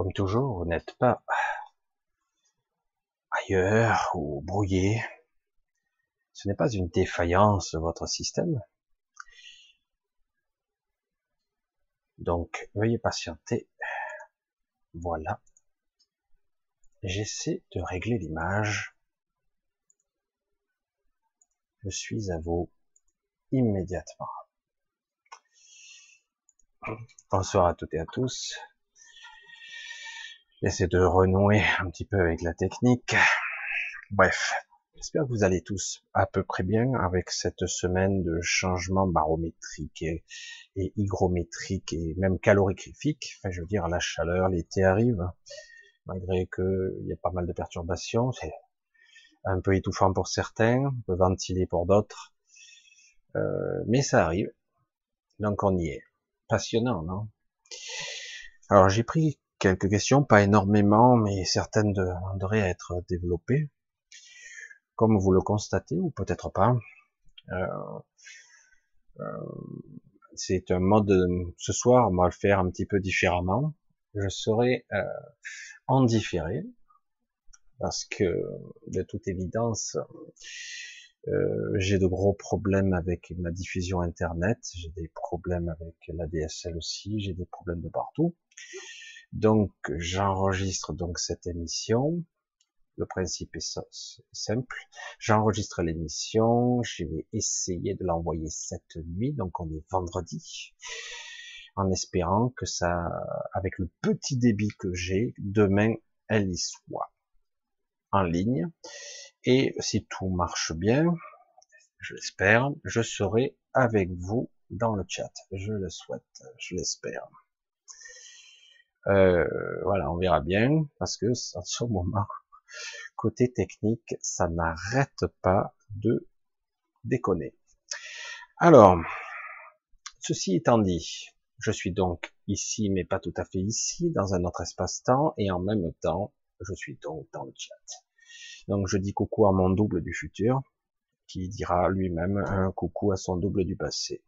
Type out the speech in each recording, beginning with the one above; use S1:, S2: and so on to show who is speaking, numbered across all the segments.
S1: Comme toujours, vous n'êtes pas ailleurs ou brouillé. Ce n'est pas une défaillance de votre système. Donc, veuillez patienter. Voilà. J'essaie de régler l'image. Je suis à vous immédiatement. Bonsoir à toutes et à tous. J'essaie de renouer un petit peu avec la technique. Bref, j'espère que vous allez tous à peu près bien avec cette semaine de changement barométrique et hygrométrique et même calorifique. Enfin, je veux dire, la chaleur, l'été arrive, malgré que il y a pas mal de perturbations. C'est un peu étouffant pour certains, un peu ventilé pour d'autres, mais ça arrive. Donc on y est. Passionnant, non? Alors j'ai pris quelques questions, pas énormément, mais certaines devraient être développées, comme vous le constatez, ou peut-être pas. C'est un mode, ce soir, on va le faire un petit peu différemment. Je serai en différé, parce que, de toute évidence, j'ai de gros problèmes avec ma diffusion internet, j'ai des problèmes avec la DSL aussi, j'ai des problèmes de partout. Donc, j'enregistre donc cette émission. Le principe est simple. J'enregistre l'émission, je vais essayer de l'envoyer cette nuit, donc on est vendredi, en espérant que ça, avec le petit débit que j'ai, demain, elle y soit en ligne. Et si tout marche bien, je l'espère, je serai avec vous dans le chat. Je le souhaite, je l'espère. Voilà, on verra bien, parce que en ce moment, côté technique, ça n'arrête pas de déconner. Alors, ceci étant dit, je suis donc ici, mais pas tout à fait ici, dans un autre espace-temps, et en même temps, je suis donc dans le chat. Donc je dis coucou à mon double du futur, qui dira lui-même un coucou à son double du passé.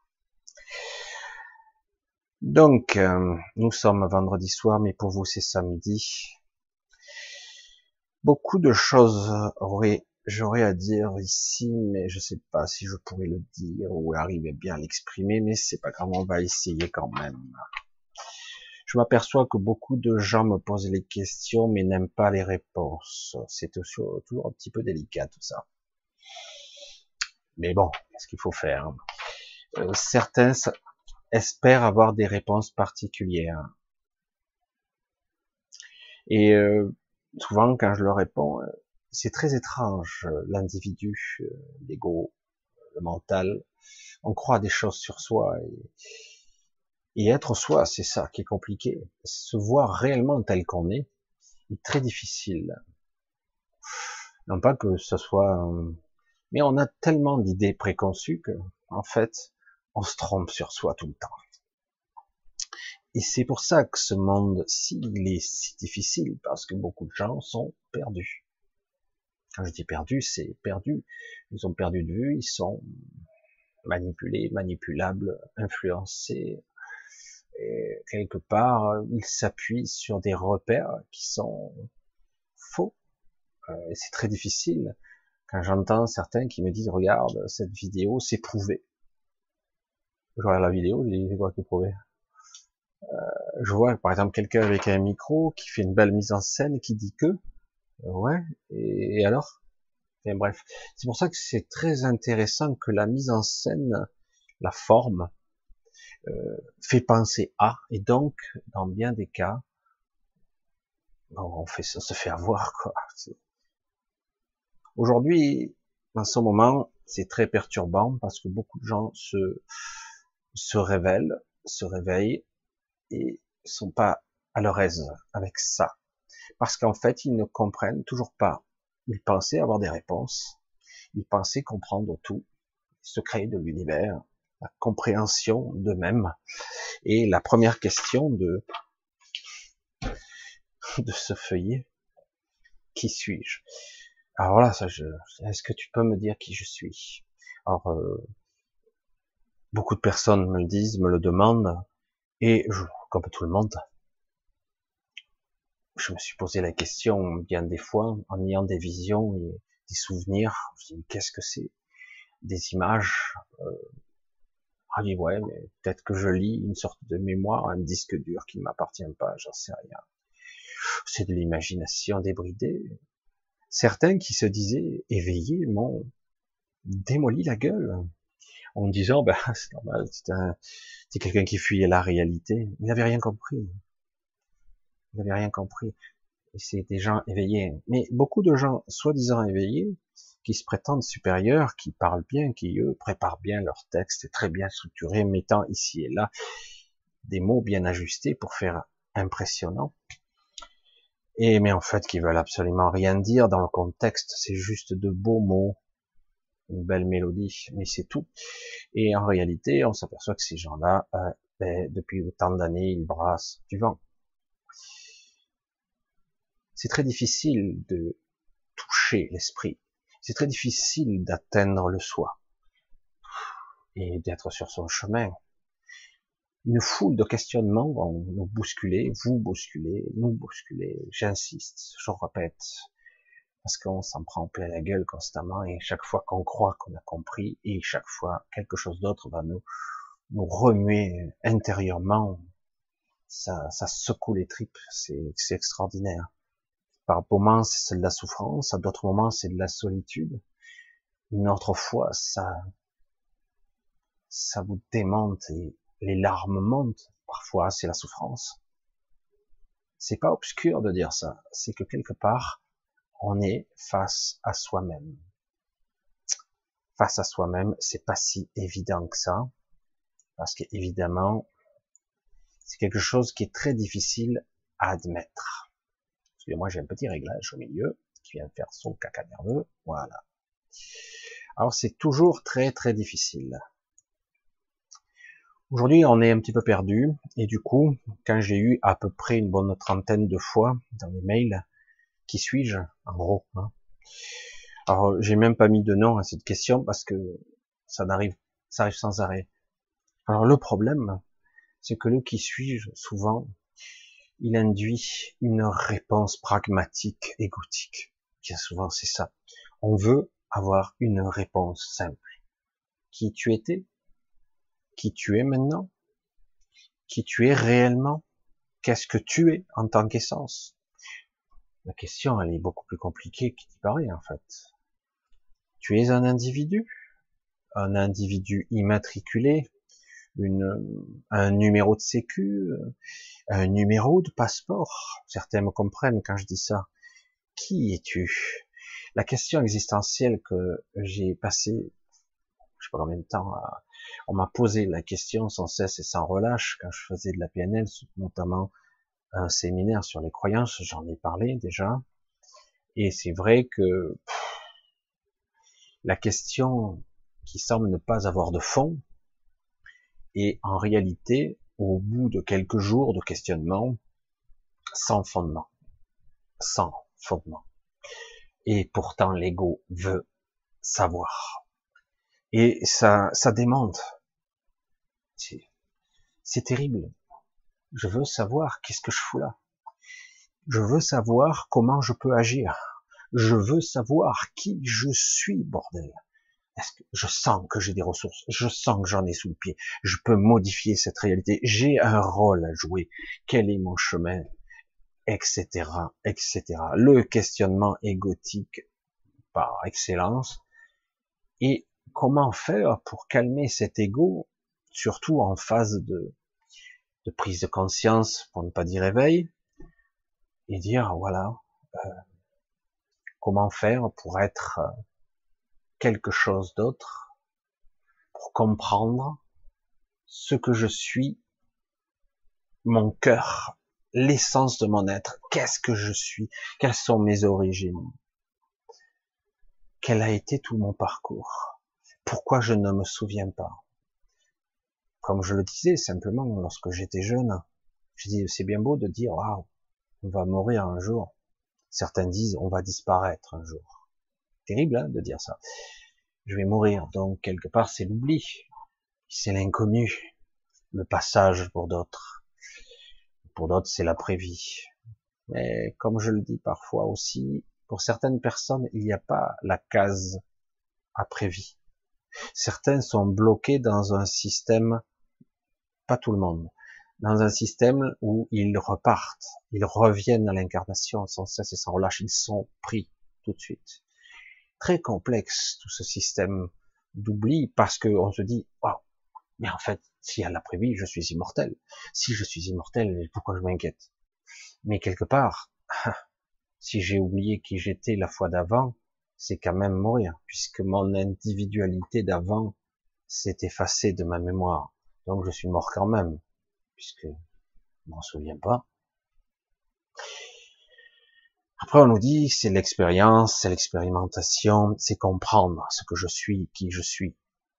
S1: Donc, nous sommes vendredi soir, mais pour vous c'est samedi. Beaucoup de choses j'aurais à dire ici, mais je sais pas si je pourrais le dire ou arriver bien à l'exprimer, mais c'est pas grave, on va essayer quand même. Je m'aperçois que beaucoup de gens me posent les questions, mais n'aiment pas les réponses. C'est toujours un petit peu délicat tout ça. Mais bon, ce qu'il faut faire. Certains espèrent avoir des réponses particulières. Et souvent, quand je leur réponds, c'est très étrange, l'individu, l'ego, le mental. On croit des choses sur soi. Et être soi, c'est ça qui est compliqué. Se voir réellement tel qu'on est très difficile. Non pas que ce soit... mais on a tellement d'idées préconçues que, en fait, on se trompe sur soi tout le temps. Et c'est pour ça que ce monde-ci, il est si difficile, parce que beaucoup de gens sont perdus. Quand je dis perdus, c'est perdu. Ils ont perdu de vue, ils sont manipulés, manipulables, influencés. Et quelque part, ils s'appuient sur des repères qui sont faux. Et c'est très difficile. Quand j'entends certains qui me disent, regarde, cette vidéo, c'est prouvé. Je regarde la vidéo, je dis, c'est quoi qui est prouvé? Je vois, par exemple, quelqu'un avec un micro qui fait une belle mise en scène et qui dit que, ouais, et alors? Et bref. C'est pour ça que c'est très intéressant que la mise en scène, la forme, fait penser à, et donc, dans bien des cas, on se fait avoir, quoi. Aujourd'hui, en ce moment, c'est très perturbant parce que beaucoup de gens se réveillent et sont pas à leur aise avec ça. Parce qu'en fait, ils ne comprennent toujours pas. Ils pensaient avoir des réponses. Ils pensaient comprendre tout, se créer de l'univers, la compréhension d'eux-mêmes. Et la première question de ce feuillet, qui suis-je? Alors là, est-ce que tu peux me dire qui je suis? Alors, beaucoup de personnes me le disent, me le demandent, et comme tout le monde, je me suis posé la question bien des fois, en ayant des visions et des souvenirs. Je me dis, qu'est-ce que c'est? Des images. Ah oui, ouais, mais peut-être que je lis une sorte de mémoire, un disque dur qui ne m'appartient pas, j'en sais rien. C'est de l'imagination débridée. Certains qui se disaient éveillés m'ont démoli la gueule en me disant, ben, c'est normal, c'est quelqu'un qui fuyait la réalité. Il n'avait rien compris. Il n'avait rien compris. Et c'est des gens éveillés. Mais beaucoup de gens soi-disant éveillés, qui se prétendent supérieurs, qui parlent bien, qui eux préparent bien leur texte, très bien structuré, mettant ici et là des mots bien ajustés pour faire impressionnant. Et mais en fait, qui veulent absolument rien dire dans le contexte, c'est juste de beaux mots, une belle mélodie, mais c'est tout. Et en réalité, on s'aperçoit que ces gens-là, depuis autant d'années, ils brassent du vent. C'est très difficile de toucher l'esprit. C'est très difficile d'atteindre le soi et d'être sur son chemin. Une foule de questionnements vont nous bousculer, vous bousculer, nous bousculer. J'insiste, je répète, parce qu'on s'en prend plein la gueule constamment et chaque fois qu'on croit qu'on a compris et chaque fois quelque chose d'autre va nous remuer intérieurement, ça secoue les tripes, c'est extraordinaire. Par moments c'est de la souffrance, à d'autres moments c'est de la solitude. Une autre fois ça vous démonte et les larmes montent. Parfois c'est la souffrance. C'est pas obscur de dire ça, c'est que quelque part on est face à soi-même. Face à soi-même, c'est pas si évident que ça, parce qu'évidemment, c'est quelque chose qui est très difficile à admettre. Excusez-moi, j'ai un petit réglage au milieu qui vient de faire son caca nerveux. Voilà. Alors c'est toujours très très difficile. Aujourd'hui, on est un petit peu perdu, et du coup, quand j'ai eu à peu près une bonne trentaine de fois dans les mails, qui suis-je, en gros, hein. Alors, j'ai même pas mis de nom à cette question parce que ça arrive sans arrêt. Alors, le problème, c'est que le qui suis-je, souvent, il induit une réponse pragmatique, égotique. Bien souvent, c'est ça. On veut avoir une réponse simple. Qui tu étais? Qui tu es maintenant? Qui tu es réellement? Qu'est-ce que tu es en tant qu'essence? La question, elle est beaucoup plus compliquée qu'il n'y paraît, en fait. Tu es un individu immatriculé, un numéro de sécu, un numéro de passeport. Certains me comprennent quand je dis ça. Qui es-tu? La question existentielle que j'ai passée, je sais pas combien de temps, on m'a posé la question sans cesse et sans relâche quand je faisais de la PNL, notamment un séminaire sur les croyances, j'en ai parlé déjà. Et c'est vrai que la question qui semble ne pas avoir de fond est en réalité, au bout de quelques jours de questionnement, sans fondement. Sans fondement. Et pourtant, l'ego veut savoir. Et ça démonte. C'est terrible. Je veux savoir qu'est-ce que je fous là. Je veux savoir comment je peux agir. Je veux savoir qui je suis, bordel. Est-ce que je sens que j'ai des ressources, je sens que j'en ai sous le pied, je peux modifier cette réalité, j'ai un rôle à jouer, quel est mon chemin, etc., etc. Le questionnement égotique par excellence. Et comment faire pour calmer cet ego, surtout en phase de prise de conscience, pour ne pas dire éveil, et dire, voilà, comment faire pour être quelque chose d'autre, pour comprendre ce que je suis, mon cœur, l'essence de mon être, qu'est-ce que je suis, quelles sont mes origines, quel a été tout mon parcours, pourquoi je ne me souviens pas. Comme je le disais simplement lorsque j'étais jeune, je dis c'est bien beau de dire waouh, on va mourir un jour. Certains disent on va disparaître un jour. Terrible hein, de dire ça. Je vais mourir, donc quelque part c'est l'oubli, c'est l'inconnu, le passage pour d'autres. Pour d'autres c'est l'après-vie. Mais comme je le dis parfois aussi, pour certaines personnes, il n'y a pas la case après-vie. Certains sont bloqués dans un système, pas tout le monde, dans un système où ils repartent, ils reviennent à l'incarnation sans cesse et sans relâche, ils sont pris tout de suite. Très complexe tout ce système d'oubli parce que on se dit, oh, mais en fait, s'il y a l'après-vie, je suis immortel. Si je suis immortel, pourquoi je m'inquiète? Mais quelque part, si j'ai oublié qui j'étais la fois d'avant, c'est quand même mourir, puisque mon individualité d'avant s'est effacée de ma mémoire. Donc je suis mort quand même, puisque je m'en souviens pas. Après on nous dit c'est l'expérience, c'est l'expérimentation, c'est comprendre ce que je suis, qui je suis.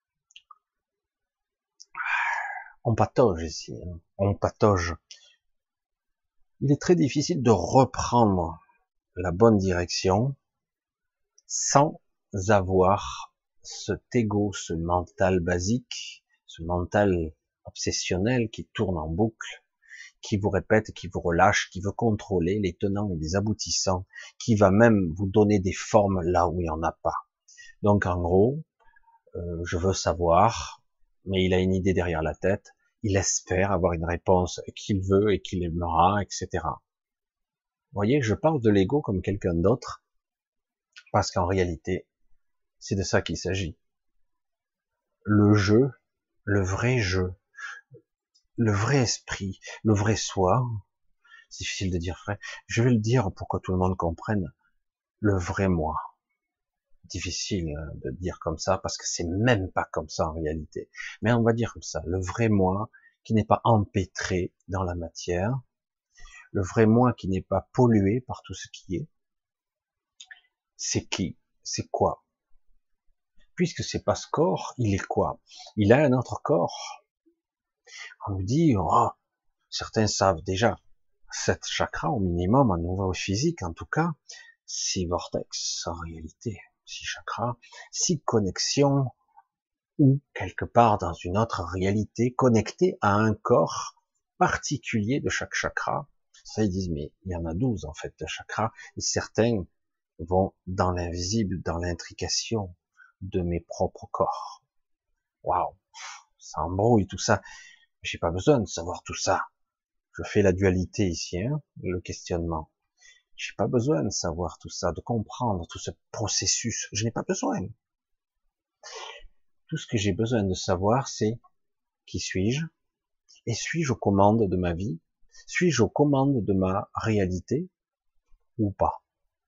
S1: On patauge ici, hein. On patauge. Il est très difficile de reprendre la bonne direction sans avoir cet ego, ce mental basique, ce mental obsessionnel qui tourne en boucle, qui vous répète, qui vous relâche, qui veut contrôler les tenants et les aboutissants, qui va même vous donner des formes là où il n'y en a pas. Donc en gros, je veux savoir, mais il a une idée derrière la tête, il espère avoir une réponse qu'il veut et qu'il aimera, etc. Vous voyez, je parle de l'ego comme quelqu'un d'autre, parce qu'en réalité, c'est de ça qu'il s'agit. Le jeu, le vrai jeu, le vrai esprit, le vrai soi, c'est difficile de dire vrai, je vais le dire pour que tout le monde comprenne, le vrai moi. Difficile de dire comme ça, parce que c'est même pas comme ça en réalité. Mais on va dire comme ça, le vrai moi qui n'est pas empêtré dans la matière, le vrai moi qui n'est pas pollué par tout ce qui est, c'est qui? C'est quoi? Puisque c'est pas ce corps, il est quoi? Il a un autre corps. On nous dit, oh, certains savent déjà, 7 chakras au minimum, au niveau physique en tout cas, 6 vortex en réalité, 6 chakras, 6 connexions, ou quelque part dans une autre réalité, connectée à un corps particulier de chaque chakra. Ça, ils disent, mais il y en a 12 en fait de chakras, et certains vont dans l'invisible, dans l'intrication de mes propres corps. Waouh, ça embrouille tout ça. J'ai pas besoin de savoir tout ça. Je fais la dualité ici, hein, le questionnement. J'ai pas besoin de savoir tout ça, de comprendre tout ce processus. Je n'ai pas besoin. Tout ce que j'ai besoin de savoir, c'est qui suis-je et suis-je aux commandes de ma vie? Suis-je aux commandes de ma réalité ou pas?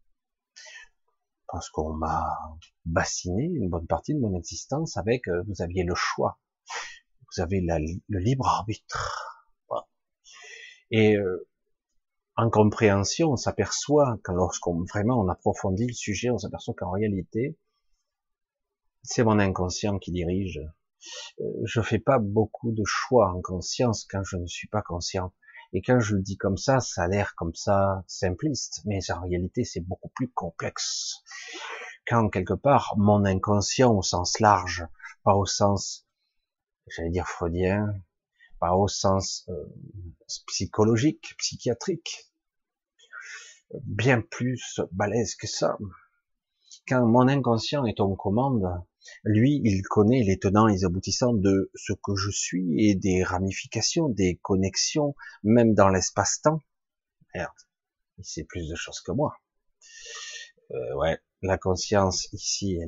S1: Parce qu'on m'a bassiné une bonne partie de mon existence avec vous aviez le choix, vous avez le libre arbitre. Voilà. Et en compréhension, on s'aperçoit que lorsqu'on vraiment on approfondit le sujet, on s'aperçoit qu'en réalité, c'est mon inconscient qui dirige. Je fais pas beaucoup de choix en conscience quand je ne suis pas conscient. Et quand je le dis comme ça a l'air comme ça simpliste, mais en réalité c'est beaucoup plus complexe. Quand quelque part mon inconscient au sens large, pas au sens, j'allais dire freudien, pas au sens psychologique, psychiatrique, bien plus balèze que ça. Quand mon inconscient est aux commandes, lui, il connaît les tenants et les aboutissants de ce que je suis et des ramifications, des connexions, même dans l'espace-temps. Merde, il sait plus de choses que moi. Ouais, la conscience ici,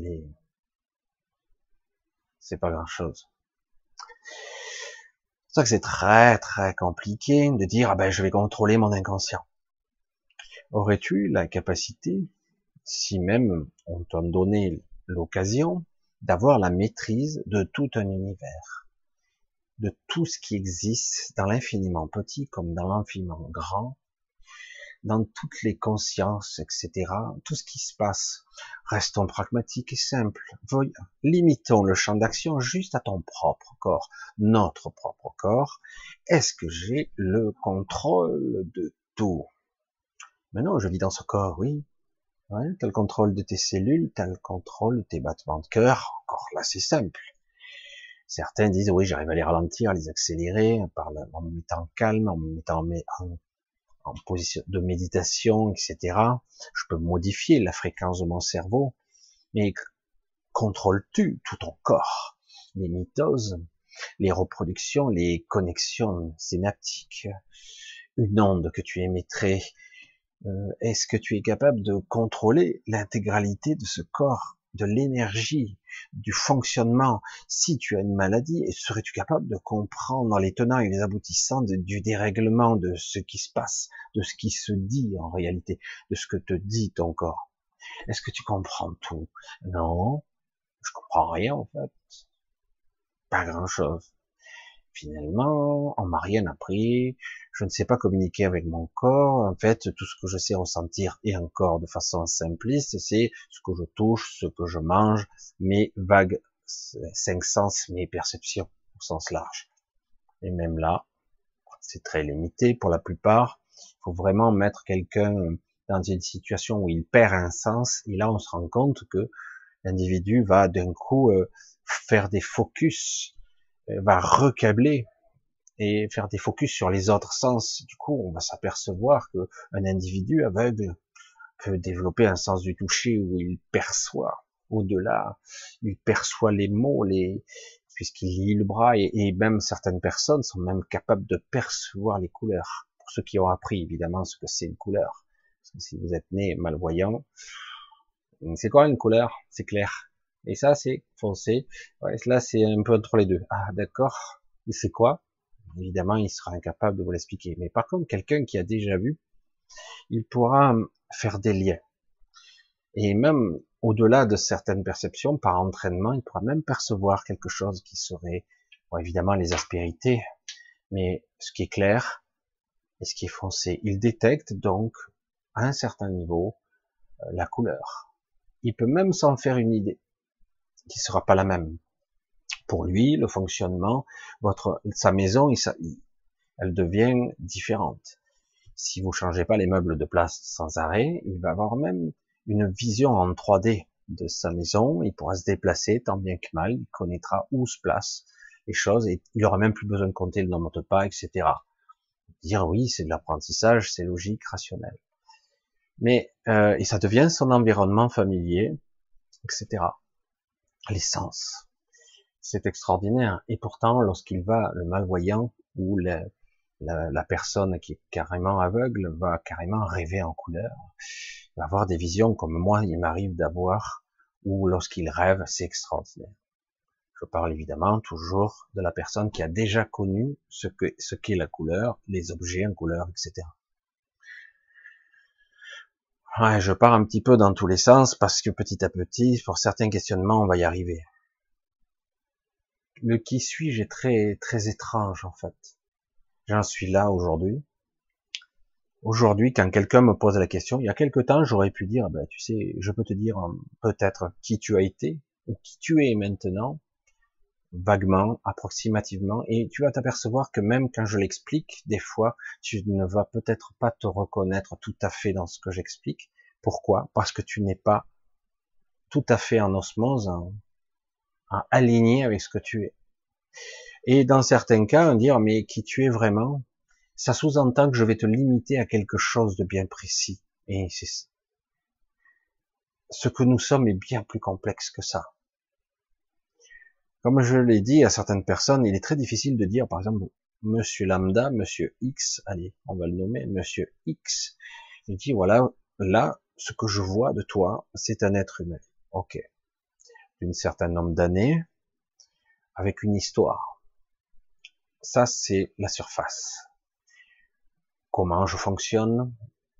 S1: c'est pas grand-chose. C'est pour ça que c'est très très compliqué de dire ah ben je vais contrôler mon inconscient. Aurais-tu la capacité, si même on t'en donnait l'occasion, d'avoir la maîtrise de tout un univers, de tout ce qui existe dans l'infiniment petit comme dans l'infiniment grand, dans toutes les consciences, etc., tout ce qui se passe. Restons pragmatiques et simples. Limitons le champ d'action juste à ton propre corps, notre propre corps. Est-ce que j'ai le contrôle de tout? Mais non, je vis dans ce corps, oui. Ouais, t'as le contrôle de tes cellules, t'as le contrôle de tes battements de cœur. Encore là, c'est simple. Certains disent, oui, j'arrive à les ralentir, à les accélérer, en me mettant calme, en me mettant en position de méditation, etc. Je peux modifier la fréquence de mon cerveau, mais contrôles-tu tout ton corps? Les mitoses, les reproductions, les connexions synaptiques, une onde que tu émettrais, est-ce que tu es capable de contrôler l'intégralité de ce corps, de l'énergie, du fonctionnement? Si tu as une maladie, serais-tu capable de comprendre les tenants et les aboutissants du dérèglement, de ce qui se passe, de ce qui se dit en réalité, de ce que te dit ton corps? Est-ce que tu comprends tout? Non, je comprends rien en fait, pas grand-chose. Finalement, on m'a rien appris, je ne sais pas communiquer avec mon corps, en fait, tout ce que je sais ressentir, et encore de façon simpliste, c'est ce que je touche, ce que je mange, mes vagues cinq sens, mes perceptions, au sens large. Et même là, c'est très limité pour la plupart, il faut vraiment mettre quelqu'un dans une situation où il perd un sens, et là on se rend compte que l'individu va d'un coup faire des focus, va recabler et faire des focus sur les autres sens. Du coup, on va s'apercevoir que un individu aveugle peut développer un sens du toucher où il perçoit au-delà, il perçoit les mots, puisqu'il lit le bras, et même certaines personnes sont même capables de percevoir les couleurs. Pour ceux qui ont appris évidemment ce que c'est une couleur. Parce que si vous êtes né malvoyant, c'est quoi une couleur? C'est clair. Et ça, c'est foncé. Ouais, là, c'est un peu entre les deux. Ah, d'accord. Et c'est quoi? Évidemment, il sera incapable de vous l'expliquer. Mais par contre, quelqu'un qui a déjà vu, il pourra faire des liens. Et même au-delà de certaines perceptions, par entraînement, il pourra même percevoir quelque chose qui serait, bon, évidemment, les aspérités, mais ce qui est clair et ce qui est foncé. Il détecte donc, à un certain niveau, la couleur. Il peut même s'en faire une idée, qui sera pas la même. Pour lui, le fonctionnement, sa maison, elle devient différente. Si vous changez pas les meubles de place sans arrêt, il va avoir même une vision en 3D de sa maison, il pourra se déplacer tant bien que mal, il connaîtra où se placent les choses, et il aura même plus besoin de compter le nombre de pas, etc. Dire oui, c'est de l'apprentissage, c'est logique, rationnel. Mais, et ça devient son environnement familier, etc. Les sens. C'est extraordinaire. Et pourtant, lorsqu'il va, le malvoyant, ou la personne qui est carrément aveugle, va carrément rêver en couleur, va avoir des visions comme moi, il m'arrive d'avoir, ou lorsqu'il rêve, c'est extraordinaire. Je parle évidemment toujours de la personne qui a déjà connu ce qu'est la couleur, les objets en couleur, etc. Ouais, je pars un petit peu dans tous les sens parce que petit à petit, pour certains questionnements, on va y arriver. Le qui suis-je est très, très étrange, en fait. J'en suis là aujourd'hui. Aujourd'hui, quand quelqu'un me pose la question, il y a quelque temps, j'aurais pu dire, ben, tu sais, je peux te dire peut-être qui tu as été, ou qui tu es maintenant, vaguement, approximativement, et tu vas t'apercevoir que même quand je l'explique, des fois, tu ne vas peut-être pas te reconnaître tout à fait dans ce que j'explique. Pourquoi? Parce que tu n'es pas tout à fait en osmose, en aligné avec ce que tu es. Et dans certains cas, dire, mais qui tu es vraiment, ça sous-entend que je vais te limiter à quelque chose de bien précis. Et c'est ce que nous sommes est bien plus complexe que ça. Comme je l'ai dit à certaines personnes, il est très difficile de dire, par exemple, Monsieur Lambda, Monsieur X, allez, on va le nommer, Monsieur X. Il dit, voilà, là, ce que je vois de toi, c'est un être humain. Ok. D'une certain nombre d'années, avec une histoire. Ça, c'est la surface. Comment je fonctionne?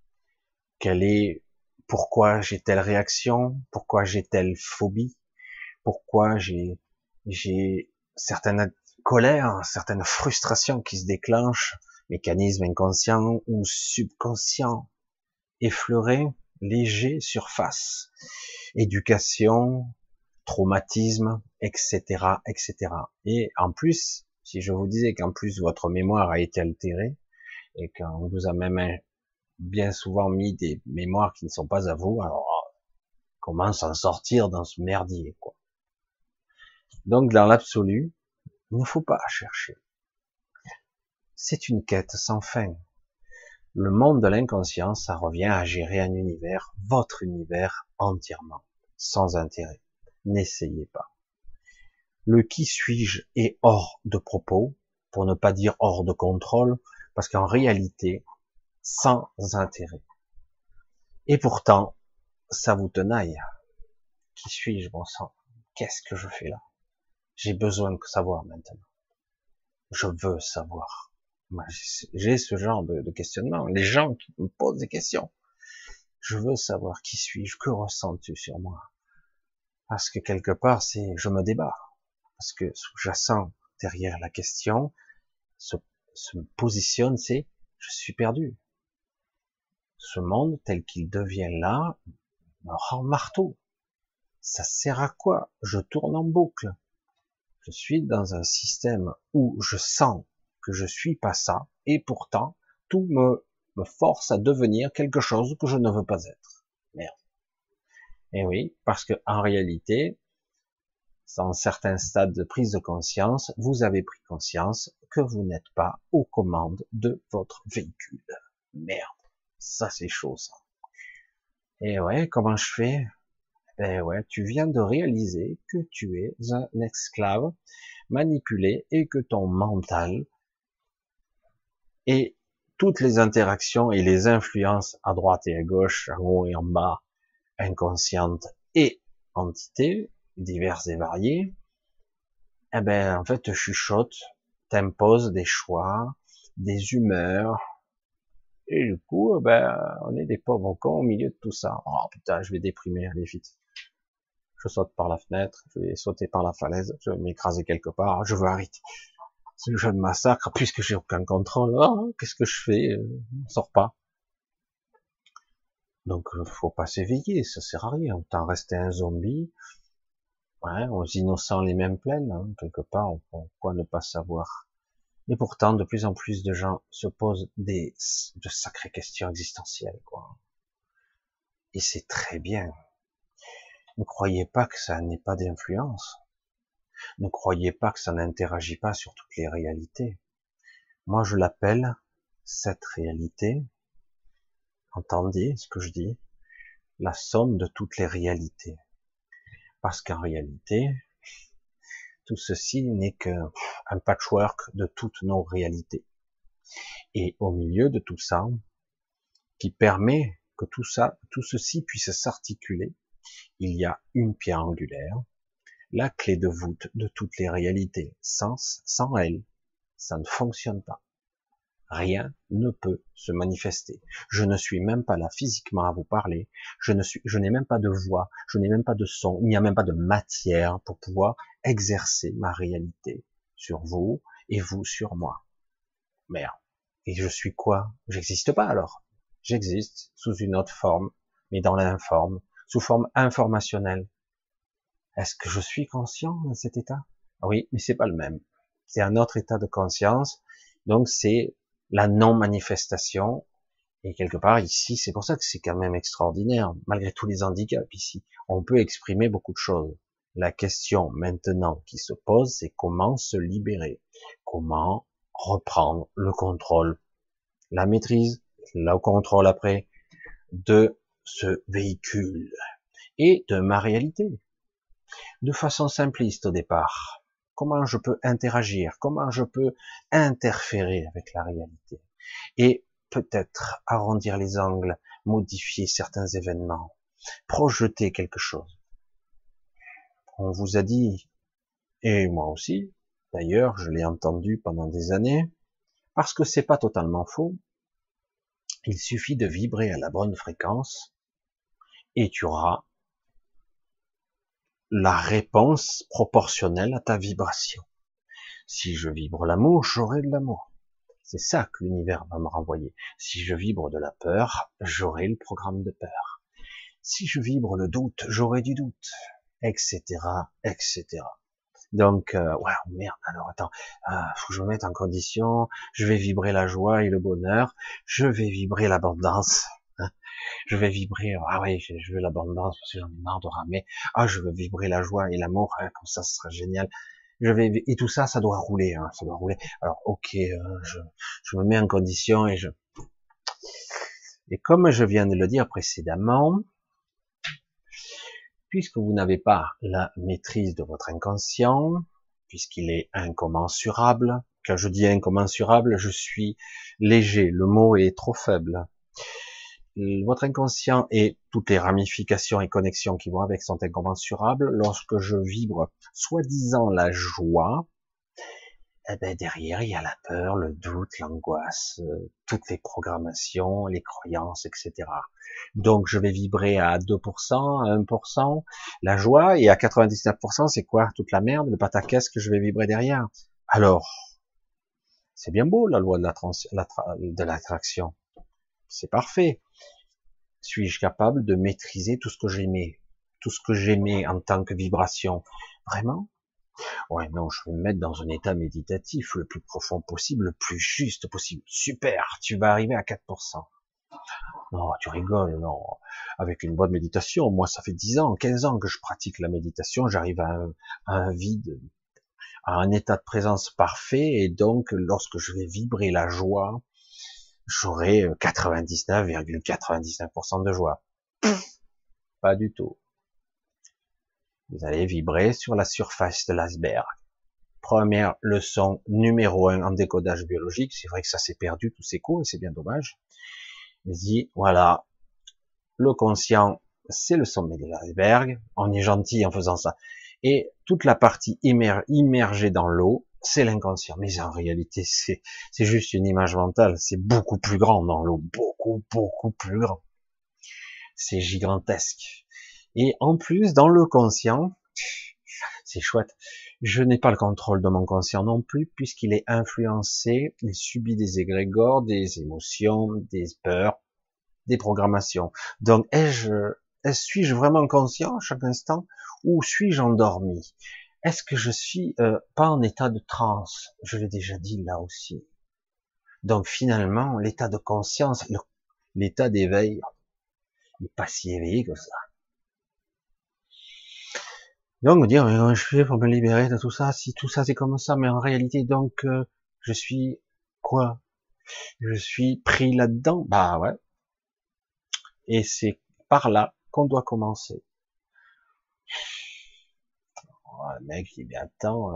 S1: Pourquoi j'ai telle réaction? Pourquoi j'ai telle phobie? Pourquoi j'ai certaines colères, certaines frustrations qui se déclenchent, mécanisme inconscient ou subconscient, effleuré, léger, surface, éducation, traumatisme, etc., etc. Et en plus, si je vous disais qu'en plus votre mémoire a été altérée, et qu'on vous a même bien souvent mis des mémoires qui ne sont pas à vous, alors comment s'en sortir dans ce merdier, quoi. Donc dans l'absolu, il ne faut pas chercher. C'est une quête sans fin. Le monde de l'inconscient, ça revient à gérer un univers, votre univers entièrement, sans intérêt. N'essayez pas. Le qui suis-je est hors de propos, pour ne pas dire hors de contrôle, parce qu'en réalité, sans intérêt. Et pourtant, ça vous tenaille. Qui suis-je, bon sang? Qu'est-ce que je fais là? J'ai besoin de savoir maintenant. Je veux savoir. Moi, j'ai ce genre de questionnement. Les gens qui me posent des questions. Je veux savoir qui suis-je, que ressens-tu sur moi? Parce que quelque part, je me débat. Parce que sous-jacent derrière la question, se positionne, je suis perdu. Ce monde tel qu'il devient là me rend marteau. Ça sert à quoi? Je tourne en boucle. Je suis dans un système où je sens que je suis pas ça, et pourtant, tout me force à devenir quelque chose que je ne veux pas être. Merde. Et oui, parce que en réalité, dans certains stades de prise de conscience, vous avez pris conscience que vous n'êtes pas aux commandes de votre véhicule. Merde. Ça, c'est chaud, ça. Et ouais, comment je fais? Ben ouais, tu viens de réaliser que tu es un esclave manipulé et que ton mental et toutes les interactions et les influences à droite et à gauche, en haut et en bas, inconscientes et entités, diverses et variées, eh ben, en fait, te chuchote, t'impose des choix, des humeurs, et du coup, ben, on est des pauvres cons au milieu de tout ça. Oh putain, je vais déprimer, allez vite. Je saute par la fenêtre, je vais sauter par la falaise, je vais m'écraser quelque part, je veux arrêter. C'est le jeu de massacre, puisque j'ai aucun contrôle. Oh, qu'est-ce que je fais? On sort pas. Donc, faut pas s'éveiller, ça sert à rien. Autant rester un zombie. Ouais, aux innocents les mêmes plaines, hein, quelque part, pourquoi ne pas savoir? Et pourtant, de plus en plus de gens se posent de sacrées questions existentielles, quoi. Et c'est très bien. Ne croyez pas que ça n'ait pas d'influence. Ne croyez pas que ça n'interagit pas sur toutes les réalités. Moi, je l'appelle cette réalité, entendez ce que je dis, la somme de toutes les réalités. Parce qu'en réalité, tout ceci n'est qu'un patchwork de toutes nos réalités. Et au milieu de tout ça, qui permet que tout ceci puisse s'articuler, il y a une pierre angulaire, la clé de voûte de toutes les réalités. Sans elle, ça ne fonctionne pas. Rien ne peut se manifester. Je ne suis même pas là physiquement à vous parler. Je n'ai même pas de voix. Je n'ai même pas de son. Il n'y a même pas de matière pour pouvoir exercer ma réalité sur vous et vous sur moi. Merde. Et je suis quoi? J'existe pas alors. J'existe sous une autre forme, mais dans l'informe, sous forme informationnelle. Est-ce que je suis conscient dans cet état? Oui, mais c'est pas le même. C'est un autre état de conscience. Donc c'est la non-manifestation. Et quelque part ici, c'est pour ça que c'est quand même extraordinaire. Malgré tous les handicaps ici, on peut exprimer beaucoup de choses. La question maintenant qui se pose, c'est comment se libérer? Comment reprendre le contrôle, la maîtrise, le contrôle après, de ce véhicule et de ma réalité. De façon simpliste au départ. Comment je peux interagir? Comment je peux interférer avec la réalité? Et peut-être arrondir les angles, modifier certains événements, projeter quelque chose. On vous a dit, et moi aussi, d'ailleurs, je l'ai entendu pendant des années, parce que c'est pas totalement faux, il suffit de vibrer à la bonne fréquence, et tu auras la réponse proportionnelle à ta vibration. Si je vibre l'amour, j'aurai de l'amour. C'est ça que l'univers va me renvoyer. Si je vibre de la peur, j'aurai le programme de peur. Si je vibre le doute, j'aurai du doute, etc., etc. Donc, ouais, merde, alors attends, faut que je me mette en condition, je vais vibrer la joie et le bonheur, je vais vibrer l'abondance, hein, je vais vibrer, ah oui, je veux l'abondance parce que j'en ai marre de ramer, ah, je veux vibrer la joie et l'amour, hein, comme ça, ce sera génial. Et tout ça, ça doit rouler, hein, ça doit rouler. Alors, ok, je me mets en condition et Et comme je viens de le dire précédemment, puisque vous n'avez pas la maîtrise de votre inconscient, puisqu'il est incommensurable, quand je dis incommensurable, je suis léger, le mot est trop faible. Votre inconscient et toutes les ramifications et connexions qui vont avec sont incommensurables. Lorsque je vibre soi-disant la joie, eh ben derrière il y a la peur, le doute, l'angoisse, toutes les programmations, les croyances, etc. Donc je vais vibrer à 2%, à 1%, la joie, et à 99%, c'est quoi? Toute la merde, le pataquès que je vais vibrer derrière. Alors, c'est bien beau la loi de l'attraction. C'est parfait. Suis-je capable de maîtriser tout ce que j'aimais en tant que vibration? Vraiment? Ouais, non, je vais me mettre dans un état méditatif le plus profond possible, le plus juste possible. Super, tu vas arriver à 4%. Non, tu rigoles, non. Avec une bonne méditation, moi, ça fait 10 ans, 15 ans que je pratique la méditation, j'arrive à un vide, à un état de présence parfait, et donc, lorsque je vais vibrer la joie, j'aurai 99,99% de joie. Pas du tout. Vous allez vibrer sur la surface de l'iceberg. Première leçon numéro 1 en décodage biologique. C'est vrai que ça s'est perdu, tous ces cours, et c'est bien dommage. Il dit, voilà, le conscient, c'est le sommet de l'iceberg. On est gentil en faisant ça. Et toute la partie immergée dans l'eau, c'est l'inconscient. Mais en réalité, c'est juste une image mentale. C'est beaucoup plus grand dans l'eau. Beaucoup, beaucoup plus grand. C'est gigantesque. Et en plus, dans le conscient, c'est chouette. Je n'ai pas le contrôle de mon conscient non plus, puisqu'il est influencé, il subit des égrégores, des émotions, des peurs, des programmations. Donc, suis-je vraiment conscient à chaque instant, ou suis-je endormi? Est-ce que je suis pas en état de transe? Je l'ai déjà dit là aussi. Donc finalement, l'état de conscience, l'état d'éveil, il n'est pas si éveillé que ça. Donc me dire, mais comment je fais pour me libérer de tout ça, si tout ça c'est comme ça, mais en réalité donc je suis quoi? Je suis pris là-dedans? Bah ouais. Et c'est par là qu'on doit commencer. Oh, le mec il dit, bien attends,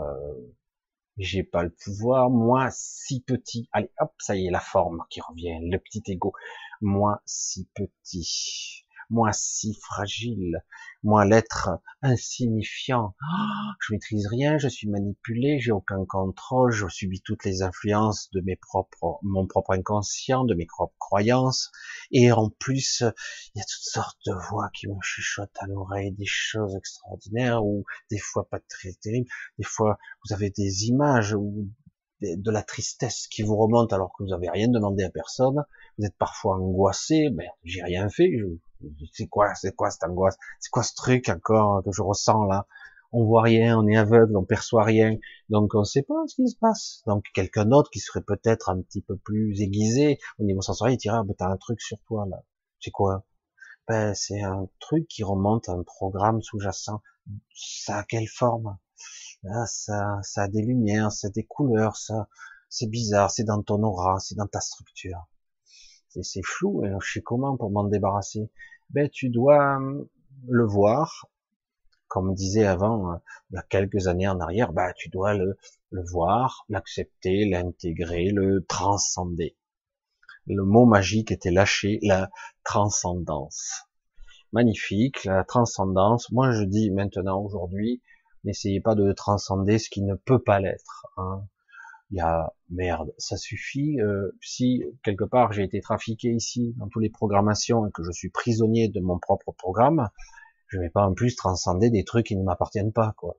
S1: j'ai pas le pouvoir, moi si petit. Allez hop, ça y est, la forme qui revient, le petit ego. Moi si petit. Moi si fragile, moi l'être insignifiant, je maîtrise rien, je suis manipulé, j'ai aucun contrôle, je subis toutes les influences de mon propre inconscient, de mes propres croyances, et en plus, il y a toutes sortes de voix qui me chuchotent à l'oreille des choses extraordinaires, ou des fois pas très terribles, des fois vous avez des images ou de la tristesse qui vous remonte alors que vous avez rien demandé à personne, vous êtes parfois angoissé, ben j'ai rien fait, c'est quoi cette angoisse, c'est quoi ce truc encore que je ressens là, on voit rien, on est aveugle, on perçoit rien, donc on sait pas ce qui se passe. Donc quelqu'un d'autre qui serait peut-être un petit peu plus aiguisé au niveau sensoriel, il dirait, ah, ben, t'as un truc sur toi là, c'est quoi? Ben c'est un truc qui remonte à un programme sous-jacent. Ça a quelle forme? Ah, ça a des lumières, ça a des couleurs, ça, c'est bizarre, c'est dans ton aura, c'est dans ta structure. C'est flou, et je sais comment pour m'en débarrasser. Ben, tu dois le voir, comme disait avant, il y a quelques années en arrière, ben, tu dois le voir, l'accepter, l'intégrer, le transcender. Le mot magique était lâché, la transcendance. Magnifique, la transcendance. Moi, je dis maintenant, aujourd'hui, n'essayez pas de transcender ce qui ne peut pas l'être. Hein. Il y a merde, ça suffit. Si quelque part j'ai été trafiqué ici dans toutes les programmations et que je suis prisonnier de mon propre programme, je vais pas en plus transcender des trucs qui ne m'appartiennent pas, quoi.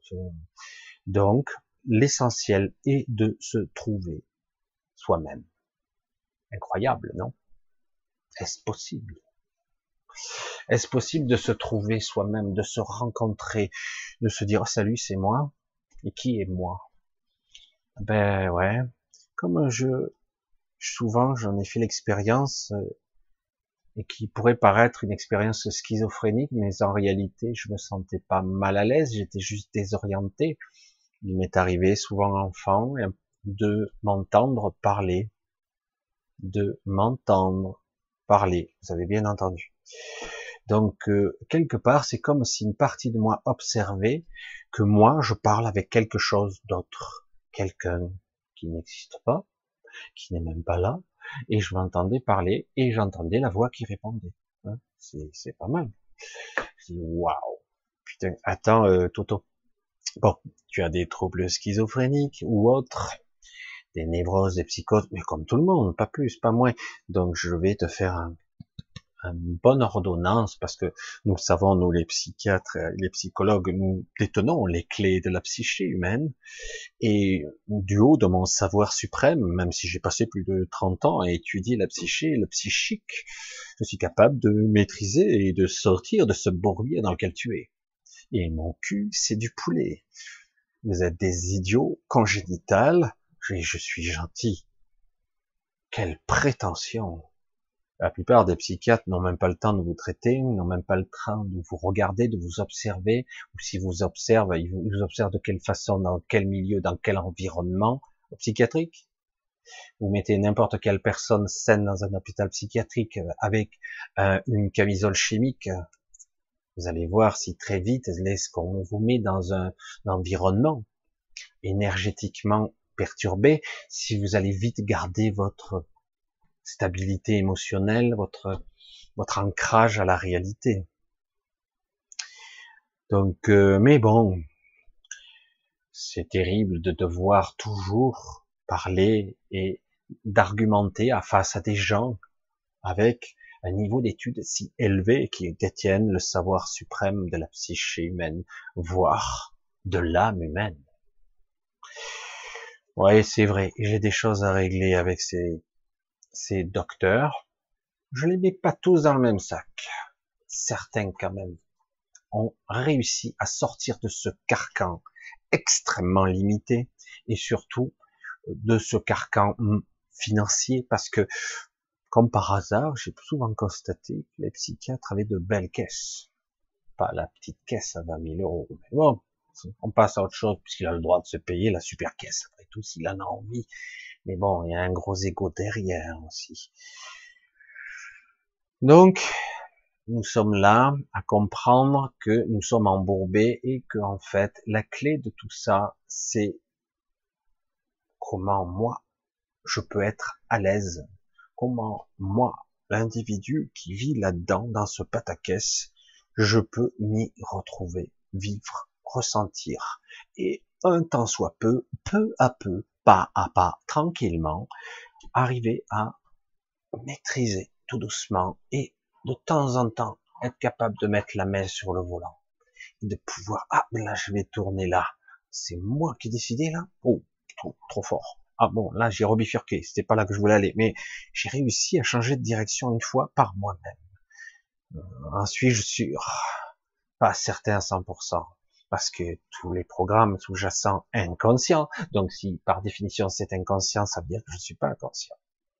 S1: Donc, l'essentiel est de se trouver soi-même. Incroyable, non? Est-ce possible? Est-ce possible de se trouver soi-même, de se rencontrer, de se dire, oh, salut, c'est moi? Et qui est moi? Ben ouais, comme souvent j'en ai fait l'expérience, et qui pourrait paraître une expérience schizophrénique, mais en réalité je me sentais pas mal à l'aise, j'étais juste désorienté. Il m'est arrivé souvent enfant de m'entendre parler, de m'entendre parler, vous avez bien entendu. Donc, quelque part, c'est comme si une partie de moi observait que moi, je parle avec quelque chose d'autre, quelqu'un qui n'existe pas, qui n'est même pas là, et je m'entendais parler, et j'entendais la voix qui répondait. Hein, c'est pas mal. Je dis, waouh, putain, attends, Toto. Bon, tu as des troubles schizophréniques ou autres, des névroses, des psychoses, mais comme tout le monde, pas plus, pas moins. Donc, je vais te faire une bonne ordonnance, parce que nous savons, nous les psychiatres, les psychologues, nous détenons les clés de la psyché humaine, et du haut de mon savoir suprême, même si j'ai passé plus de 30 ans à étudier la psyché, le psychique, je suis capable de maîtriser et de sortir de ce bourbier dans lequel tu es. Et mon cul, c'est du poulet. Vous êtes des idiots congénitales, je suis gentil. Quelle prétention! La plupart des psychiatres n'ont même pas le temps de vous traiter, n'ont même pas le temps de vous regarder, de vous observer, ou si vous observent, ils vous observent de quelle façon, dans quel milieu, dans quel environnement psychiatrique. Vous mettez n'importe quelle personne saine dans un hôpital psychiatrique avec une camisole chimique, vous allez voir si très vite, est-ce qu'on vous met dans un environnement énergétiquement perturbé, si vous allez vite garder votre stabilité émotionnelle, votre ancrage à la réalité. Donc, mais bon, c'est terrible de devoir toujours parler et d'argumenter face à des gens avec un niveau d'études si élevé qui détiennent le savoir suprême de la psyché humaine, voire de l'âme humaine. Ouais, c'est vrai, j'ai des choses à régler avec ces docteurs. Je les mets pas tous dans le même sac. Certains, quand même, ont réussi à sortir de ce carcan extrêmement limité, et surtout de ce carcan financier, parce que, comme par hasard, j'ai souvent constaté que les psychiatres avaient de belles caisses. Pas la petite caisse à 20 000 euros. Mais bon, on passe à autre chose, puisqu'il a le droit de se payer la super caisse, après tout, s'il en a envie. Mais bon, il y a un gros ego derrière aussi. Donc, nous sommes là à comprendre que nous sommes embourbés et que, en fait, la clé de tout ça, c'est comment moi, je peux être à l'aise. Comment moi, l'individu qui vit là-dedans, dans ce pataquès, je peux m'y retrouver, vivre, ressentir. Et un temps soit peu à peu, pas à pas, tranquillement, arriver à maîtriser tout doucement et de temps en temps être capable de mettre la main sur le volant et de pouvoir, ah là je vais tourner là, c'est moi qui ai décidé là, oh trop fort, ah bon là j'ai rebifurqué, c'était pas là que je voulais aller, mais j'ai réussi à changer de direction une fois par moi-même. Ensuite je suis pas certain à 100%, parce que tous les programmes sous-jacents inconscients, donc si par définition c'est inconscient, ça veut dire que je ne suis pas inconscient.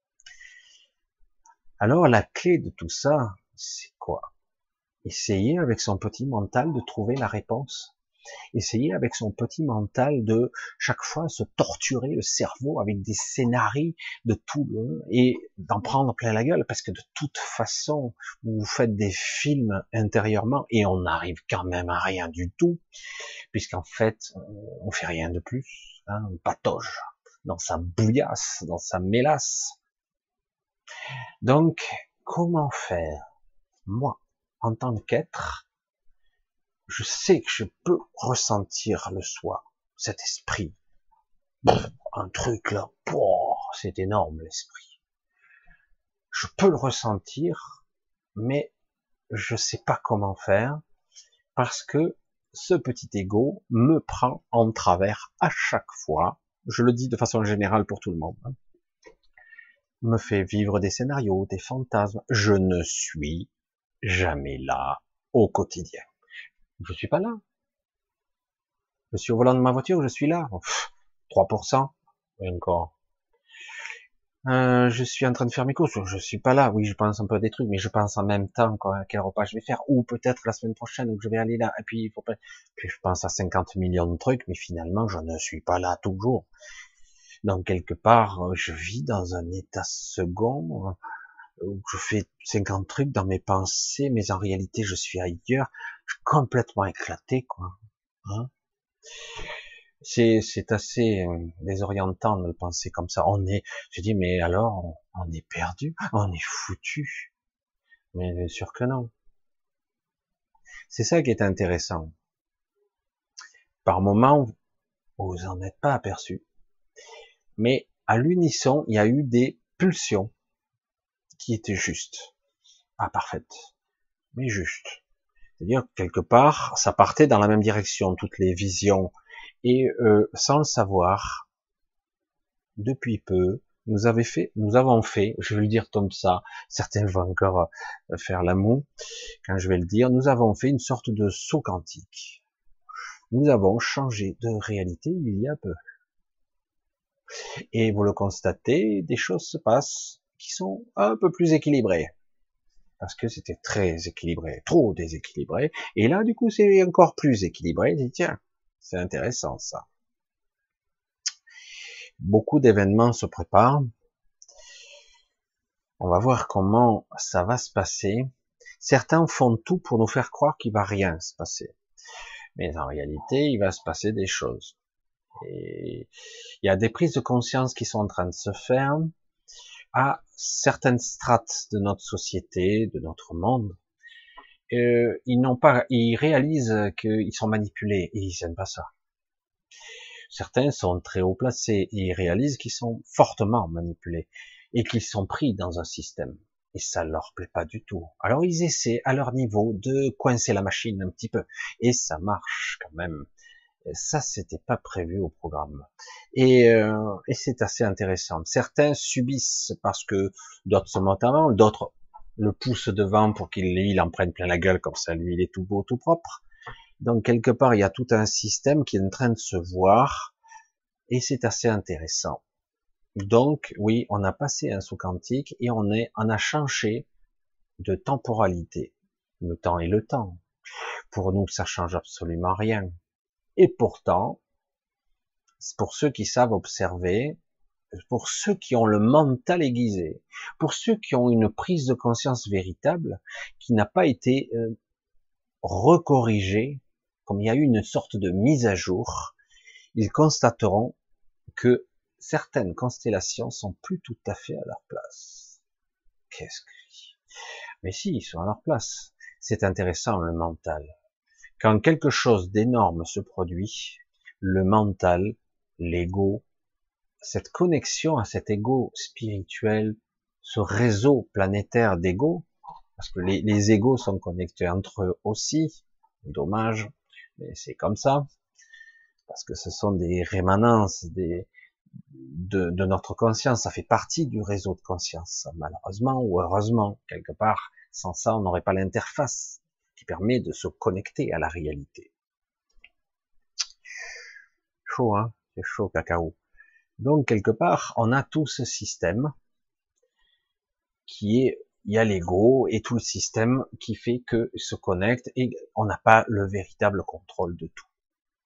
S1: Alors la clé de tout ça, c'est quoi? Essayer avec son petit mental de trouver la réponse. Essayer avec son petit mental de chaque fois se torturer le cerveau avec des scénarios de tout et d'en prendre plein la gueule, parce que de toute façon, vous faites des films intérieurement et on n'arrive quand même à rien du tout, puisqu'en fait, on fait rien de plus, hein, on patauge dans sa bouillasse, dans sa mélasse. Donc, comment faire? Moi, en tant qu'être, je sais que je peux ressentir le soi, cet esprit. Un truc là, c'est énorme l'esprit. Je peux le ressentir, mais je sais pas comment faire, parce que ce petit ego me prend en travers à chaque fois. Je le dis de façon générale pour tout le monde. Me fait vivre des scénarios, des fantasmes. Je ne suis jamais là au quotidien. Je suis pas là. Je suis au volant de ma voiture, je suis là. 3%. Et encore. Je suis en train de faire mes courses, je suis pas là. Oui, je pense un peu à des trucs, mais je pense en même temps quel repas je vais faire, ou peut-être la semaine prochaine où je vais aller là. Et puis il faut pas. Puis je pense à 50 millions de trucs, mais finalement je ne suis pas là toujours. Donc quelque part, je vis dans un état second, où je fais 50 trucs dans mes pensées, mais en réalité je suis ailleurs, je suis complètement éclaté, quoi. Hein, c'est assez désorientant de le penser comme ça. Je dis, mais alors, on est perdu, on est foutu. Mais bien sûr que non. C'est ça qui est intéressant. Par moments, vous en êtes pas aperçu. Mais à l'unisson, il y a eu des pulsions qui étaient justes. Pas parfaites, mais justes. C'est-à-dire que quelque part, ça partait dans la même direction, toutes les visions. Et sans le savoir, depuis peu, nous avons fait, je vais le dire comme ça, certains vont encore faire la moue quand je vais le dire, nous avons fait une sorte de saut quantique. Nous avons changé de réalité il y a peu. Et vous le constatez, des choses se passent qui sont un peu plus équilibrées. Parce que c'était très équilibré, trop déséquilibré. Et là, du coup, c'est encore plus équilibré. Je dis, tiens, c'est intéressant ça. Beaucoup d'événements se préparent. On va voir comment ça va se passer. Certains font tout pour nous faire croire qu'il va rien se passer. Mais en réalité, il va se passer des choses. Et il y a des prises de conscience qui sont en train de se faire à certaines strates de notre société, de notre monde. Ils réalisent qu'ils sont manipulés et ils n'aiment pas ça. Certains sont très haut placés et ils réalisent qu'ils sont fortement manipulés et qu'ils sont pris dans un système. Et ça leur plaît pas du tout. Alors ils essaient à leur niveau de coincer la machine un petit peu. Et ça marche quand même. Ça, c'était pas prévu au programme. Et c'est assez intéressant. Certains subissent parce que d'autres se mettent avant, d'autres le poussent devant pour qu'il en prenne plein la gueule, comme ça lui il est tout beau, tout propre. Donc quelque part il y a tout un système qui est en train de se voir et c'est assez intéressant. Donc oui, on a passé un saut quantique et on a changé de temporalité. Le temps est le temps. Pour nous, ça change absolument rien. Et pourtant, pour ceux qui savent observer, pour ceux qui ont le mental aiguisé, pour ceux qui ont une prise de conscience véritable, qui n'a pas été recorrigée, comme il y a eu une sorte de mise à jour, ils constateront que certaines constellations sont plus tout à fait à leur place. Qu'est-ce que je dis? Mais si, ils sont à leur place. C'est intéressant, le mental. Quand quelque chose d'énorme se produit, le mental, l'ego, cette connexion à cet ego spirituel, ce réseau planétaire d'ego, parce que les égos sont connectés entre eux aussi, dommage, mais c'est comme ça, parce que ce sont des rémanences de notre conscience, ça fait partie du réseau de conscience, malheureusement ou heureusement, quelque part, sans ça on n'aurait pas l'interface qui permet de se connecter à la réalité. Chaud, hein, c'est chaud cacao. Donc quelque part, on a tout ce système il y a l'ego et tout le système qui fait que se connecte et on n'a pas le véritable contrôle de tout.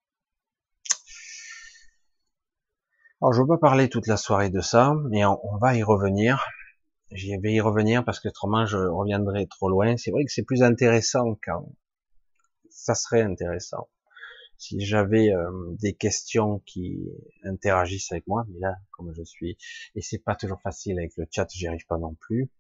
S1: Alors je ne veux pas parler toute la soirée de ça, mais on va y revenir. Je vais y revenir parce que autrement je reviendrai trop loin. C'est vrai que c'est plus intéressant quand ça serait intéressant. Si j'avais des questions qui interagissent avec moi, mais là, comme je suis, et c'est pas toujours facile avec le chat, j'y arrive pas non plus.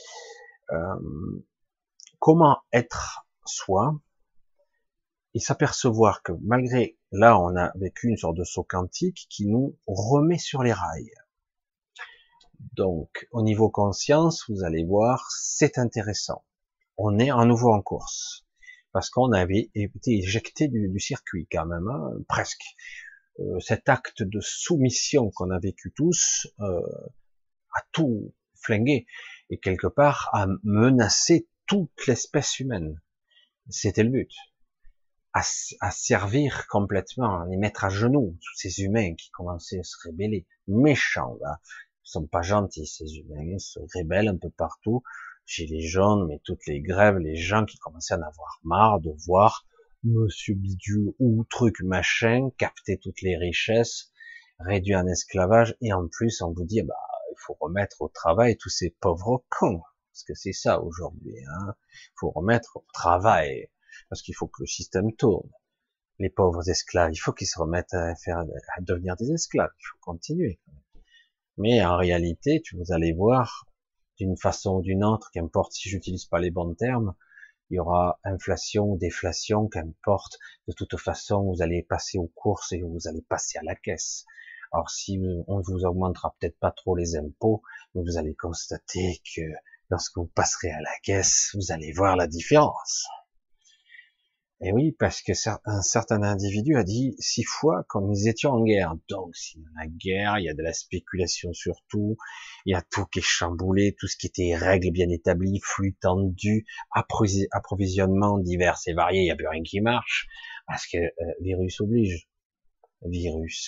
S1: Comment être soi et s'apercevoir que malgré, là, on a vécu une sorte de saut quantique qui nous remet sur les rails. Donc, au niveau conscience, vous allez voir, c'est intéressant. On est à nouveau en course parce qu'on avait été éjecté du circuit quand même, hein, presque. Cet acte de soumission qu'on a vécu tous a tout flingué et quelque part a menacé toute l'espèce humaine. C'était le but. À servir complètement, à les mettre à genoux, tous ces humains qui commençaient à se rébeller. Méchants, là. Ils sont pas gentils, ces humains. Ils se rébellent un peu partout. Gilets jaunes, mais toutes les grèves, les gens qui commençaient à en avoir marre de voir Monsieur Bidule ou truc machin, capter toutes les richesses, réduit en esclavage, et en plus, on vous dit, bah, il faut remettre au travail tous ces pauvres cons. parce que c'est ça aujourd'hui. Hein. Faut remettre au travail, parce qu'il faut que le système tourne. Les pauvres esclaves, il faut qu'ils se remettent à devenir des esclaves. Il faut continuer. Mais en réalité, vous allez voir, d'une façon ou d'une autre, qu'importe si j'utilise pas les bons termes, il y aura inflation ou déflation, qu'importe. De toute façon, vous allez passer aux courses et vous allez passer à la caisse. Alors si on vous augmentera peut-être pas trop les impôts, mais vous allez constater que lorsque vous passerez à la caisse, vous allez voir la différence. Et oui, parce que un certain individu a dit 6 fois quand nous étions en guerre. Donc, s'il y a la guerre, il y a de la spéculation sur tout, il y a tout qui est chamboulé, tout ce qui était règles bien établies, flux tendus, approvisionnement divers et variés, il n'y a plus rien qui marche, parce que virus oblige. Virus.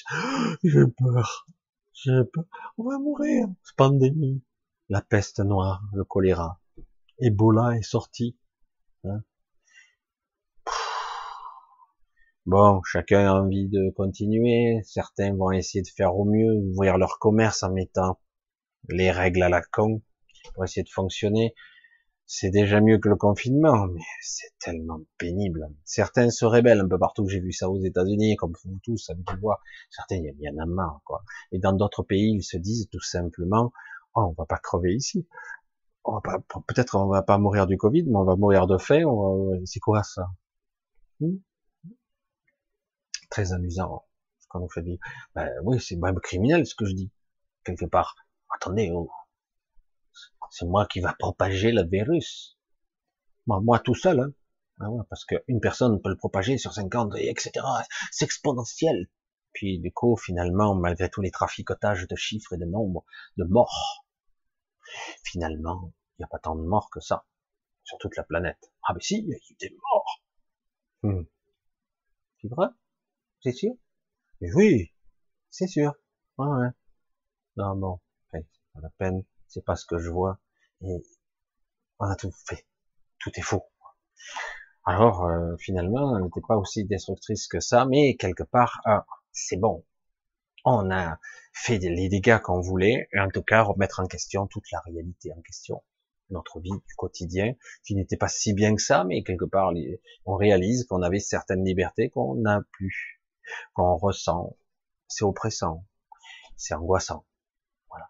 S1: J'ai peur, on va mourir. Pandémie, la peste noire, le choléra, Ebola est sorti. Hein. Bon, chacun a envie de continuer. Certains vont essayer de faire au mieux, ouvrir leur commerce en mettant les règles à la con pour essayer de fonctionner. C'est déjà mieux que le confinement, mais c'est tellement pénible. Certains se rebellent un peu partout. J'ai vu ça aux États-Unis, comme vous tous avez pu voir. Certains, il y en a marre, quoi. Et dans d'autres pays, ils se disent tout simplement, oh, on va pas crever ici. Peut-être on va pas mourir du Covid, mais on va mourir de faim. C'est quoi ça? Très amusant, ce qu'on nous fait vivre. Ben, oui, c'est même criminel ce que je dis, quelque part. Attendez, oh, c'est moi qui va propager le virus. Moi tout seul, hein. Ah ouais, parce qu'une personne peut le propager sur 50, et etc. C'est exponentiel. Puis du coup, finalement, malgré tous les traficotages de chiffres et de nombres, de morts, finalement, il n'y a pas tant de morts que ça, sur toute la planète. Ah mais si, il y a eu des morts. C'est vrai? C'est sûr? Mais oui, c'est sûr. Ouais, ouais. Non, bon, c'est pas la peine, c'est pas ce que je vois. Et on a tout fait. Tout est faux. Alors, finalement, elle n'était pas aussi destructrice que ça, mais quelque part, c'est bon. On a fait les dégâts qu'on voulait, et en tout cas, remettre en question toute la réalité en question. Notre vie du quotidien, qui n'était pas si bien que ça, mais quelque part, on réalise qu'on avait certaines libertés qu'on n'a plus, qu'on ressent. C'est oppressant. C'est angoissant. Voilà.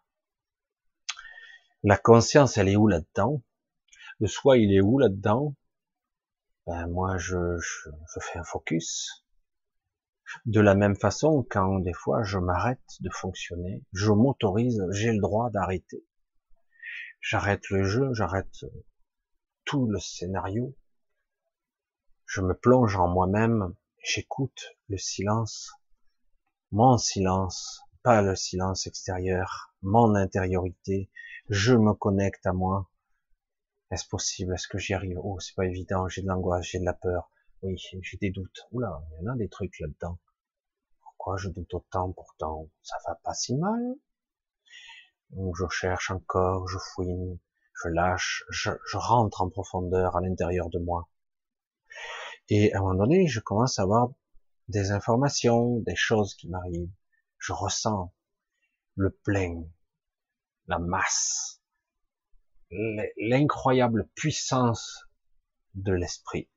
S1: La conscience, elle est où là-dedans? Le soi, il est où là-dedans? Ben moi, je fais un focus. De la même façon, quand des fois je m'arrête de fonctionner, je m'autorise, j'ai le droit d'arrêter. J'arrête le jeu, j'arrête tout le scénario. Je me plonge en moi-même, j'écoute le silence, mon silence, pas le silence extérieur, mon intériorité. Je me connecte à moi. Est-ce possible? Est-ce que j'y arrive? Oh, c'est pas évident, j'ai de l'angoisse, j'ai de la peur. Oui, j'ai des doutes. Oula, il y en a des trucs là-dedans. Pourquoi je doute autant pourtant? Ça va pas si mal. Donc je cherche encore, je fouine, je lâche, je rentre en profondeur à l'intérieur de moi. Et à un moment donné, je commence à avoir des informations, des choses qui m'arrivent. Je ressens le plein, la masse, l'incroyable puissance de l'esprit.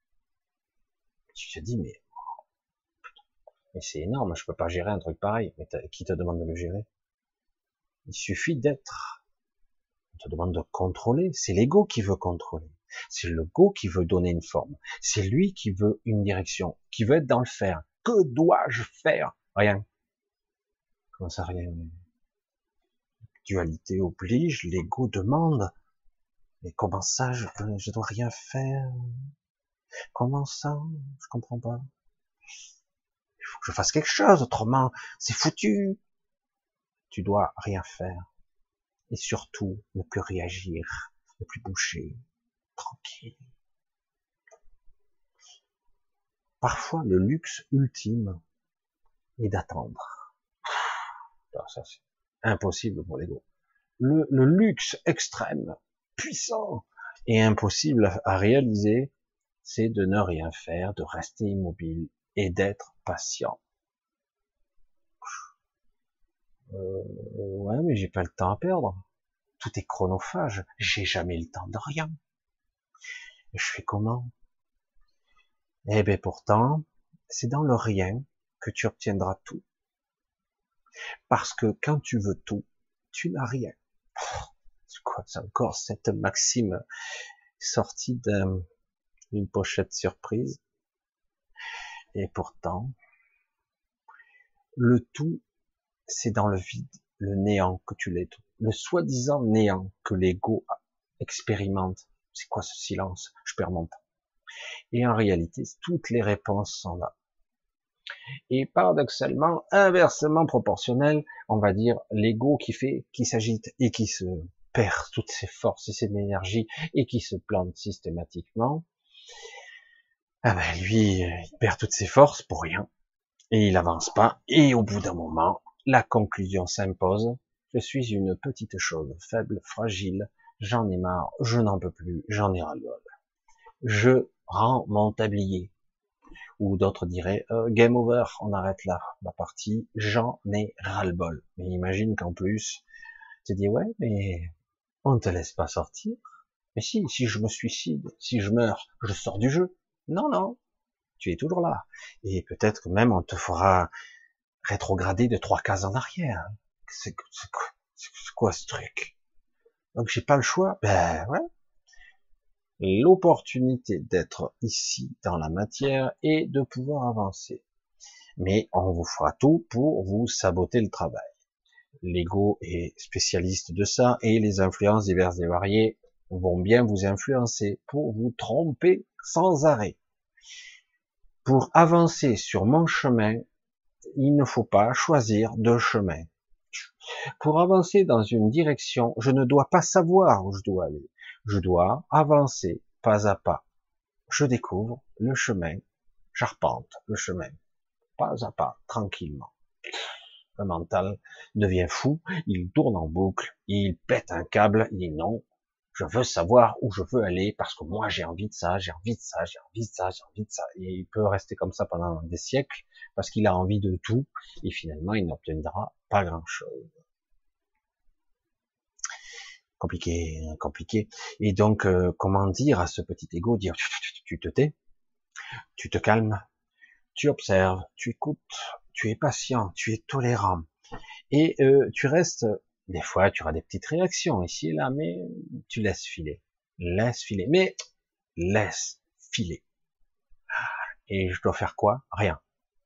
S1: Tu te dis, mais c'est énorme, je peux pas gérer un truc pareil. Mais qui te demande de le gérer? Il suffit d'être. On te demande de contrôler. C'est l'ego qui veut contrôler. C'est l'ego qui veut donner une forme. C'est lui qui veut une direction, qui veut être dans le faire. Que dois-je faire? Rien. Comment ça, rien? Dualité oblige, l'ego demande. Mais comment ça, je dois rien faire? Comment ça? Je comprends pas. Il faut que je fasse quelque chose, autrement, c'est foutu. Tu dois rien faire. Et surtout, ne plus réagir, ne plus bouger, tranquille. Parfois, le luxe ultime est d'attendre. Ça, c'est impossible pour l'ego. Le luxe extrême, puissant et impossible à réaliser, c'est de ne rien faire, de rester immobile et d'être patient. Ouais, mais j'ai pas le temps à perdre. tout est chronophage, j'ai jamais le temps de rien. Et je fais comment? Eh bien pourtant, c'est dans le rien que tu obtiendras tout. Parce que quand tu veux tout, tu n'as rien. C'est quoi, c'est encore cette maxime sortie d'une pochette surprise. Et pourtant, le tout, c'est dans le vide, le néant que tu l'es tout. Le soi-disant néant que l'ego expérimente. C'est quoi ce silence? Je perds mon temps. Et en réalité, toutes les réponses sont là. Et paradoxalement, inversement proportionnel, on va dire l'ego qui s'agite et qui se perd toutes ses forces et ses énergies et qui se plante systématiquement. Ah ben lui, il perd toutes ses forces pour rien et il avance pas. Et au bout d'un moment, la conclusion s'impose. Je suis une petite chose, faible, fragile. J'en ai marre, je n'en peux plus, j'en ai ras-le-bol. Je rends mon tablier. Ou d'autres diraient game over, on arrête là la partie, j'en ai ras-le-bol. Mais imagine qu'en plus, tu te dis ouais, mais on ne te laisse pas sortir. Mais si je me suicide, si je meurs, je sors du jeu. Non, non, tu es toujours là. Et peut-être que même on te fera rétrograder de 3 cases en arrière. C'est quoi ce truc? Donc j'ai pas le choix. Ben ouais. L'opportunité d'être ici dans la matière et de pouvoir avancer. Mais on vous fera tout pour vous saboter le travail. L'ego est spécialiste de ça et les influences diverses et variées vont bien vous influencer pour vous tromper sans arrêt. Pour avancer sur mon chemin, il ne faut pas choisir de chemin. Pour avancer dans une direction, je ne dois pas savoir où je dois aller. Je dois avancer pas à pas. Je découvre le chemin, j'arpente le chemin, pas à pas, tranquillement. Le mental devient fou, il tourne en boucle, il pète un câble, il dit non, je veux savoir où je veux aller parce que moi j'ai envie de ça, j'ai envie de ça, j'ai envie de ça, j'ai envie de ça. Et il peut rester comme ça pendant des siècles parce qu'il a envie de tout et finalement il n'obtiendra pas grand-chose. Compliqué, compliqué. Et donc, comment dire à ce petit ego, dire tu te tais, tu te calmes, tu observes, tu écoutes, tu es patient, tu es tolérant, et tu restes, des fois tu auras des petites réactions ici et là, mais tu laisses filer, mais laisse filer. Et je dois faire quoi? Rien.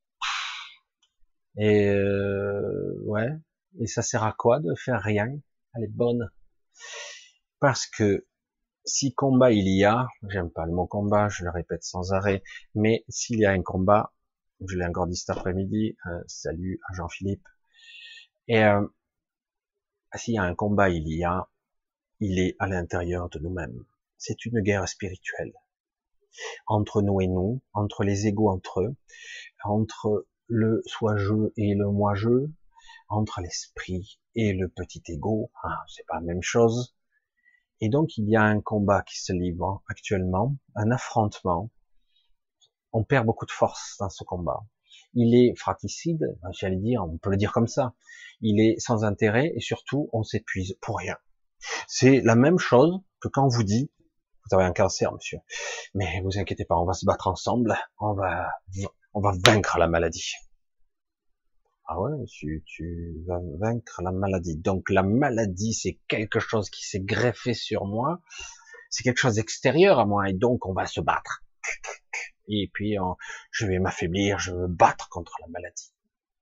S1: Et ouais, et ça sert à quoi de faire rien? Elle est bonne. Parce que si combat il y a, j'aime pas le mot combat, je le répète sans arrêt, mais s'il y a un combat, je l'ai encore dit cet après-midi, salut à Jean-Philippe, et s'il y a un combat il est à l'intérieur de nous-mêmes. C'est une guerre spirituelle. Entre nous et nous, entre les égos entre eux, entre le soi-je et le moi-je, entre l'esprit et le petit ego, c'est pas la même chose. Et donc il y a un combat qui se livre actuellement, un affrontement. On perd beaucoup de force dans ce combat. Il est fratricide, j'allais dire, on peut le dire comme ça. Il est sans intérêt et surtout on s'épuise pour rien. C'est la même chose que quand on vous dit vous avez un cancer, monsieur, mais vous inquiétez pas, on va se battre ensemble, on va vaincre la maladie. Ah ouais, tu vas vaincre la maladie. Donc la maladie, c'est quelque chose qui s'est greffé sur moi, c'est quelque chose d'extérieur à moi, et donc on va se battre. Et puis je vais m'affaiblir, je vais me battre contre la maladie.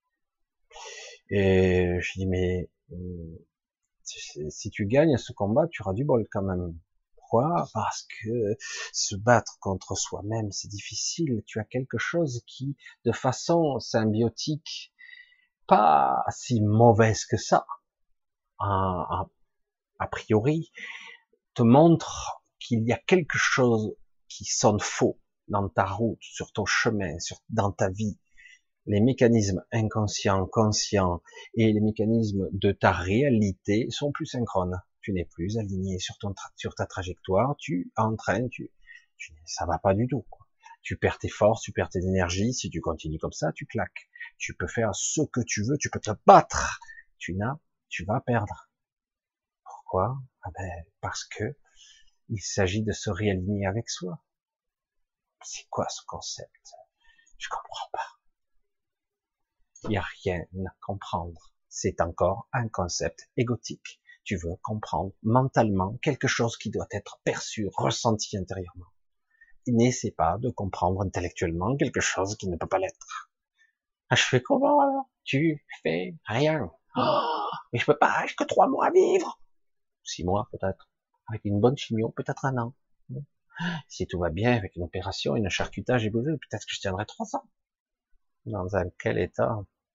S1: Et je dis mais si tu gagnes ce combat, tu auras du bol quand même. Pourquoi? Parce que se battre contre soi-même, c'est difficile. Tu as quelque chose qui, de façon symbiotique, pas si mauvaise que ça, a priori, te montre qu'il y a quelque chose qui sonne faux dans ta route, sur ton chemin, dans ta vie. Les mécanismes inconscients, conscients et les mécanismes de ta réalité sont plus synchrones. Tu n'es plus aligné sur ta trajectoire, tu entraînes, ça va pas du tout, quoi. Tu perds tes forces, tu perds tes énergies, si tu continues comme ça, tu claques. Tu peux faire ce que tu veux, tu peux te battre. Tu vas perdre. Pourquoi? Ah ben, parce que il s'agit de se réaligner avec soi. C'est quoi ce concept? Je comprends pas. Il n'y a rien à comprendre. C'est encore un concept égotique. Tu veux comprendre mentalement quelque chose qui doit être perçu, ressenti intérieurement. N'essaie pas de comprendre intellectuellement quelque chose qui ne peut pas l'être. Ah, je fais comment alors? Tu fais rien. Oh, mais je peux pas, j'ai que 3 mois à vivre. 6 mois peut-être. Avec une bonne chimio, peut-être 1 an. Si tout va bien, avec une opération, une charcutage et bougé, peut-être que je tiendrai 3 ans. Dans un quel état?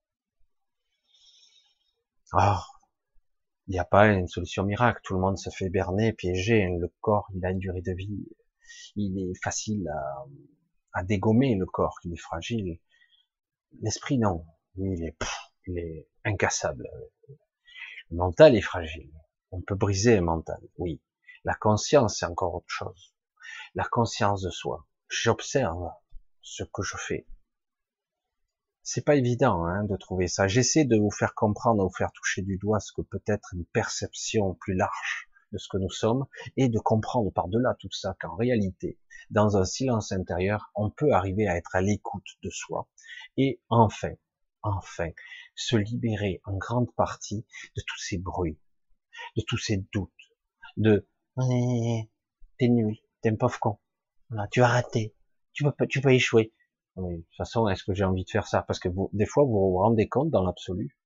S1: Oh, il n'y a pas une solution miracle. Tout le monde se fait berner, piéger. Le corps, il a une durée de vie. Il est facile à dégommer, le corps. Il est fragile. L'esprit, non. Lui, il est incassable. Le mental est fragile. On peut briser un mental, oui. La conscience, c'est encore autre chose. La conscience de soi. J'observe ce que je fais. C'est pas évident de trouver ça. J'essaie de vous faire comprendre, de vous faire toucher du doigt ce que peut être une perception plus large de ce que nous sommes, et de comprendre par-delà tout ça qu'en réalité, dans un silence intérieur, on peut arriver à être à l'écoute de soi, et enfin, se libérer en grande partie de tous ces bruits, de tous ces doutes, de ouais, t'es nul, t'es un pauvre con, voilà, tu as raté, tu peux échouer. Oui, de toute façon, est-ce que j'ai envie de faire ça? Parce que vous, des fois, vous vous rendez compte dans l'absolu,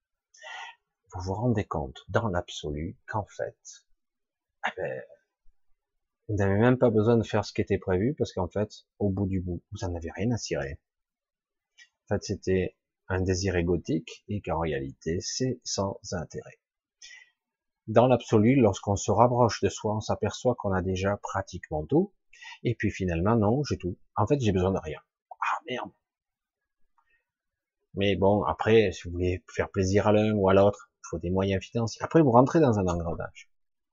S1: dans l'absolu qu'en fait, eh ben, vous n'avez même pas besoin de faire ce qui était prévu, parce qu'en fait, au bout du bout, vous en avez rien à cirer. En fait, c'était un désir égotique, et qu'en réalité, c'est sans intérêt. Dans l'absolu, lorsqu'on se rapproche de soi, on s'aperçoit qu'on a déjà pratiquement tout, et puis finalement, non, j'ai tout. En fait, j'ai besoin de rien. Ah merde. Mais bon, après, si vous voulez faire plaisir à l'un ou à l'autre, il faut des moyens financiers. Après, vous rentrez dans un engrenage.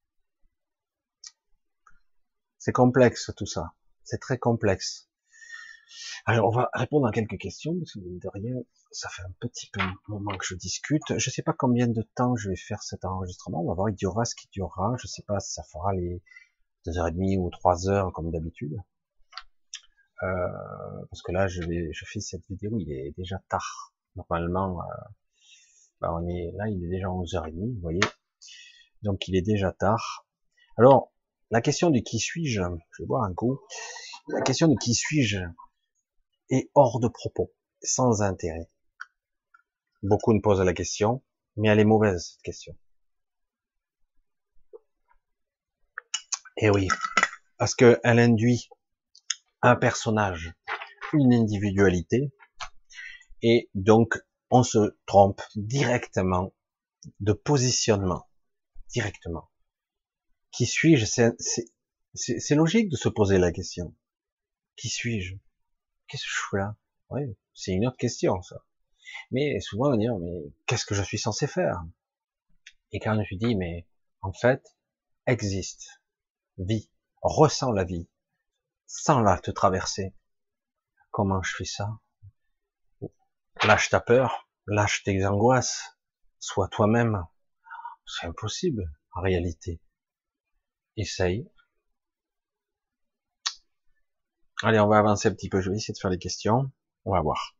S1: C'est complexe tout ça. C'est très complexe. Alors, on va répondre à quelques questions, parce que de rien, ça fait un petit peu moment que je discute. Je sais pas combien de temps je vais faire cet enregistrement. On va voir, il durera ce qu'il durera. Je sais pas si ça fera les 2h30 ou 3 heures comme d'habitude. Parce que là, je fais cette vidéo, il est déjà tard. Normalement, on est là, il est déjà 11h30, vous voyez. Donc, il est déjà tard. Alors, la question de qui suis-je, je vais boire un coup. La question de qui suis-je est hors de propos, sans intérêt. Beaucoup me posent la question, mais elle est mauvaise, cette question. Et oui, parce qu'elle induit un personnage, une individualité, et donc on se trompe directement de positionnement, directement. Qui suis-je? C'est logique de se poser la question. Qui suis-je? Qu'est-ce que je fais là? Oui, c'est une autre question, ça. Mais souvent, on dit, mais qu'est-ce que je suis censé faire? Et quand je dis, mais en fait, existe, vis, ressens la vie, sans la te traverser. Comment je fais ça? Lâche ta peur, lâche tes angoisses, sois toi-même. C'est impossible, en réalité. Essaye. Allez, on va avancer un petit peu. Je vais essayer de faire les questions. On va voir.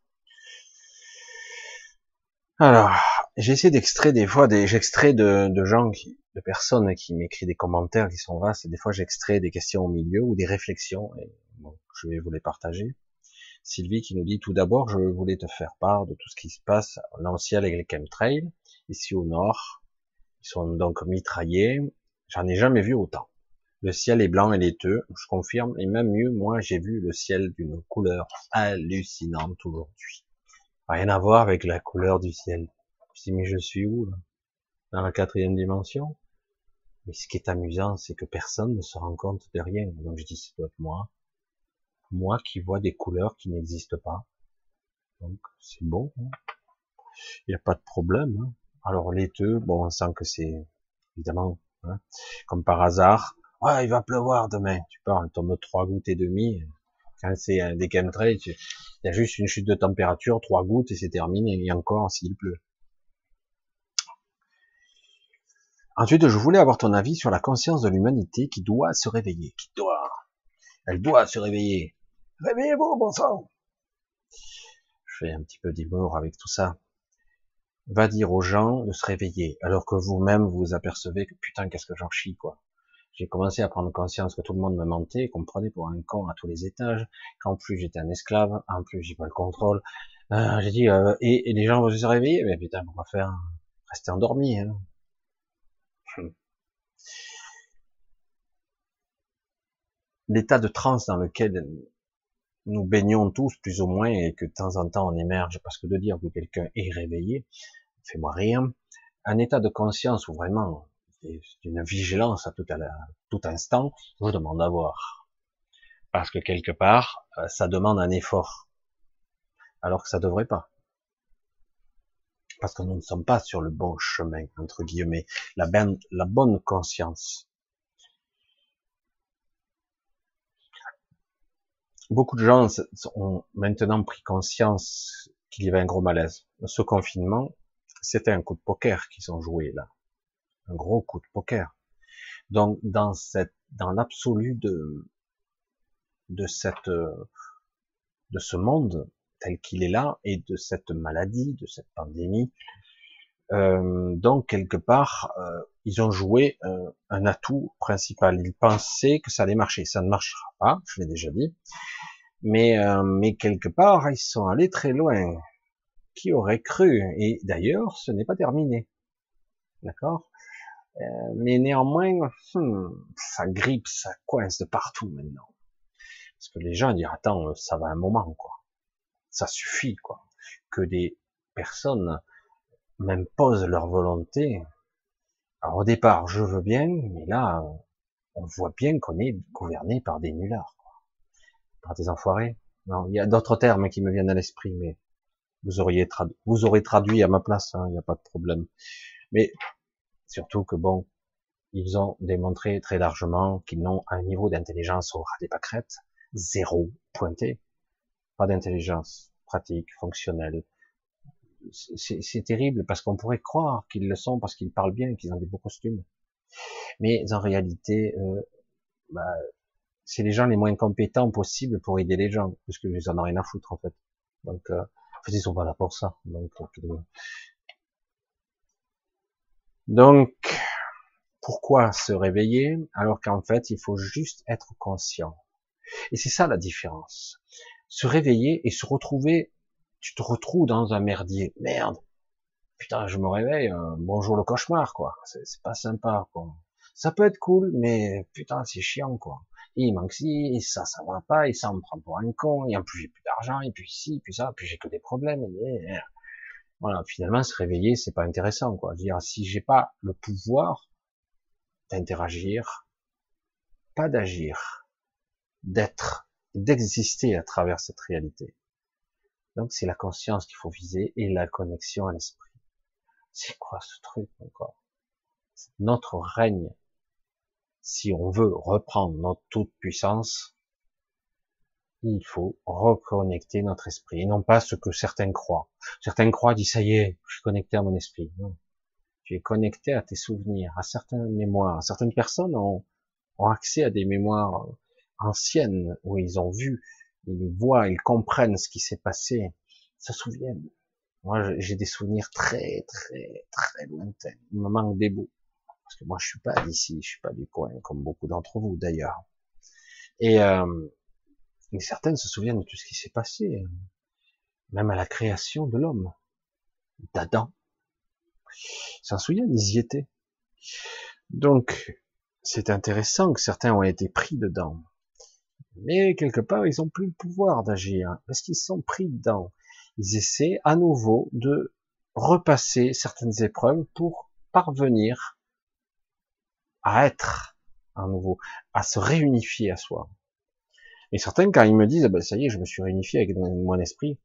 S1: Alors, j'essaie d'extraire des fois j'extrais de gens de personnes qui m'écrivent des commentaires qui sont vastes, et des fois j'extrais des questions au milieu ou des réflexions, et bon, je vais vous les partager. Sylvie qui nous dit: tout d'abord, je voulais te faire part de tout ce qui se passe dans le ciel avec les chemtrails, ici au nord. Ils sont donc mitraillés. J'en ai jamais vu autant. Le ciel est blanc et laiteux, je confirme, et même mieux, moi j'ai vu le ciel d'une couleur hallucinante aujourd'hui. Rien à voir avec la couleur du ciel. Je dis, mais je suis où, là? Dans la 4e dimension? Mais ce qui est amusant, c'est que personne ne se rend compte de rien. Donc je dis, ça doit être moi. Moi qui vois des couleurs qui n'existent pas. Donc c'est bon. Hein. Il n'y a pas de problème. Hein. Alors laiteux, bon, on sent que c'est, évidemment, hein, comme par hasard. Ouais, il va pleuvoir demain. Tu parles, tombe 3 gouttes et demie. Quand c'est des chemtrails, il y a juste une chute de température, 3 gouttes et c'est terminé. Et encore s'il pleut. Ensuite, je voulais avoir ton avis sur la conscience de l'humanité qui doit se réveiller, elle doit se réveiller. Réveillez-vous, bon sang. Je fais un petit peu d'humour avec tout ça. Va dire aux gens de se réveiller, alors que vous-même vous apercevez que putain, qu'est-ce que j'en chie, quoi. J'ai commencé à prendre conscience que tout le monde me mentait, qu'on me prenait pour un con à tous les étages, qu'en plus j'étais un esclave, en plus j'ai pas le contrôle. J'ai dit, et les gens vont se réveiller, mais putain, pourquoi faire? Rester endormi, hein. L'état de transe dans lequel nous baignons tous, plus ou moins, et que de temps en temps on émerge, parce que de dire que quelqu'un est réveillé, fait-moi rire. Un état de conscience où vraiment, c'est une vigilance à tout instant, je demande à voir. Parce que quelque part, ça demande un effort, alors que ça devrait pas. Parce que nous ne sommes pas sur le bon chemin, entre guillemets, la bonne conscience. Beaucoup de gens ont maintenant pris conscience qu'il y avait un gros malaise. Ce confinement, c'était un coup de poker qu'ils ont joué là. Un gros coup de poker. Donc, dans l'absolu de ce monde tel qu'il est là et de cette maladie, de cette pandémie. Donc quelque part, ils ont joué un atout principal. Ils pensaient que ça allait marcher. Ça ne marchera pas, je l'ai déjà dit. Mais quelque part, ils sont allés très loin. Qui aurait cru? Et d'ailleurs, ce n'est pas terminé. D'accord? Mais néanmoins, ça grippe, ça coince de partout maintenant. Parce que les gens disent, attends, ça va un moment, quoi. Ça suffit, quoi. Que des personnes m'imposent leur volonté. Alors au départ, je veux bien, mais là, on voit bien qu'on est gouverné par des nullards, quoi. Par des enfoirés. Non, il y a d'autres termes qui me viennent à l'esprit, mais vous aurez traduit à ma place, il n'y a pas de problème. Mais surtout que bon, ils ont démontré très largement qu'ils n'ont un niveau d'intelligence au ras des pâquerettes, zéro pointé, pas d'intelligence pratique, fonctionnelle. C'est terrible parce qu'on pourrait croire qu'ils le sont parce qu'ils parlent bien, qu'ils ont des beaux costumes. Mais en réalité, bah, c'est les gens les moins compétents possibles pour aider les gens, puisque ils en ont rien à foutre en fait. Donc, en fait, ils sont pas là pour ça. Donc, pourquoi se réveiller alors qu'en fait, il faut juste être conscient. Et c'est ça la différence. Se réveiller et se retrouver, tu te retrouves dans un merdier. Merde, putain, je me réveille, bonjour le cauchemar, quoi. C'est pas sympa, quoi. Ça peut être cool, mais putain, c'est chiant, quoi. Et il manque ci, et ça va pas, et ça on me prend pour un con, et en plus j'ai plus d'argent, et puis ci, puis ça, puis j'ai que des problèmes, et voilà, finalement, se réveiller, c'est pas intéressant, quoi. Je veux dire, si j'ai pas le pouvoir d'interagir, pas d'agir, d'être, d'exister à travers cette réalité. Donc c'est la conscience qu'il faut viser, et la connexion à l'esprit. C'est quoi ce truc, encore? Notre règne, si on veut reprendre notre toute puissance, il faut reconnecter notre esprit, et non pas ce que certains croient. Certains croient, disent, ça y est, je suis connecté à mon esprit. Non. Tu es connecté à tes souvenirs, à certaines mémoires. Certaines personnes ont accès à des mémoires anciennes, où ils ont vu, ils voient, ils comprennent ce qui s'est passé, se souviennent. Moi, j'ai des souvenirs très, très, très lointains. Il me manque des bouts. Parce que moi, je suis pas d'ici, je suis pas du coin, comme beaucoup d'entre vous, d'ailleurs. Et, mais certaines se souviennent de tout ce qui s'est passé, même à la création de l'homme, d'Adam. Ils s'en souviennent, ils y étaient. Donc, c'est intéressant que certains ont été pris dedans. Mais quelque part, ils ont plus le pouvoir d'agir, parce qu'ils sont pris dedans. Ils essaient à nouveau de repasser certaines épreuves pour parvenir à être à nouveau, à se réunifier à soi. Et certains, quand ils me disent, ah ben, ça y est, je me suis réunifié avec mon esprit,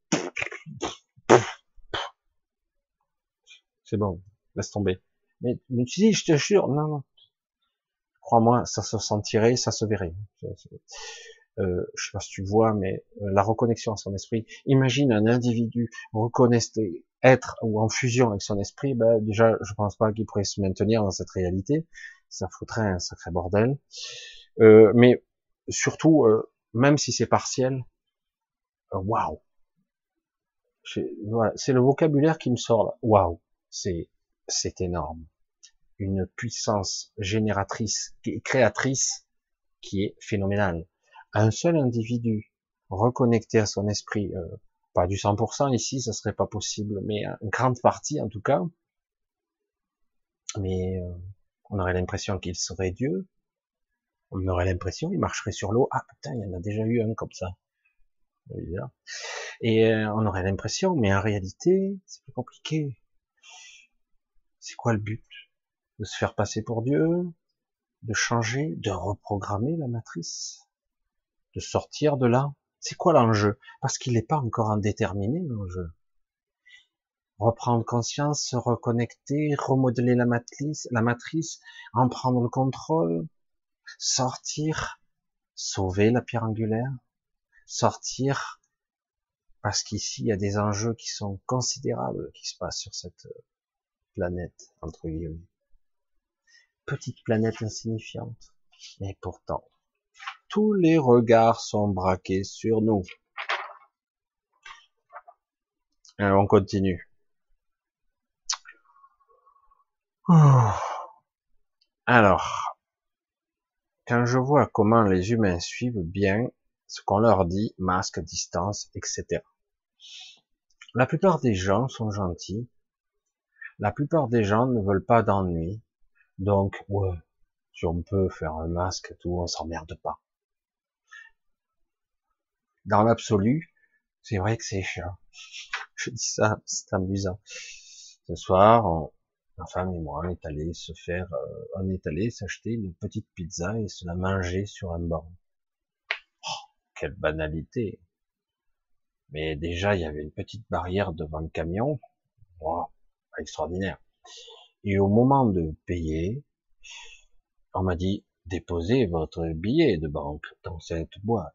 S1: c'est bon, laisse tomber. Mais tu dis, je te jure, non, non, crois-moi, ça se sentirait, ça se verrait. Je sais pas si tu vois, mais la reconnexion à son esprit. Imagine un individu reconnecté être ou en fusion avec son esprit, ben, déjà, je pense pas qu'il pourrait se maintenir dans cette réalité. Ça foutrait un sacré bordel. Mais surtout, même si c'est partiel, waouh, voilà, c'est le vocabulaire qui me sort là. Waouh, c'est énorme. Une puissance génératrice et créatrice qui est phénoménale. Un seul individu reconnecté à son esprit, pas du 100% ici, ça serait pas possible, mais une grande partie en tout cas. Mais on aurait l'impression qu'il serait Dieu. On aurait l'impression, il marcherait sur l'eau. Ah putain, il y en a déjà eu un comme ça. Et on aurait l'impression, mais en réalité, c'est plus compliqué. C'est quoi le but? De se faire passer pour Dieu? De changer? De reprogrammer la matrice? De sortir de là? C'est quoi l'enjeu? Parce qu'il n'est pas encore indéterminé, l'enjeu. Reprendre conscience, se reconnecter, remodeler la matrice, en prendre le contrôle, sortir, sauver la pierre angulaire, sortir, parce qu'ici, il y a des enjeux qui sont considérables qui se passent sur cette planète, entre guillemets. Petite planète insignifiante. Mais pourtant, tous les regards sont braqués sur nous. Alors, on continue. Alors, quand je vois comment les humains suivent bien ce qu'on leur dit, masque, distance, etc. La plupart des gens sont gentils. La plupart des gens ne veulent pas d'ennui. Donc, ouais, si on peut faire un masque, tout, on s'emmerde pas. Dans l'absolu, c'est vrai que c'est chiant. Je dis ça, c'est amusant. Ce soir, ma femme et moi, on est allé s'acheter une petite pizza et se la manger sur un banc. Oh, quelle banalité. Mais déjà, il y avait une petite barrière devant le camion. Wow, extraordinaire. Et au moment de payer, on m'a dit, déposez votre billet de banque dans cette boîte.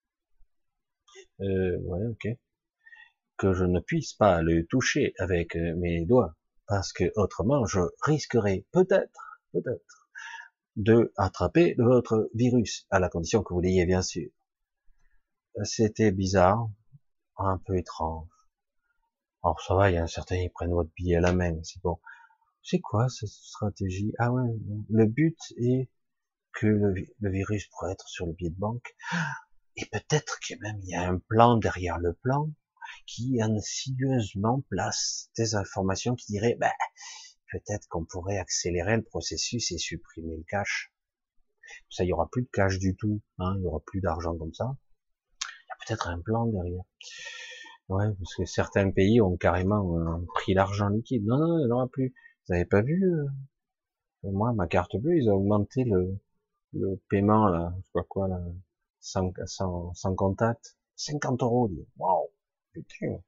S1: Ouais, ok. Que je ne puisse pas le toucher avec mes doigts, parce que autrement, je risquerais peut-être, de attraper votre virus, à la condition que vous l'ayez, bien sûr. C'était bizarre, un peu étrange. Alors ça va, il y a un certain, ils prennent votre billet à la main, c'est bon. C'est quoi cette stratégie? Ah ouais, le but est que le virus pourrait être sur le billet de banque. Et peut-être que même il y a un plan derrière le plan qui insidieusement place des informations qui diraient, ben, peut-être qu'on pourrait accélérer le processus et supprimer le cash. Ça, il y aura plus de cash du tout, hein, il y aura plus d'argent comme ça. Il y a peut-être un plan derrière. Ouais, parce que certains pays ont carrément pris l'argent liquide. Non, non, il n'y en aura plus. Vous avez pas vu, moi, ma carte bleue, ils ont augmenté le paiement, là, je sais pas quoi, là, sans contact. 50 euros, waouh, putain.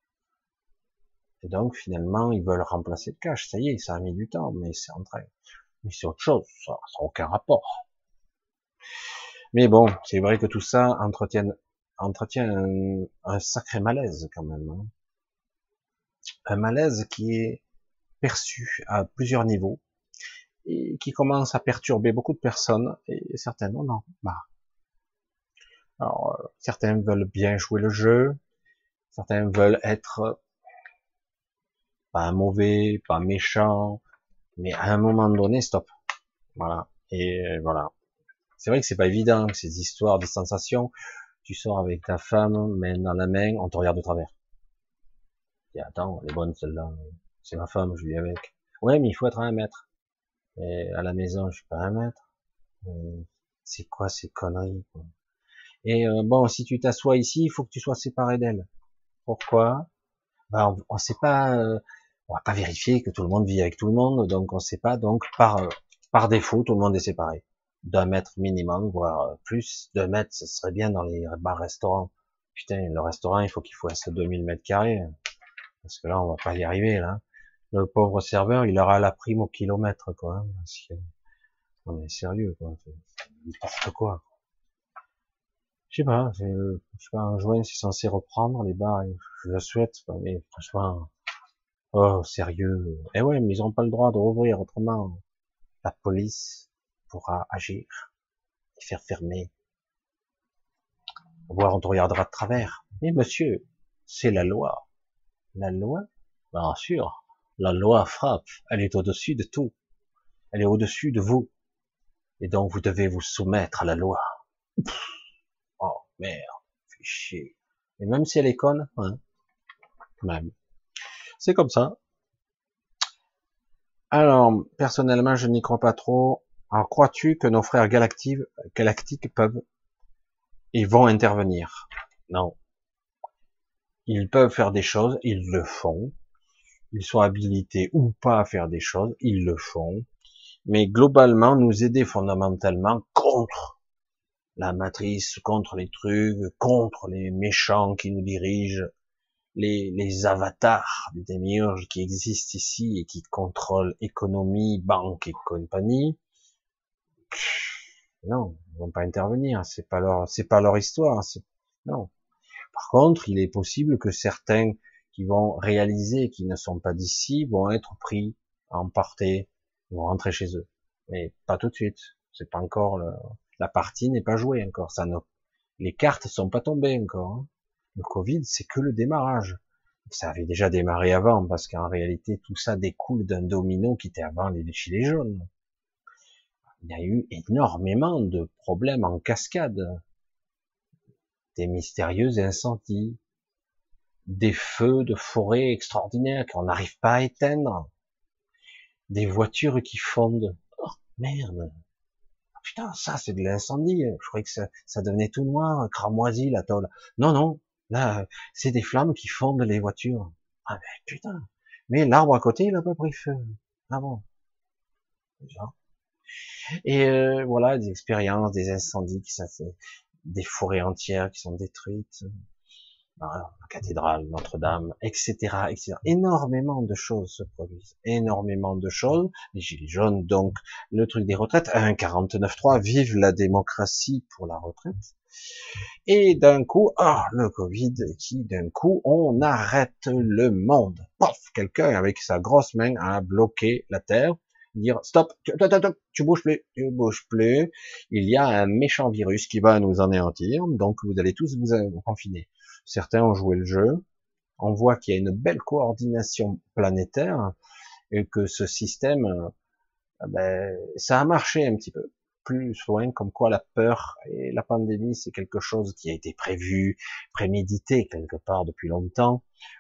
S1: Et donc, finalement, ils veulent remplacer le cash. Ça y est, ça a mis du temps, mais c'est en train. Mais c'est autre chose, ça n'a aucun rapport. Mais bon, c'est vrai que tout ça entretient un sacré malaise quand même. Hein. Un malaise qui est perçu à plusieurs niveaux et qui commence à perturber beaucoup de personnes et certains non. Bah. Alors, certains veulent bien jouer le jeu, certains veulent être pas mauvais, pas méchant, mais à un moment donné, stop. Voilà. Et voilà. C'est vrai que c'est pas évident, ces histoires de sensations. Tu sors avec ta femme, main dans la main, on te regarde de travers. Et attends, elle est bonne celle-là. C'est ma femme, je vis avec. Ouais, mais il faut être à 1 mètre. Et à la maison, je suis pas à 1 mètre. C'est quoi ces conneries, quoi. Et bon, si tu t'assois ici, il faut que tu sois séparé d'elle. Pourquoi? Ben, on sait pas. On va pas vérifier que tout le monde vit avec tout le monde, donc on sait pas. Donc par défaut, tout le monde est séparé d'1 mètre minimum, voire plus. 2 mètres, ce serait bien dans les bars-restaurants. Putain, le restaurant, il faut qu'il fasse 2000 m², parce que là, on va pas y arriver, là. Le pauvre serveur, il aura la prime au kilomètre, quoi. Hein, parce que on est sérieux, quoi. C'est n'importe quoi. Je sais pas, en juin, c'est censé reprendre les bars, je le souhaite, mais franchement, Oh, sérieux. Eh ouais, mais ils n'ont pas le droit de rouvrir, autrement la police pourra agir et faire fermer. Voire on te regardera de travers. Mais monsieur, c'est la loi. La loi? Bien sûr, la loi frappe. Elle est au-dessus de tout. Elle est au-dessus de vous. Et donc vous devez vous soumettre à la loi. Oh merde, fait chier. Et même si elle est conne, hein, même. C'est comme ça. Alors, personnellement, je n'y crois pas trop. Alors, crois-tu que nos frères galactiques peuvent et vont intervenir? Non. Ils peuvent faire des choses, ils le font. Ils sont habilités ou pas à faire des choses, ils le font. Mais globalement, nous aider fondamentalement contre la matrice, contre les trucs, contre les méchants qui nous dirigent, les avatars des démiurges qui existent ici et qui contrôlent économie, banque et compagnie. Non, ils vont pas intervenir. C'est pas leur histoire. Non. Par contre, il est possible que certains qui vont réaliser qu'ils ne sont pas d'ici vont être pris, emportés, vont rentrer chez eux. Mais pas tout de suite. C'est pas encore la partie n'est pas jouée encore. Les cartes sont pas tombées encore. Hein. Le Covid, c'est que le démarrage. Ça avait déjà démarré avant, parce qu'en réalité, tout ça découle d'un domino qui était avant les gilets jaunes. Il y a eu énormément de problèmes en cascade, des mystérieux incendies, des feux de forêt extraordinaires qu'on n'arrive pas à éteindre, des voitures qui fondent. Oh, merde. Putain, ça, c'est de l'incendie. Je croyais que ça devenait tout noir, cramoisi, la tôle. Non, non. Là, c'est des flammes qui fondent les voitures. Ah, mais putain. Mais l'arbre à côté, il a pas pris feu. Ah bon. Déjà. Et voilà, des expériences, des incendies des forêts entières qui sont détruites. Voilà, la cathédrale, Notre-Dame, etc., etc. Énormément de choses se produisent, énormément de choses. Les gilets jaunes, donc le truc des retraites, 1,49,3, vive la démocratie pour la retraite. Et d'un coup, le Covid, qui d'un coup, on arrête le monde. Pof, quelqu'un avec sa grosse main a bloqué la Terre, dire stop, tu bouges plus, tu bouges plus. Il y a un méchant virus qui va nous anéantir, donc vous allez tous vous confiner. Certains ont joué le jeu. On voit qu'il y a une belle coordination planétaire et que ce système, ça a marché un petit peu. Plus loin, comme quoi la peur et la pandémie, c'est quelque chose qui a été prévu, prémédité quelque part depuis longtemps.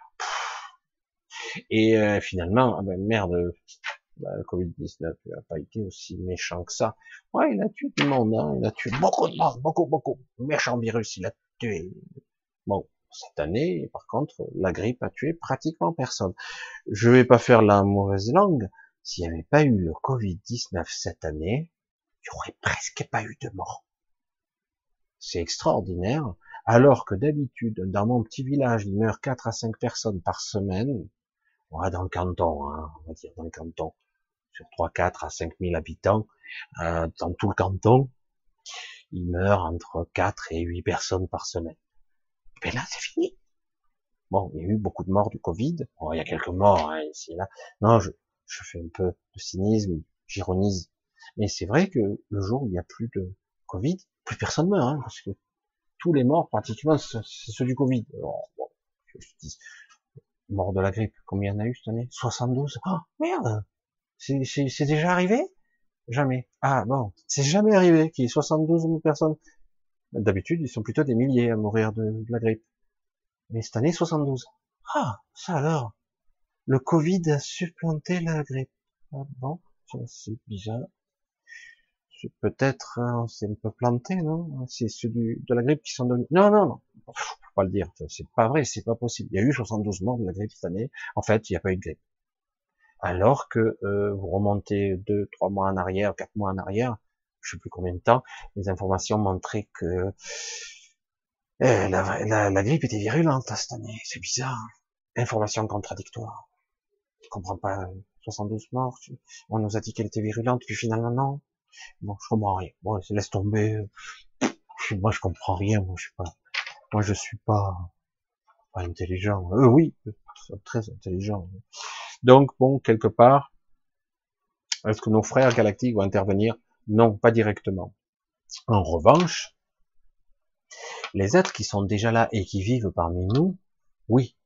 S1: Et finalement, merde, le Covid-19 n'a pas été aussi méchant que ça. Ouais, il a tué tout le monde, hein, il a tué beaucoup de monde, beaucoup, beaucoup. Méchant virus, il a tué. Bon, cette année, par contre, la grippe a tué pratiquement personne. Je vais pas faire la mauvaise langue. S'il n'y avait pas eu le Covid-19 cette année, il n'y aurait presque pas eu de mort. C'est extraordinaire. Alors que d'habitude, dans mon petit village, il meurt 4 à 5 personnes par semaine. Ouais, dans le canton, hein, on va dire dans le canton. Sur 3, 4 à 5 000 habitants, dans tout le canton, il meurt entre 4 et 8 personnes par semaine. Mais là, c'est fini. Bon, il y a eu beaucoup de morts du Covid. Bon, il y a quelques morts, hein, ici et là. Non, je fais un peu de cynisme, j'ironise. Mais c'est vrai que le jour où il n'y a plus de Covid, plus personne meurt, hein, parce que tous les morts, pratiquement, c'est ceux du Covid. Alors, bon, je dis, morts de la grippe, combien il y en a eu cette année? 72. Oh, merde! C'est déjà arrivé? Jamais. Ah, bon. C'est jamais arrivé qu'il y ait 72 000 personnes. D'habitude, ils sont plutôt des milliers à mourir de la grippe. Mais cette année, 72. Ah, ça alors. Le Covid a supplanté la grippe. Ah bon, c'est bizarre. C'est peut-être, on s'est un peu planté, non? C'est ceux de la grippe qui sont devenus... Non, non, non. Faut pas le dire. C'est pas vrai, c'est pas possible. Il y a eu 72 morts de la grippe cette année. En fait, il n'y a pas eu de grippe. Alors que vous remontez 2, 3 mois en arrière, 4 mois en arrière, je sais plus combien de temps, les informations montraient que la grippe était virulente cette année. C'est bizarre. Information contradictoire. Je comprends pas. 72 morts. On nous a dit qu'elle était virulente, puis finalement non. Bon, je comprends rien. Bon, laisse tomber. Moi, je comprends rien. Moi, je suis pas. Moi, je suis pas intelligent. Oui, très intelligent. Donc bon, quelque part, est-ce que nos frères galactiques vont intervenir? Non, pas directement. En revanche, les êtres qui sont déjà là et qui vivent parmi nous, oui.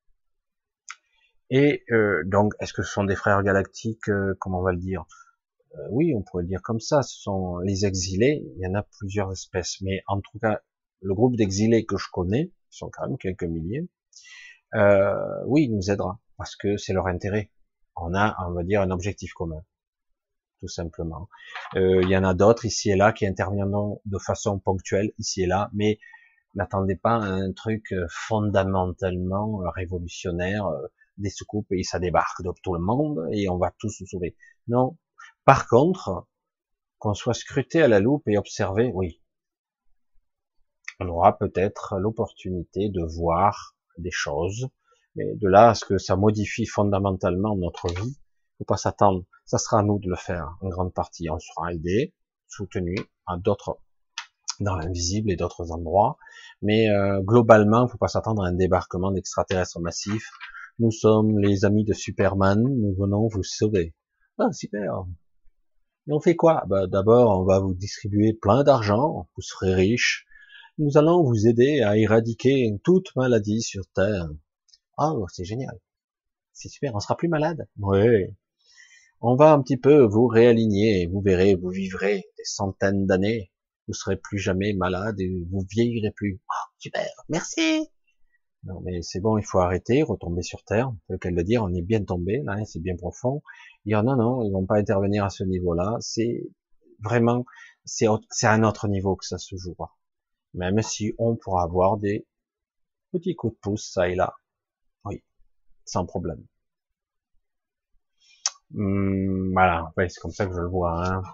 S1: Et donc, est-ce que ce sont des frères galactiques, comment on va le dire? Oui, on pourrait le dire comme ça, ce sont les exilés, il y en a plusieurs espèces, mais en tout cas, le groupe d'exilés que je connais, qui sont quand même quelques milliers, oui, il nous aidera, parce que c'est leur intérêt. On a, on va dire, un objectif commun, tout simplement. Il y en a d'autres ici et là qui interviendront de façon ponctuelle, ici et là, mais n'attendez pas un truc fondamentalement révolutionnaire, des soucoupes et ça débarque de tout le monde et on va tous se sauver. Non. Par contre, qu'on soit scruté à la loupe et observé, oui. On aura peut-être l'opportunité de voir des choses, mais de là à ce que ça modifie fondamentalement notre vie, faut pas s'attendre. Ça sera à nous de le faire, en grande partie. On sera aidé, soutenu à d'autres, dans l'invisible et d'autres endroits, mais globalement, faut pas s'attendre à un débarquement d'extraterrestres massifs. Nous sommes les amis de Superman, nous venons vous sauver. Ah, super. Et on fait quoi? Bah, d'abord, on va vous distribuer plein d'argent, vous serez riches. Nous allons vous aider à éradiquer toute maladie sur Terre. Ah, c'est génial. C'est super, on sera plus malade. Oui. On va un petit peu vous réaligner, vous verrez, vous vivrez des centaines d'années. Vous serez plus jamais malade et vous vieillirez plus. Ah, super, merci. Non, mais c'est bon, il faut arrêter, retomber sur Terre. Tel qu'elle le dire, on est bien tombé, là, c'est bien profond. Dire non, non, ils vont pas intervenir à ce niveau-là. C'est vraiment, c'est à un autre niveau que ça se jouera. Même si on pourra avoir des petits coups de pouce, ça et là. Oui, sans problème. Voilà, ouais, c'est comme ça que je le vois. Hein.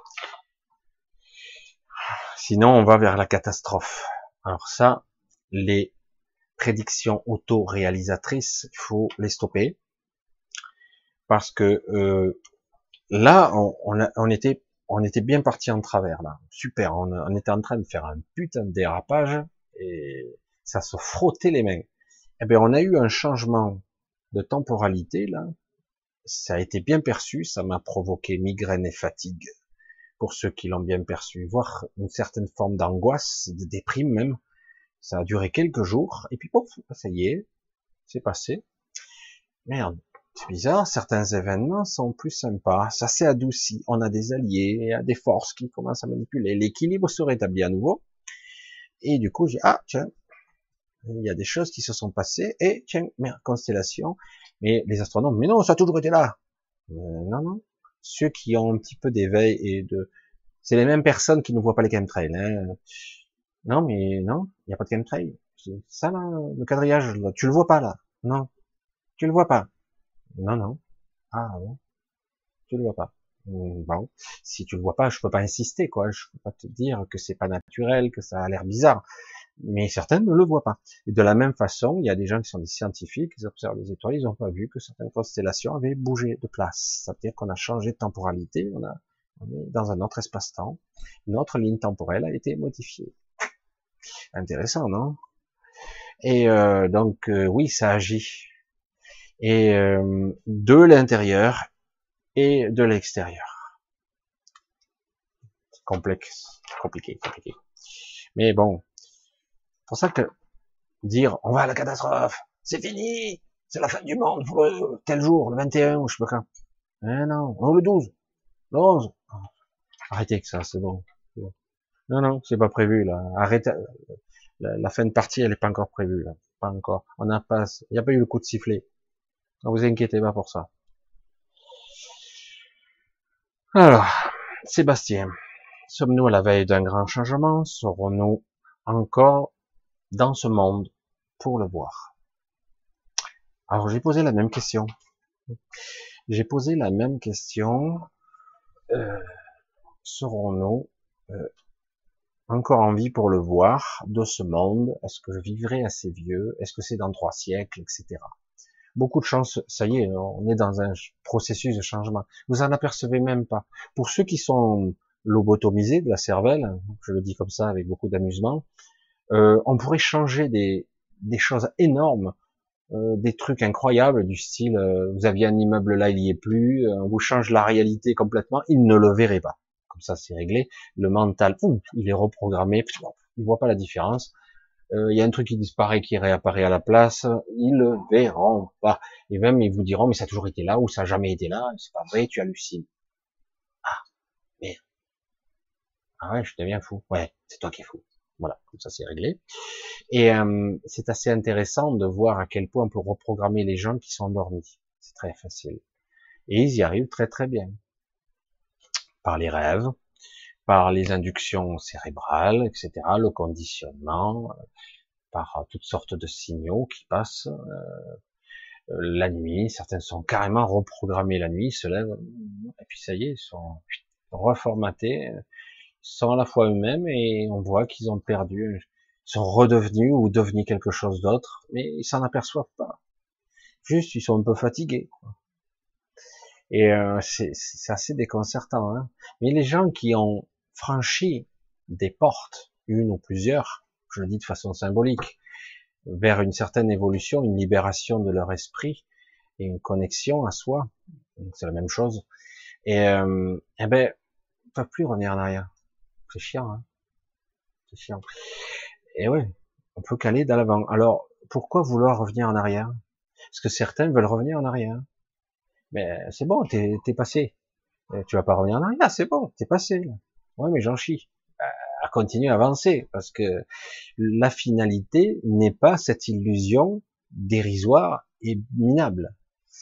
S1: Sinon, on va vers la catastrophe. Alors ça, les prédictions auto-réalisatrices, il faut les stopper. Parce que là, on était bien parti en travers là. Super, on était en train de faire un putain de dérapage et ça se frottait les mains. Eh bien, on a eu un changement de temporalité là. Ça a été bien perçu, ça m'a provoqué migraine et fatigue pour ceux qui l'ont bien perçu, voire une certaine forme d'angoisse, de déprime même. Ça a duré quelques jours et puis pouf, ça y est, c'est passé. Merde. C'est bizarre, certains événements sont plus sympas, ça s'est adouci, on a des alliés, il y a des forces qui commencent à manipuler, l'équilibre se rétablit à nouveau, et du coup, j'ai ah, tiens, il y a des choses qui se sont passées, et tiens, merde, constellation, mais les astronomes, mais non, ça a toujours été là. Non, non, ceux qui ont un petit peu d'éveil et de... C'est les mêmes personnes qui ne voient pas les chemtrails, hein. Non, mais non, il n'y a pas de chemtrail. Ça, là, le quadrillage, là, tu le vois pas, là. Non, tu le vois pas. Non, non. Ah, bon. Tu le vois pas. Bon, si tu le vois pas, je peux pas insister, quoi. Je peux pas te dire que c'est pas naturel, que ça a l'air bizarre. Mais certains ne le voient pas. Et de la même façon, il y a des gens qui sont des scientifiques, ils observent les étoiles, ils n'ont pas vu que certaines constellations avaient bougé de place. Ça veut dire qu'on a changé de temporalité, on est dans un autre espace-temps. Notre ligne temporelle a été modifiée. Intéressant, non? Et donc, oui, ça agit. Et de l'intérieur et de l'extérieur. C'est complexe, compliqué. Mais bon, c'est pour ça que dire on va à la catastrophe, c'est fini, c'est la fin du monde pour tel jour, le 21 ou je sais pas quand. Non, non, le 12, le 11. Arrêtez avec ça, c'est bon. Non, non, c'est pas prévu là. Arrêtez. La fin de partie, elle est pas encore prévue là. Pas encore. On n'a pas, il n'y a pas eu le coup de sifflet. Ne vous inquiétez pas pour ça. Alors, Sébastien, sommes-nous à la veille d'un grand changement? Serons-nous encore dans ce monde pour le voir? Alors j'ai posé la même question. Serons-nous encore en vie pour le voir de ce monde? Est-ce que je vivrai assez vieux? Est-ce que c'est dans 3 siècles, etc. Beaucoup de chance, ça y est, on est dans un processus de changement. Vous en apercevez même pas. Pour ceux qui sont lobotomisés de la cervelle, je le dis comme ça avec beaucoup d'amusement, on pourrait changer des choses énormes des trucs incroyables du style, vous aviez un immeuble là, il y est plus, on vous change la réalité complètement, il ne le verrait pas. Comme ça, c'est réglé. Le mental, il est reprogrammé, il voit pas la différence. Il y a un truc qui disparaît, qui réapparaît à la place, ils le verront pas. Et même, ils vous diront, mais ça a toujours été là, ou ça a jamais été là, c'est pas vrai, tu hallucines. Ah, merde. Ah ouais, je deviens fou. Ouais, c'est toi qui es fou. Voilà, comme ça c'est réglé. Et c'est assez intéressant de voir à quel point on peut reprogrammer les gens qui sont endormis. C'est très facile. Et ils y arrivent très très bien. Par les rêves, par les inductions cérébrales, etc., le conditionnement, par toutes sortes de signaux qui passent la nuit. Certains sont carrément reprogrammés la nuit, ils se lèvent, et puis ça y est, ils sont reformatés, ils sont à la fois eux-mêmes, et on voit qu'ils ont perdu, ils sont redevenus ou devenus quelque chose d'autre, mais ils s'en aperçoivent pas. Juste, ils sont un peu fatigués, quoi. Et c'est assez déconcertant, hein. Mais les gens qui ont franchi des portes, une ou plusieurs, je le dis de façon symbolique, vers une certaine évolution, une libération de leur esprit et une connexion à soi, c'est la même chose. Et eh ben, on peut plus revenir en arrière. C'est chiant, hein. C'est chiant. Et ouais, on peut qu'aller dans l'avant. Alors, pourquoi vouloir revenir en arrière? Parce que certains veulent revenir en arrière. Mais c'est bon, t'es passé. Tu vas pas revenir en arrière, c'est bon, t'es passé. Là. Ouais, mais j'en chie. À continuer à avancer, parce que la finalité n'est pas cette illusion dérisoire et minable.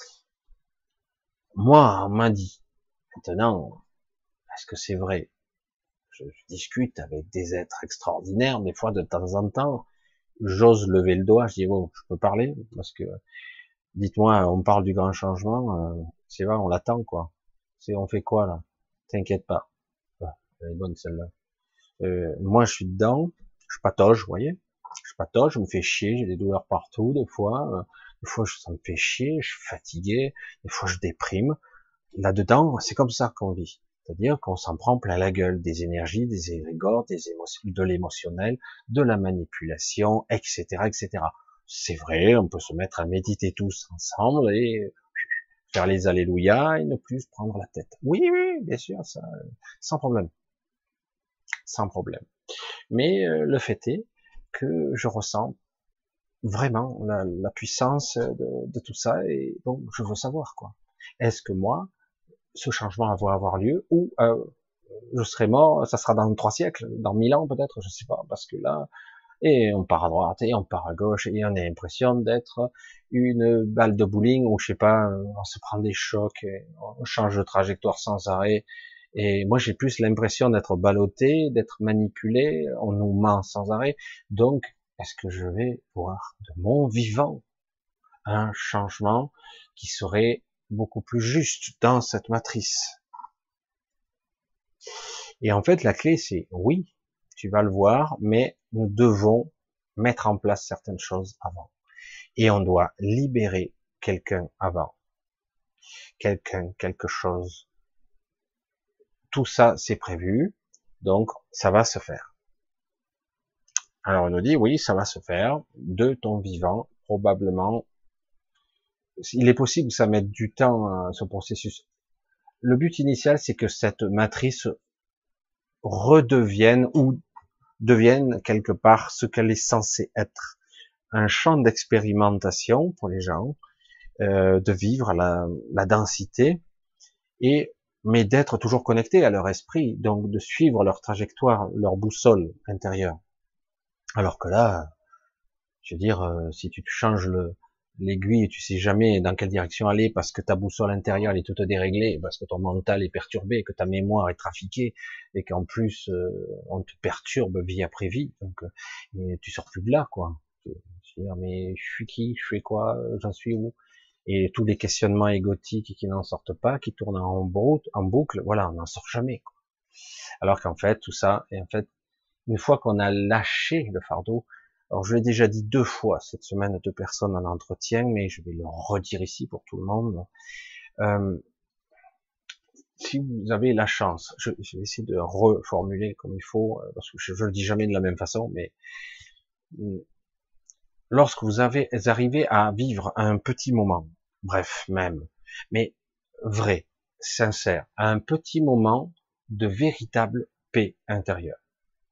S1: Moi, on m'a dit. Maintenant, est-ce que c'est vrai? Je discute avec des êtres extraordinaires, des fois de temps en temps, j'ose lever le doigt, je dis bon, je peux parler, parce que dites-moi, on parle du grand changement, c'est vrai, on l'attend quoi. On fait quoi là? T'inquiète pas. Ouais, elle est bonne celle-là. Moi je suis dedans, je patauge, vous voyez, je patauge, je me fais chier, j'ai des douleurs partout, des fois ça me fait chier, je suis fatigué, des fois je déprime. Là-dedans, c'est comme ça qu'on vit. C'est-à-dire qu'on s'en prend plein la gueule des énergies, des égrégores, des émotions, de l'émotionnel, de la manipulation, etc., etc. C'est vrai, on peut se mettre à méditer tous ensemble et faire les alléluia et ne plus se prendre la tête. Oui, oui, bien sûr, ça, sans problème, sans problème. Mais le fait est que je ressens vraiment la puissance de tout ça et donc je veux savoir quoi. Est-ce que moi, ce changement va avoir lieu ou je serai mort, ça sera dans 3 siècles, dans 1000 ans peut-être, je sais pas, parce que là, et on part à droite et on part à gauche et on a l'impression d'être une balle de bowling où je sais pas, on se prend des chocs, et on change de trajectoire sans arrêt. Et moi j'ai plus l'impression d'être ballotté, d'être manipulé, on nous ment sans arrêt. Donc, est-ce que je vais voir de mon vivant un changement qui serait beaucoup plus juste dans cette matrice? Et en fait, la clé, c'est oui, tu vas le voir, mais nous devons mettre en place certaines choses avant. Et on doit libérer quelqu'un avant. Quelqu'un, quelque chose. Tout ça, c'est prévu. Donc, ça va se faire. Alors, on nous dit, oui, ça va se faire de ton vivant, probablement. Il est possible que ça mette du temps, ce processus. Le but initial, c'est que cette matrice redevienne ou devienne quelque part ce qu'elle est censée être, un champ d'expérimentation pour les gens, de vivre la densité, et mais d'être toujours connecté à leur esprit, donc de suivre leur trajectoire, leur boussole intérieure. Alors que là, je veux dire, si tu changes l'aiguille et tu sais jamais dans quelle direction aller parce que ta boussole intérieure elle est toute déréglée, parce que ton mental est perturbé, que ta mémoire est trafiquée et qu'en plus on te perturbe vie après vie, donc et tu sors plus de là quoi. Je veux dire, mais je suis qui, je fais quoi, j'en suis où? Et tous les questionnements égotiques qui n'en sortent pas, qui tournent en boucle, voilà, on n'en sort jamais, quoi. Alors qu'en fait, tout ça, et en fait, une fois qu'on a lâché le fardeau, alors je l'ai déjà dit 2 fois cette semaine à 2 personnes en entretien, mais je vais le redire ici pour tout le monde. Euh, si vous avez la chance, je vais essayer de reformuler comme il faut, parce que je le dis jamais de la même façon, mais lorsque vous arrivez à vivre un petit moment, bref, même, mais vrai, sincère, à un petit moment de véritable paix intérieure.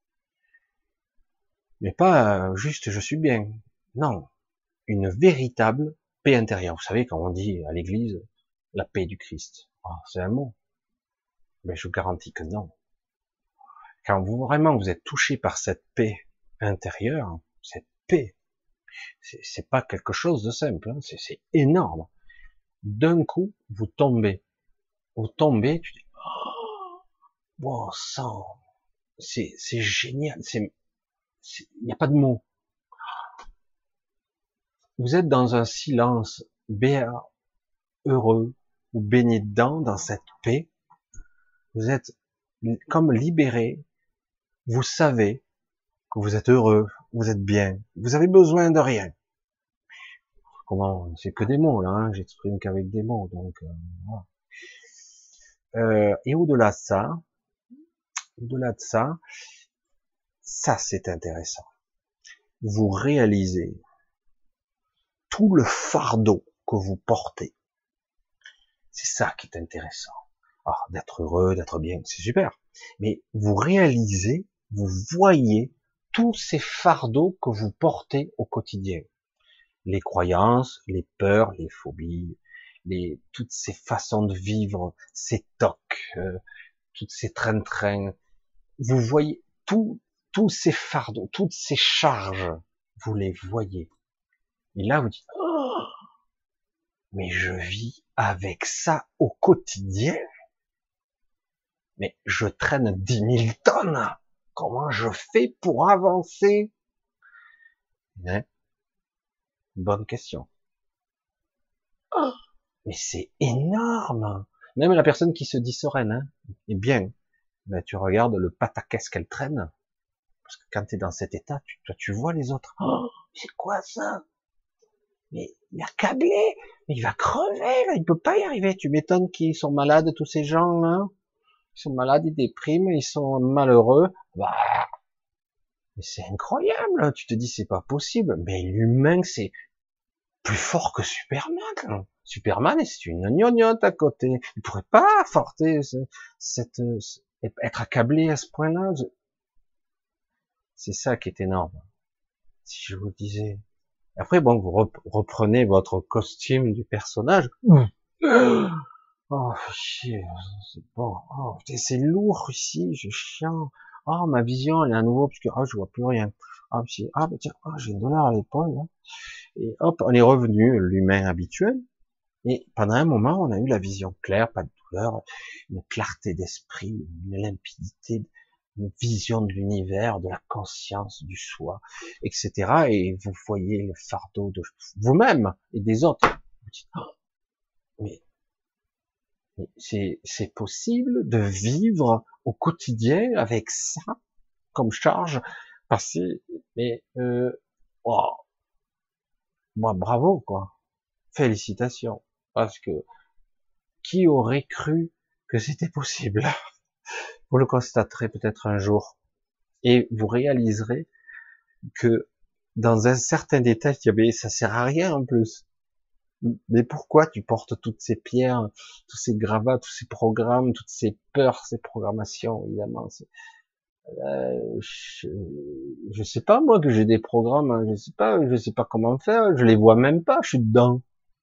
S1: Mais pas juste je suis bien. Non, une véritable paix intérieure. Vous savez, quand on dit à l'église la paix du Christ, oh, c'est un mot. Mais je vous garantis que non. Quand vous vraiment vous êtes touché par cette paix intérieure, cette paix, c'est pas quelque chose de simple, hein, c'est énorme. D'un coup, vous tombez, tu dis, oh, bon sang, c'est génial, il n'y a pas de mots. Vous êtes dans un silence béat, heureux, ou baigné dedans, dans cette paix. Vous êtes comme libéré. Vous savez que vous êtes heureux, vous êtes bien. Vous avez besoin de rien. Comment? C'est que des mots, là, hein, j'exprime qu'avec des mots, donc, voilà. Et au-delà de ça, ça c'est intéressant. Vous réalisez tout le fardeau que vous portez. C'est ça qui est intéressant. Alors, d'être heureux, d'être bien, c'est super. Mais vous réalisez, vous voyez tous ces fardeaux que vous portez au quotidien. Les croyances, les peurs, les phobies, toutes ces façons de vivre, ces tocs, toutes ces train-train. Vous voyez tous ces fardeaux, toutes ces charges, vous les voyez. Et là, vous dites, oh, mais je vis avec ça au quotidien. Mais je traîne 10 000 tonnes. Comment je fais pour avancer? Hein? Bonne question. Oh, mais c'est énorme. Même la personne qui se dit sereine, hein, est bien. Mais tu regardes le pataquès qu'elle traîne. Parce que quand tu es dans cet état, tu vois les autres. Oh, c'est quoi ça? Mais il est accablé. Mais il va crever, là. Il peut pas y arriver. Tu m'étonnes qu'ils sont malades, tous ces gens, là. Ils sont malades, ils dépriment, ils sont malheureux. Bah, mais c'est incroyable. Tu te dis, c'est pas possible. Mais l'humain, c'est plus fort que Superman. Superman, c'est une gnognotte à côté. Il pourrait pas porter être accablé à ce point-là. C'est ça qui est énorme. Si je vous disais. Après, bon, vous reprenez votre costume du personnage. Oh, chier, c'est bon. Oh, c'est lourd ici, je chiant. Oh, ma vision, elle est à nouveau, parce que, oh, je vois plus rien. Ah, bah, tiens, oh, j'ai une douleur à l'épaule, là. Et hop, on est revenu, l'humain habituel. Et pendant un moment, on a eu la vision claire, pas de douleur, une clarté d'esprit, une limpidité, une vision de l'univers, de la conscience du soi, etc. Et vous voyez le fardeau de vous-même et des autres. Vous dites, oh, mais c'est possible de vivre au quotidien avec ça comme charge, parce mais wow, moi bravo quoi, félicitations, parce que qui aurait cru que c'était possible? Vous le constaterez peut-être un jour et vous réaliserez que dans un certain détail, ça sert à rien en plus. Mais pourquoi tu portes toutes ces pierres, tous ces gravats, tous ces programmes, toutes ces peurs, ces programmations, évidemment. Je sais pas moi que j'ai des programmes, hein, je sais pas comment faire, je les vois même pas, je suis dedans.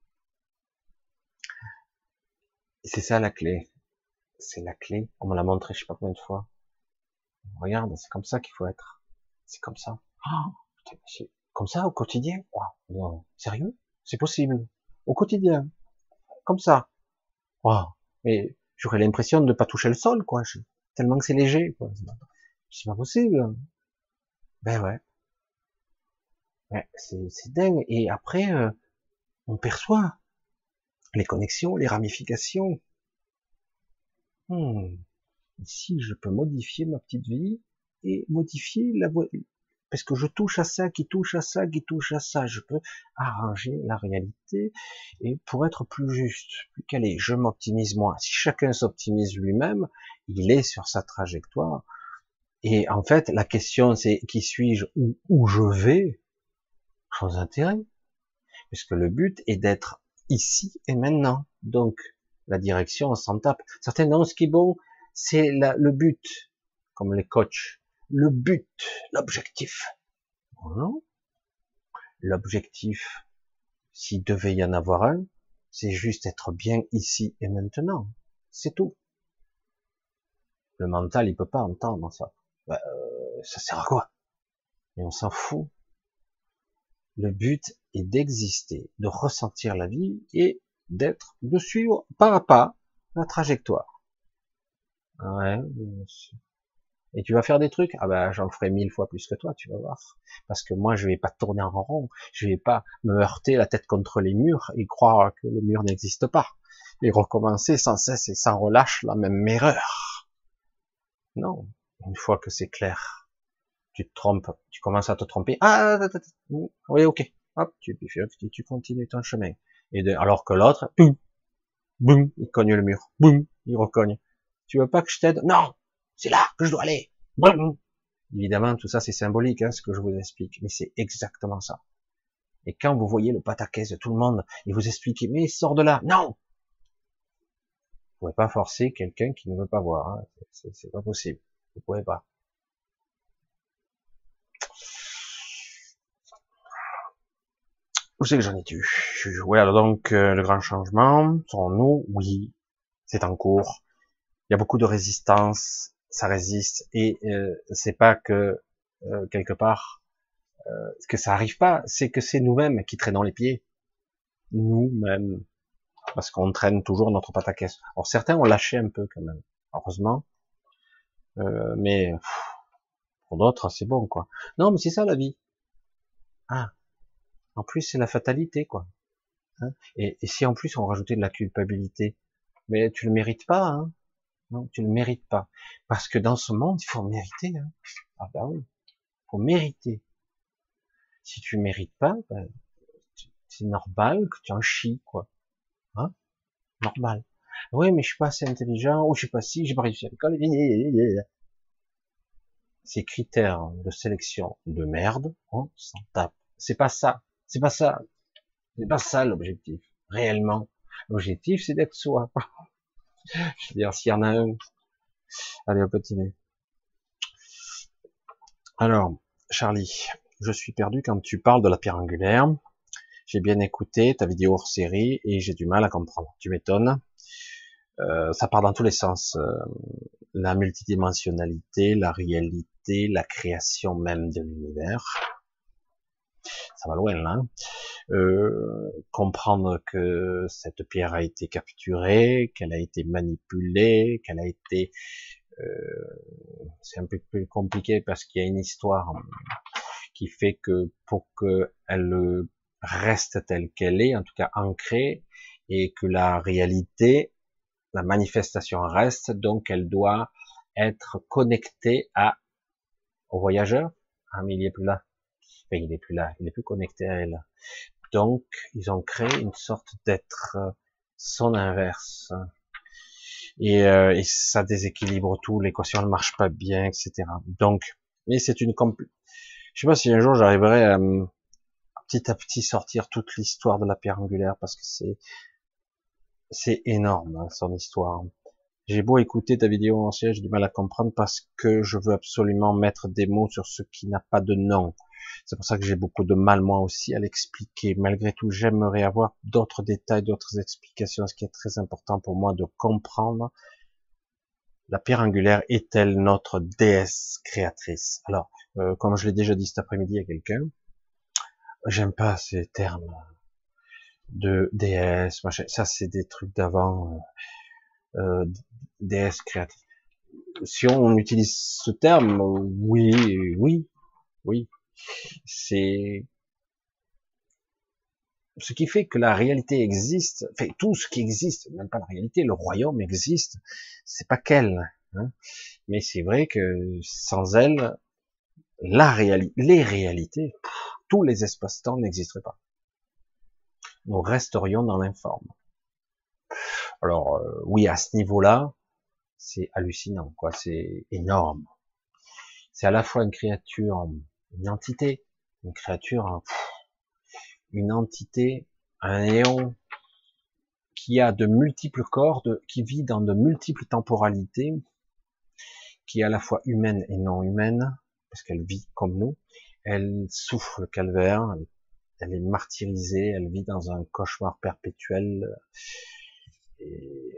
S1: Et c'est ça la clé. C'est la clé. On me l'a montré je sais pas combien de fois. Regarde, c'est comme ça qu'il faut être. C'est comme ça. Oh, putain, c'est comme ça au quotidien. Wow, non, sérieux? C'est possible. Au quotidien. Comme ça. Wow. Mais j'aurais l'impression de ne pas toucher le sol, quoi. Tellement que c'est léger, quoi. C'est pas possible. Ben ouais. Ouais, c'est dingue. Et après, on perçoit les connexions, les ramifications. Ici, je peux modifier ma petite vie et modifier parce que je touche à ça, qui touche à ça, qui touche à ça. Je peux arranger la réalité et pour être plus juste, plus calé, je m'optimise moi. Si chacun s'optimise lui-même, il est sur sa trajectoire. Et en fait, la question c'est qui suis-je, où je vais? sans intérêt, puisque le but est d'être ici et maintenant. Donc, la direction, on s'en tape. Certains, non, ce qui est bon, c'est le but, comme les coachs. Le but, l'objectif. Non. L'objectif, s'il devait y en avoir un, c'est juste être bien ici et maintenant. C'est tout. Le mental, il peut pas entendre ça. Ça sert à quoi? Mais on s'en fout. Le but est d'exister, de ressentir la vie et de suivre pas à pas la trajectoire. Ouais. Et tu vas faire des trucs? Ah ben, j'en ferai 1000 fois plus que toi, tu vas voir. Parce que moi, je vais pas tourner en rond. Je vais pas me heurter la tête contre les murs et croire que le mur n'existe pas. Et recommencer sans cesse et sans relâche la même erreur. Non. Une fois que c'est clair, tu te trompes, tu commences à te tromper. Oui, ok. Hop, tu continues ton chemin. Alors que l'autre, boum, boum, il cogne le mur. Boum, il recogne. Tu veux pas que je t'aide? Non! C'est là que je dois aller. Boum. Évidemment, tout ça, c'est symbolique, hein, ce que je vous explique. Mais c'est exactement ça. Et quand vous voyez le pataquès de tout le monde, et vous expliquez, mais sors de là. Non! Vous pouvez pas forcer quelqu'un qui ne veut pas voir. Hein. C'est pas possible. Vous pouvez pas. Où c'est que j'en ai tué? Ouais, alors donc, le grand changement, selon nous, oui, c'est en cours. Il y a beaucoup de résistance, ça résiste, et c'est pas que, quelque part, que ça arrive pas, c'est que c'est nous-mêmes qui traînons les pieds. Nous-mêmes. Parce qu'on traîne toujours notre pataquès. Alors certains ont lâché un peu quand même, heureusement, mais pour d'autres, c'est bon, quoi. Non, mais c'est ça la vie. Ah, en plus, c'est la fatalité, quoi. Hein, et si en plus on rajoutait de la culpabilité, mais tu le mérites pas, hein. Non, tu le mérites pas. Parce que dans ce monde, il faut mériter. Hein. Ah bah oui, il faut mériter. Si tu mérites pas, ben, c'est normal que tu en chies, quoi. Hein, normal. Oui, mais je suis pas assez intelligent, ou je suis pas si, j'ai pas réussi à l'école. Ces critères de sélection de merde, on s'en tape. C'est pas ça. C'est pas ça. C'est pas ça l'objectif. Réellement. L'objectif, c'est d'être soi. Je veux dire, s'il y en a un. Allez, on continue. Alors, Charlie, je suis perdu quand tu parles de la pierre angulaire. J'ai bien écouté ta vidéo hors série et j'ai du mal à comprendre. Tu m'étonnes. Ça part dans tous les sens. La multidimensionnalité, la réalité, la création même de l'univers. Ça va loin là. Hein. Comprendre que cette pierre a été capturée, qu'elle a été manipulée, qu'elle a été... c'est un peu plus compliqué parce qu'il y a une histoire qui fait que pour qu'elle reste telle qu'elle est, en tout cas ancrée, et que la réalité, la manifestation reste, donc elle doit être connectée au voyageur. Ah mais il est plus là. Enfin, il est plus là, il est plus connecté à elle. Donc, ils ont créé une sorte d'être son inverse. Et ça déséquilibre tout, l'équation ne marche pas bien, etc. Donc, mais c'est je sais pas si un jour j'arriverai à petit à petit sortir toute l'histoire de la pierre angulaire, parce que c'est énorme, hein, son histoire. J'ai beau écouter ta vidéo ancienne, j'ai du mal à comprendre parce que je veux absolument mettre des mots sur ce qui n'a pas de nom. C'est pour ça que j'ai beaucoup de mal, moi aussi, à l'expliquer. Malgré tout, j'aimerais avoir d'autres détails, d'autres explications. Ce qui est très important pour moi de comprendre, la pierre angulaire est-elle notre déesse créatrice? Alors, comme je l'ai déjà dit cet après-midi à quelqu'un, j'aime pas ces termes de déesse, machin. Ça, c'est des trucs d'avant, déesse créatrice. Si on utilise ce terme, oui, c'est ce qui fait que la réalité existe, enfin tout ce qui existe, même pas la réalité, le royaume existe, c'est pas qu'elle, hein. Mais c'est vrai que sans elle, les réalités, tous les espaces-temps n'existeraient pas. Nous resterions dans l'informe. Alors oui, à ce niveau-là, c'est hallucinant, quoi, c'est énorme. C'est à la fois une créature, une entité, une créature une entité, un néon qui a de multiples corps, qui vit dans de multiples temporalités, qui est à la fois humaine et non humaine, parce qu'elle vit comme nous, elle souffre le calvaire, elle est martyrisée, elle vit dans un cauchemar perpétuel, et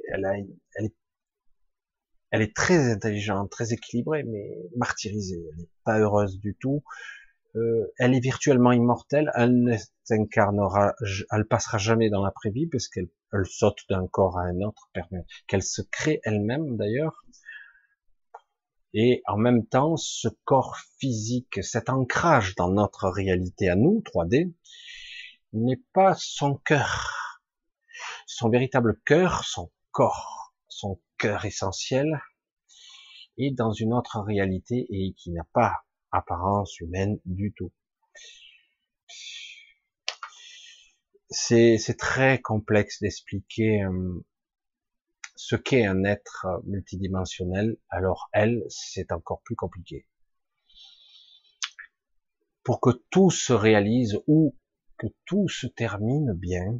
S1: elle est très intelligente, très équilibrée, mais martyrisée, elle n'est pas heureuse du tout. Elle est virtuellement immortelle, elle ne s'incarnera, elle passera jamais dans l'après-vie, parce qu'elle saute d'un corps à un autre, qu'elle se crée elle-même d'ailleurs. Et en même temps, ce corps physique, cet ancrage dans notre réalité à nous, 3D, n'est pas son cœur. Son véritable cœur, son cœur essentiel, est dans une autre réalité et qui n'a pas apparence humaine du tout. C'est très complexe d'expliquer ce qu'est un être multidimensionnel. Alors c'est encore plus compliqué. Pour que tout se réalise ou que tout se termine bien,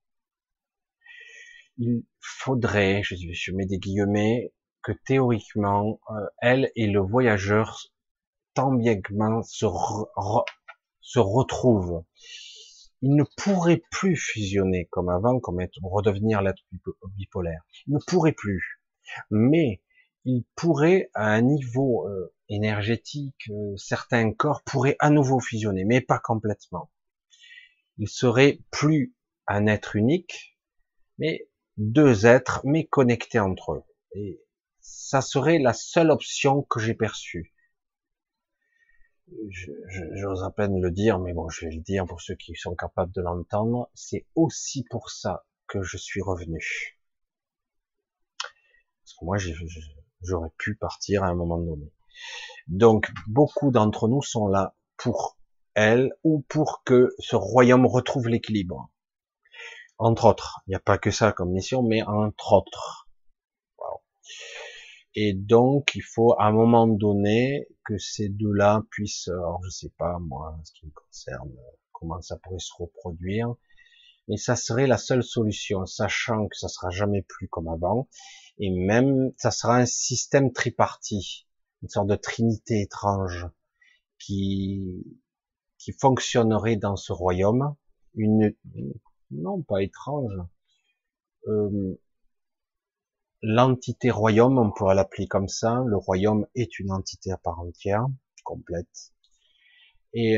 S1: il faudrait, je mets des guillemets, que théoriquement, elle et le voyageur, tant bien que mal, se retrouvent. Ils ne pourraient plus fusionner comme avant, redevenir l'être bipolaire. Ils ne pourraient plus. Mais ils pourraient, à un niveau énergétique, certains corps pourraient à nouveau fusionner, mais pas complètement. Ils seraient plus un être unique, mais deux êtres, mais connectés entre eux. Et ça serait la seule option que j'ai perçue. J'ose à peine le dire, mais bon, je vais le dire pour ceux qui sont capables de l'entendre. C'est aussi pour ça que je suis revenu. Parce que moi, j'aurais pu partir à un moment donné. Donc, beaucoup d'entre nous sont là pour elle ou pour que ce royaume retrouve l'équilibre. Entre autres, il n'y a pas que ça comme mission, mais entre autres. Wow. Et donc, il faut à un moment donné que ces deux-là puissent, alors je sais pas moi, ce qui me concerne, comment ça pourrait se reproduire, mais ça serait la seule solution, sachant que ça sera jamais plus comme avant, et même ça sera un système tripartite, une sorte de trinité étrange qui fonctionnerait dans ce royaume, non pas étrange, l'entité royaume, on pourrait l'appeler comme ça. Le royaume est une entité à part entière, complète. Et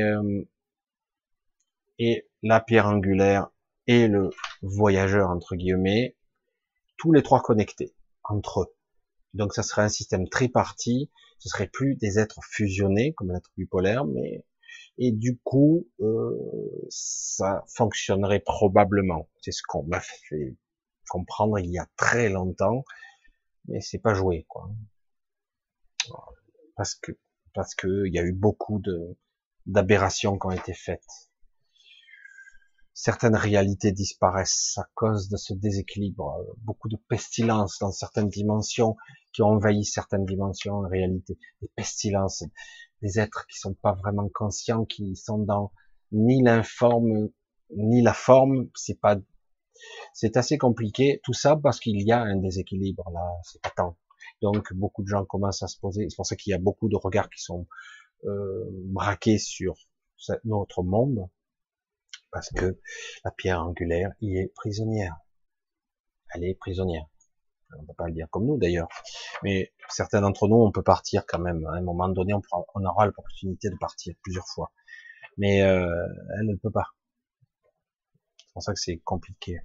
S1: la pierre angulaire et le voyageur, entre guillemets, tous les trois connectés entre eux. Donc ça serait un système tripartite, ce serait plus des êtres fusionnés comme l'être bipolaire, mais et du coup ça fonctionnerait probablement. C'est ce qu'on m'a fait comprendre il y a très longtemps, mais c'est pas joué, quoi. Parce que il y a eu beaucoup d'aberrations qui ont été faites. Certaines réalités disparaissent à cause de ce déséquilibre. Beaucoup de pestilences dans certaines dimensions qui ont envahi certaines dimensions en réalité. Des pestilences, des êtres qui sont pas vraiment conscients, qui sont dans ni l'informe ni la forme. C'est assez compliqué. Tout ça parce qu'il y a un déséquilibre là. C'est pas tant. Donc beaucoup de gens commencent à se poser. C'est pour ça qu'il y a beaucoup de regards qui sont braqués sur notre monde. Parce que la pierre angulaire y est prisonnière. Elle est prisonnière. On ne peut pas le dire comme nous d'ailleurs. Mais certains d'entre nous, on peut partir quand même. À un moment donné, on aura l'opportunité de partir plusieurs fois. Mais elle ne peut pas. C'est pour ça que c'est compliqué.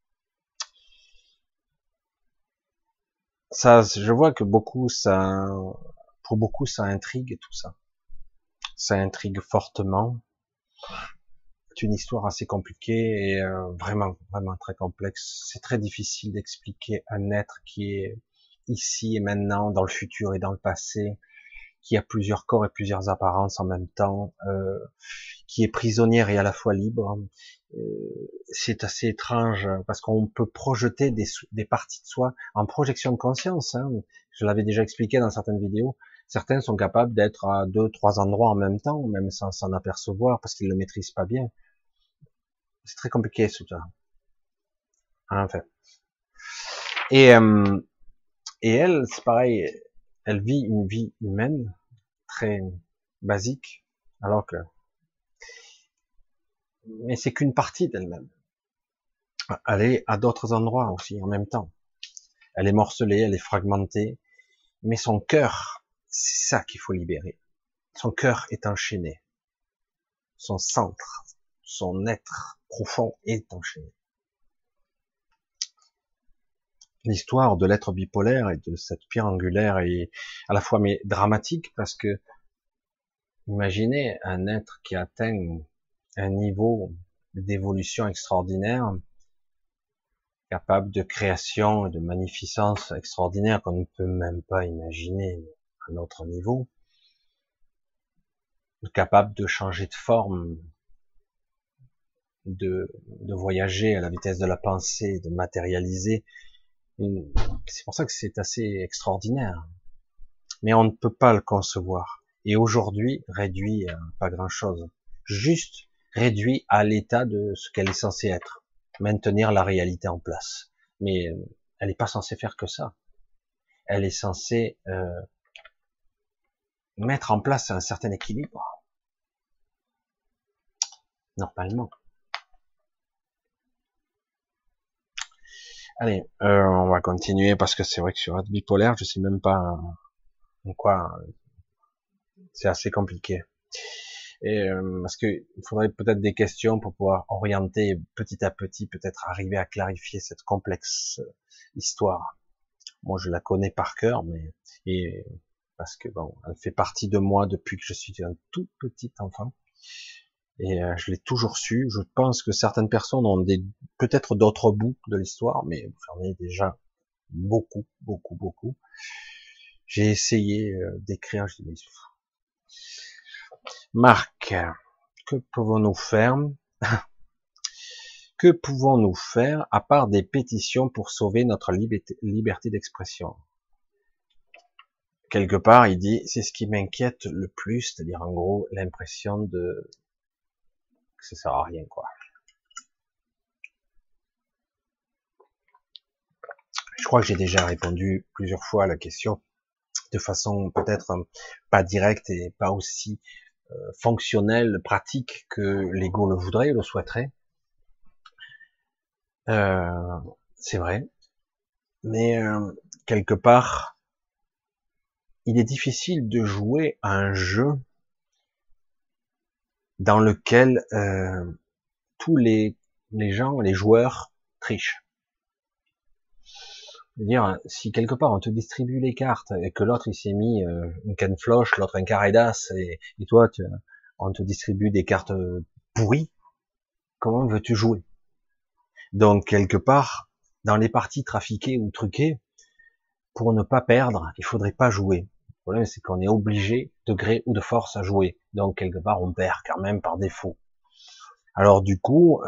S1: Ça, je vois que pour beaucoup, ça intrigue tout ça. Ça intrigue fortement. C'est une histoire assez compliquée et vraiment très complexe. C'est très difficile d'expliquer un être qui est ici et maintenant, dans le futur et dans le passé, qui a plusieurs corps et plusieurs apparences en même temps, qui est prisonnière et à la fois libre. C'est assez étrange parce qu'on peut projeter des parties de soi en projection de conscience. Hein. Je l'avais déjà expliqué dans certaines vidéos. Certains sont capables d'être à 2, 3 endroits en même temps, même sans s'en apercevoir parce qu'ils le maîtrisent pas bien. C'est très compliqué, tout ça. En fait. Et, euh, et elle, c'est pareil, elle vit une vie humaine très basique, alors que, mais c'est qu'une partie d'elle-même. Elle est à d'autres endroits aussi en même temps. Elle est morcelée, elle est fragmentée, mais son cœur, c'est ça qu'il faut libérer. Son cœur est enchaîné. Son centre, son être profond est enchaîné. L'histoire de l'être bipolaire et de cette pierre angulaire est à la fois mais dramatique parce que imaginez un être qui atteint un niveau d'évolution extraordinaire, capable de création et de magnificence extraordinaire qu'on ne peut même pas imaginer à notre niveau, capable de changer de forme, de voyager à la vitesse de la pensée, de matérialiser. C'est pour ça que c'est assez extraordinaire. Mais on ne peut pas le concevoir. Et aujourd'hui, réduit à pas grand-chose. Juste réduit à l'état de ce qu'elle est censée être. Maintenir la réalité en place. Mais elle n'est pas censée faire que ça. Elle est censée mettre en place un certain équilibre. Normalement. Allez, on va continuer parce que c'est vrai que sur être bipolaire, je sais même pas en quoi. C'est assez compliqué. Et parce que il faudrait peut-être des questions pour pouvoir orienter petit à petit, peut-être arriver à clarifier cette complexe histoire. Moi, je la connais par cœur, mais et parce que bon, elle fait partie de moi depuis que je suis un tout petit enfant. Et je l'ai toujours su. Je pense que certaines personnes ont peut-être d'autres bouts de l'histoire, mais j'en ai déjà beaucoup, beaucoup, beaucoup. J'ai essayé d'écrire. Je dis, mais Marc, que pouvons-nous faire? Que pouvons-nous faire à part des pétitions pour sauver notre liberté d'expression? Quelque part, il dit, c'est ce qui m'inquiète le plus, c'est-à-dire en gros l'impression de que ça sert à rien, quoi. Je crois que j'ai déjà répondu plusieurs fois à la question de façon peut-être pas directe et pas aussi fonctionnelle, pratique que l'ego le voudrait, le souhaiterait. C'est vrai, mais quelque part, il est difficile de jouer à un jeu dans lequel tous les gens, les joueurs trichent. C'est-à-dire, si quelque part on te distribue les cartes et que l'autre il s'est mis une canne floche, l'autre un carré d'as et toi on te distribue des cartes pourries, comment veux-tu jouer? Donc quelque part, dans les parties trafiquées ou truquées, pour ne pas perdre, il faudrait pas jouer. Le problème c'est qu'on est obligé, de gré ou de force, à jouer. Donc quelque part on perd quand même par défaut. Alors du coup,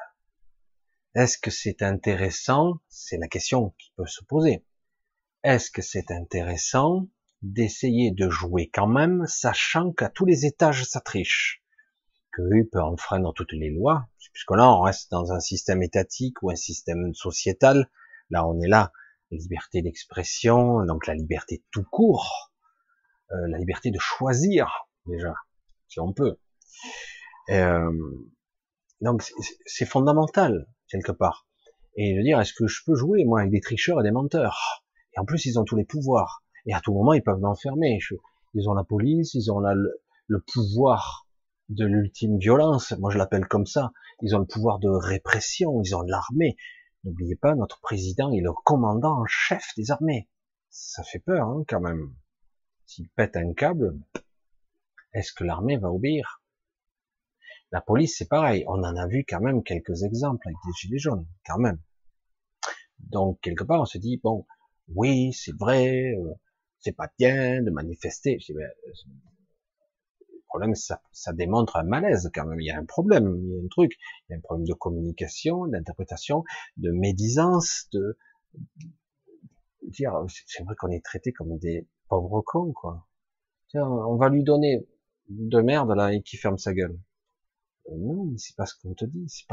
S1: est-ce que c'est intéressant? C'est la question qui peut se poser. Est-ce que c'est intéressant d'essayer de jouer quand même, sachant qu'à tous les étages ça triche, qu'il peut enfreindre toutes les lois, puisque là on reste dans un système étatique ou un système sociétal. Là on est là, liberté d'expression, donc la liberté tout court, la liberté de choisir déjà, si on peut. Euh, donc c'est fondamental quelque part. Et je veux dire, est-ce que je peux jouer moi avec des tricheurs et des menteurs? Et en plus, ils ont tous les pouvoirs. Et à tout moment, ils peuvent m'enfermer. Ils ont la police, ils ont le pouvoir de l'ultime violence. Moi, je l'appelle comme ça. Ils ont le pouvoir de répression. Ils ont l'armée. N'oubliez pas, notre président est le commandant en chef des armées. Ça fait peur, hein, quand même. S'il pète un câble, est-ce que l'armée va obéir? La police, c'est pareil. On en a vu quand même quelques exemples avec des gilets jaunes, quand même. Donc, quelque part, on se dit, bon, oui, c'est vrai, c'est pas bien de manifester. Je dis, ben, le problème, ça démontre un malaise quand même. Il y a un problème, il y a un truc, il y a un problème de communication, d'interprétation, de médisance, de dire, c'est vrai qu'on est traité comme des pauvres cons, quoi. Tiens, on va lui donner de merde là et qui ferme sa gueule. Non, mais c'est pas ce qu'on te dit, c'est pas.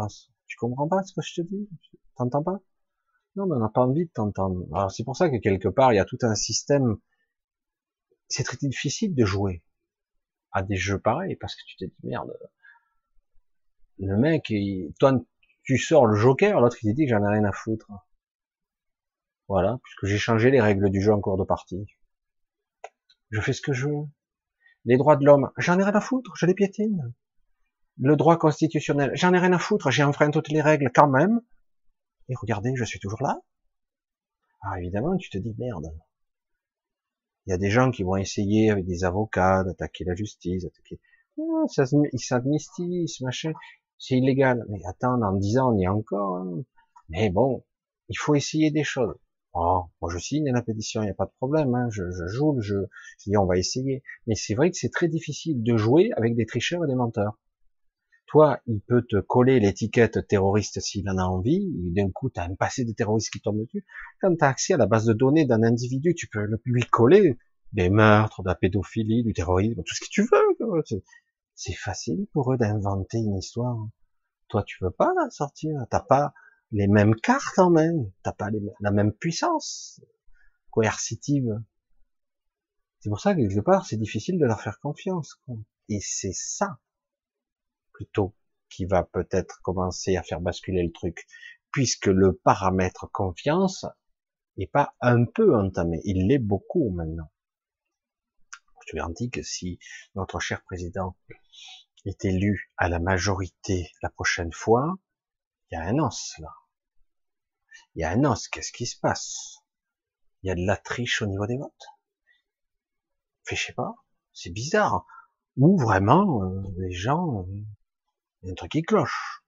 S1: Tu comprends pas ce que je te dis? T'entends pas? Non, mais on n'a pas envie de t'entendre. Alors c'est pour ça que quelque part, il y a tout un système. C'est très difficile de jouer à des jeux pareils, parce que tu te dis, merde, le mec, toi, tu sors le joker, l'autre il te dit que j'en ai rien à foutre. Voilà, puisque j'ai changé les règles du jeu en cours de partie. Je fais ce que je veux. Les droits de l'homme, j'en ai rien à foutre, je les piétine. Le droit constitutionnel, j'en ai rien à foutre, j'ai enfreint toutes les règles quand même. Et regardez, je suis toujours là. Alors évidemment, tu te dis, merde. Il y a des gens qui vont essayer avec des avocats d'attaquer la justice, d'attaquer... Oh, ils s'amnistient, ce machin. C'est illégal. Mais attends, dans 10 ans, on y est encore. Hein. Mais bon, il faut essayer des choses. Oh, moi je signe la pétition, il n'y a pas de problème. Hein. Je joue le jeu. Je dis, on va essayer. Mais c'est vrai que c'est très difficile de jouer avec des tricheurs et des menteurs. Toi, il peut te coller l'étiquette terroriste s'il en a envie, et d'un coup, tu as un passé de terroriste qui tombe dessus. Quand tu as accès à la base de données d'un individu, tu peux lui coller des meurtres, de la pédophilie, du terrorisme, tout ce que tu veux. C'est facile pour eux d'inventer une histoire. Toi, tu veux pas la sortir. T'as pas les mêmes cartes en main. T'as pas la même puissance coercitive. C'est pour ça que quelque part, c'est difficile de leur faire confiance. Quoi. Et c'est ça plutôt qui va peut-être commencer à faire basculer le truc, puisque le paramètre confiance n'est pas un peu entamé, il l'est beaucoup maintenant. Je te garantis que si notre cher président est élu à la majorité la prochaine fois, il y a un os là. Il y a un os, qu'est-ce qui se passe? Il y a de la triche au niveau des votes. Je sais pas, c'est bizarre. Ou vraiment, les gens, il y a un truc qui cloche.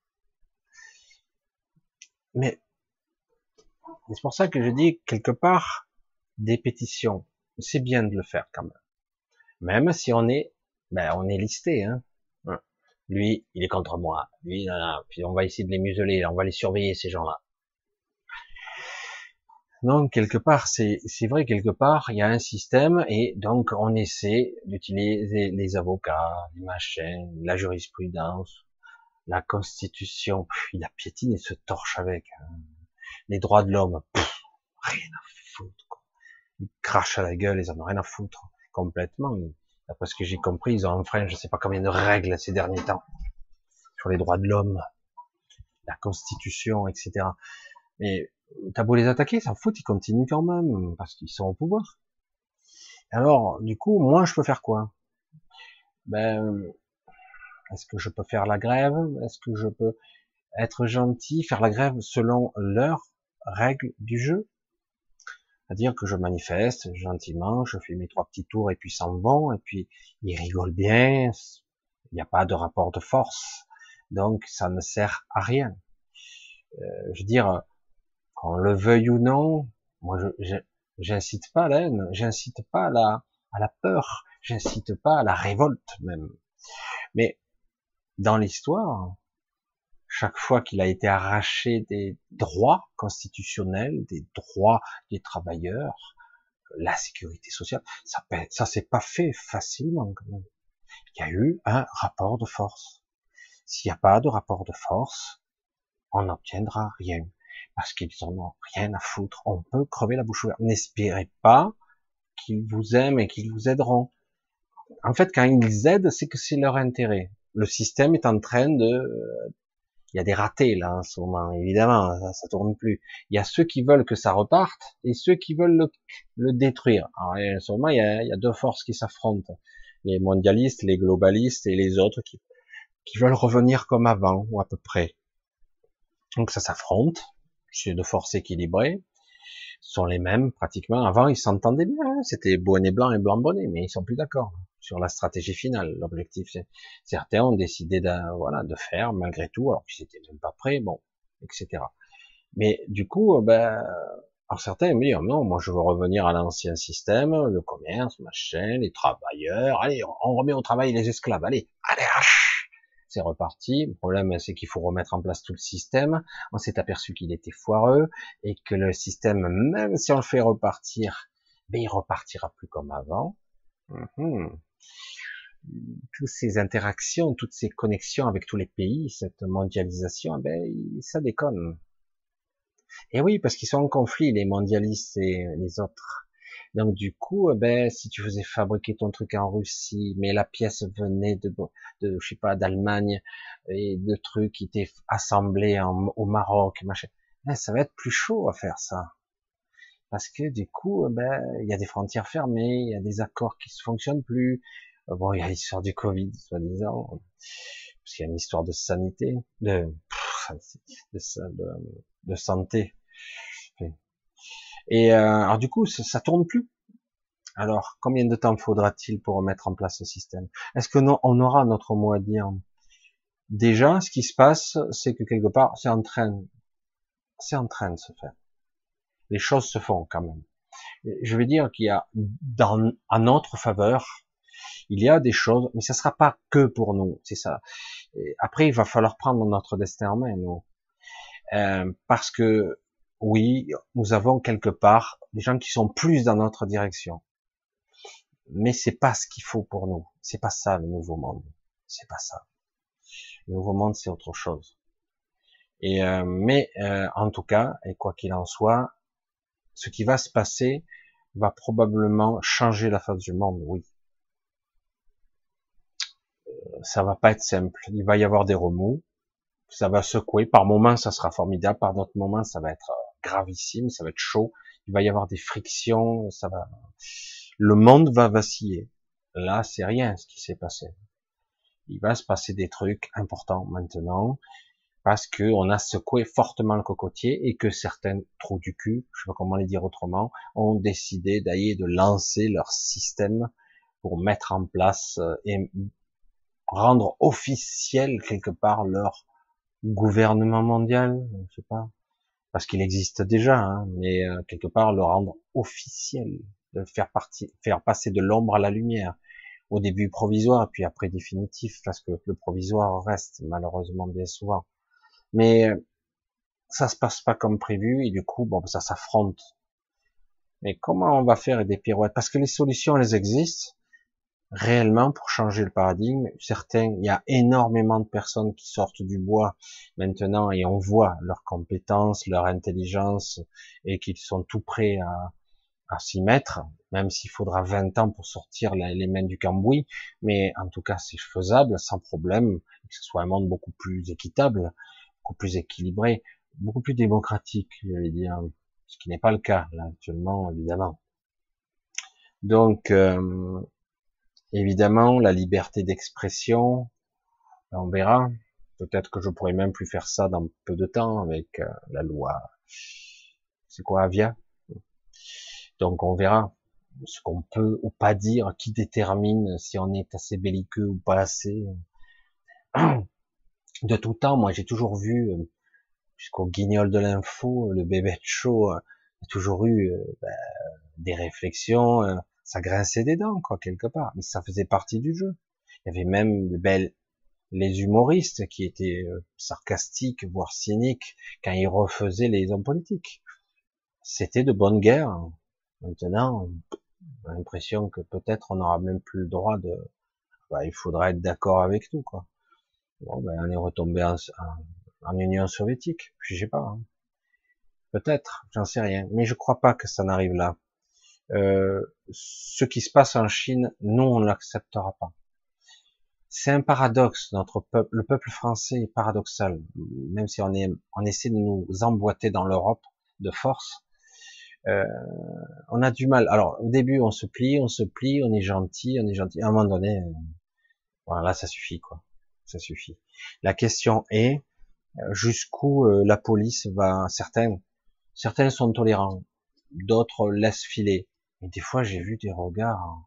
S1: Mais c'est pour ça que je dis, quelque part, des pétitions, c'est bien de le faire quand même. Même si on est listé, hein. Lui, il est contre moi. Lui, là, puis on va essayer de les museler, on va les surveiller, ces gens-là. Donc, quelque part, c'est vrai, quelque part, il y a un système, et donc, on essaie d'utiliser les avocats, les machins, la jurisprudence, la constitution. Il a piétiné et se torche avec. Hein. Les droits de l'homme, rien à foutre, quoi. Ils crachent à la gueule, ils en ont rien à foutre. Complètement. D'après ce que j'ai compris, ils ont enfreint je sais pas combien de règles ces derniers temps. Sur les droits de l'homme, la constitution, etc. Mais, t'as beau les attaquer, ça fout, ils continuent quand même, parce qu'ils sont au pouvoir. Alors, du coup, moi, je peux faire quoi? Ben, est-ce que je peux faire la grève? Est-ce que je peux être gentil, faire la grève selon leurs règles du jeu? C'est-à-dire que je manifeste gentiment, je fais mes 3 petits tours et puis s'en vont, et puis ils rigolent bien, il n'y a pas de rapport de force, donc ça ne sert à rien. Je veux dire, qu'on le veuille ou non, moi j'incite pas à la haine, j'incite pas à la peur, j'incite pas à la révolte même. Mais dans l'histoire, chaque fois qu'il a été arraché des droits constitutionnels, des droits des travailleurs, la sécurité sociale, ça s'est pas fait facilement quand même. Il y a eu un rapport de force. S'il n'y a pas de rapport de force, on n'obtiendra rien. Parce qu'ils en ont rien à foutre. On peut crever la bouche ouverte. N'espérez pas qu'ils vous aiment et qu'ils vous aideront. En fait, quand ils aident, c'est que c'est leur intérêt. Le système est en train il y a des ratés là en ce moment, évidemment, ça tourne plus. Il y a ceux qui veulent que ça reparte et ceux qui veulent le détruire. Alors, en ce moment, il y a 2 forces qui s'affrontent. Les mondialistes, les globalistes et les autres qui veulent revenir comme avant, ou à peu près. Donc ça s'affronte. C'est 2 forces équilibrées. Ce sont les mêmes, pratiquement. Avant, ils s'entendaient bien. Hein. C'était bonnet blanc et blanc bonnet, mais ils sont plus d'accord sur la stratégie finale. L'objectif, certains ont décidé de faire malgré tout, alors qu'ils étaient même pas prêts, bon, etc. Mais du coup, alors certains me disent non, moi je veux revenir à l'ancien système, le commerce, machin, les travailleurs. Allez, on remet au travail les esclaves. Allez, c'est reparti. Le problème, c'est qu'il faut remettre en place tout le système. On s'est aperçu qu'il était foireux et que le système, même si on le fait repartir, il repartira plus comme avant. toutes ces interactions, toutes ces connexions avec tous les pays, cette mondialisation, eh ben, ça déconne. Et oui, parce qu'ils sont en conflit, les mondialistes et les autres. Donc du coup, ben, si tu faisais fabriquer ton truc en Russie, mais la pièce venait je sais pas, d'Allemagne, et de trucs qui étaient assemblés au Maroc, machin, ben, ça va être plus chaud à faire ça. Parce que du coup, ben, il y a des frontières fermées, il y a des accords qui ne fonctionnent plus. Bon, il y a l'histoire du Covid, soi-disant, parce qu'il y a une histoire de sanité, de santé. Et alors du coup, ça tourne plus. Alors, combien de temps faudra-t-il pour remettre en place ce système? Est-ce que non, on aura notre mot à dire? Déjà, ce qui se passe, c'est que quelque part, c'est en train de se faire. Les choses se font quand même. Je veux dire qu'il y a, en notre faveur, il y a des choses, mais ça sera pas que pour nous, c'est ça. Et après, il va falloir prendre notre destin en main, nous. Parce que, oui, nous avons quelque part des gens qui sont plus dans notre direction. Mais c'est pas ce qu'il faut pour nous. C'est pas ça, le nouveau monde. C'est pas ça. Le nouveau monde, c'est autre chose. Et, en tout cas, et quoi qu'il en soit, ce qui va se passer va probablement changer la face du monde, oui. Ça va pas être simple. Il va y avoir des remous. Ça va secouer. Par moments, ça sera formidable. Par d'autres moments, ça va être gravissime. Ça va être chaud. Il va y avoir des frictions. Le monde va vaciller. Là, c'est rien ce qui s'est passé. Il va se passer des trucs importants maintenant parce que on a secoué fortement le cocotier et que certains trous du cul, je sais pas comment les dire autrement, ont décidé d'aller de lancer leur système pour mettre en place et rendre officiel quelque part leur gouvernement mondial, je sais pas, parce qu'il existe déjà, hein, mais quelque part le rendre officiel, de faire passer de l'ombre à la lumière. Au début provisoire, puis après définitif, parce que le provisoire reste malheureusement bien souvent. Mais ça se passe pas comme prévu, et du coup, bon, ça s'affronte. Mais comment on va faire des pirouettes? Parce que les solutions, elles existent réellement pour changer le paradigme. Il y a énormément de personnes qui sortent du bois maintenant, et on voit leurs compétences, leur intelligence, et qu'ils sont tout prêts à s'y mettre, même s'il faudra 20 ans pour sortir les mains du cambouis, mais en tout cas c'est faisable sans problème, que ce soit un monde beaucoup plus équitable, beaucoup plus équilibré, beaucoup plus démocratique, je vais dire, ce qui n'est pas le cas là actuellement évidemment. Donc évidemment la liberté d'expression, on verra, peut-être que je pourrais même plus faire ça dans peu de temps avec la loi, c'est quoi, Avia, donc on verra ce qu'on peut ou pas dire, qui détermine si on est assez belliqueux ou pas assez. De tout temps, moi j'ai toujours vu, jusqu'au guignol de l'info, le bébé de show, j'ai toujours eu des réflexions, ça grinçait des dents, quoi, quelque part, mais ça faisait partie du jeu. Il y avait même les humoristes qui étaient sarcastiques, voire cyniques, quand ils refaisaient les hommes politiques. C'était de bonne guerre. Maintenant, j'ai l'impression que peut-être on n'aura même plus le droit de, il faudra être d'accord avec tout, quoi. Bon, ben, on est retombé en Union soviétique, je sais pas, hein. Peut-être, j'en sais rien, mais je crois pas que ça n'arrive là. Ce qui se passe en Chine, nous, on l'acceptera pas. C'est un paradoxe, notre peuple, le peuple français est paradoxal, même si on essaie de nous emboîter dans l'Europe de force. On a du mal. Alors, au début, on se plie, on est gentil, À un moment donné, voilà, là, ça suffit, quoi. Ça suffit. La question est jusqu'où la police va. Certains sont tolérants, d'autres laissent filer. Mais des fois, j'ai vu des regards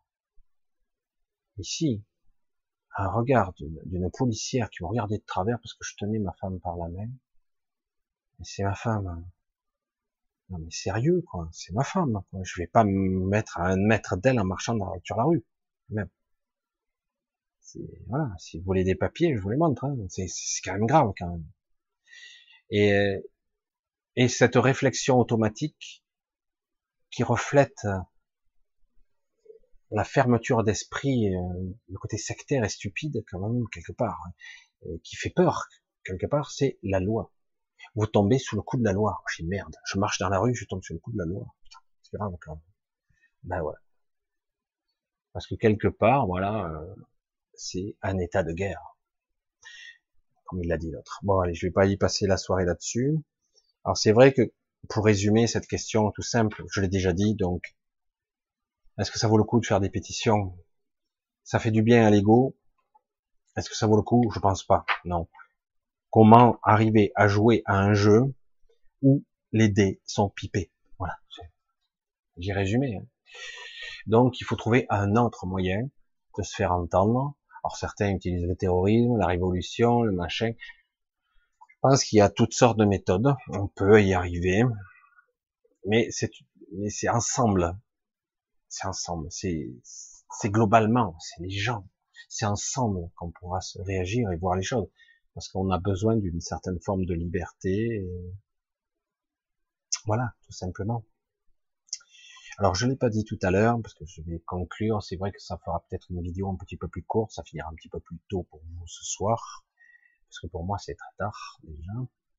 S1: ici, un regard d'une policière qui me regardait de travers parce que je tenais ma femme par la main. Et c'est ma femme, hein. Non mais sérieux, quoi. C'est ma femme, quoi. Je vais pas me mettre à 1 mètre d'elle en marchant sur la rue. Même. Voilà. Si vous voulez des papiers, je vous les montre, hein. C'est quand même grave, quand même. Et, et cette réflexion automatique qui reflète la fermeture d'esprit, le côté sectaire et stupide quand même quelque part, hein, qui fait peur quelque part, c'est la loi. Vous tombez sous le coup de la loi. Je dis merde, je marche dans la rue, je tombe sous le coup de la loi. Putain, c'est grave quand même. Ben ouais, parce que quelque part, voilà, c'est un état de guerre, comme il l'a dit l'autre. Bon allez, je vais pas y passer la soirée là-dessus. Alors c'est vrai que pour résumer cette question tout simple, je l'ai déjà dit, donc est-ce que ça vaut le coup de faire des pétitions? Ça fait du bien à l'ego. Est-ce que ça vaut le coup? Je pense pas. Non. Comment arriver à jouer à un jeu où les dés sont pipés? Voilà. J'ai résumé. Hein. Donc, il faut trouver un autre moyen de se faire entendre. Alors, certains utilisent le terrorisme, la révolution, le machin. Je pense qu'il y a toutes sortes de méthodes. On peut y arriver. Mais c'est ensemble. C'est ensemble. C'est globalement. C'est les gens. C'est ensemble qu'on pourra se réagir et voir les choses. Parce qu'on a besoin d'une certaine forme de liberté. Et voilà, tout simplement. Alors, je l'ai pas dit tout à l'heure, parce que je vais conclure. C'est vrai que ça fera peut-être une vidéo un petit peu plus courte. Ça finira un petit peu plus tôt pour vous ce soir. Parce que pour moi, c'est très tard, déjà.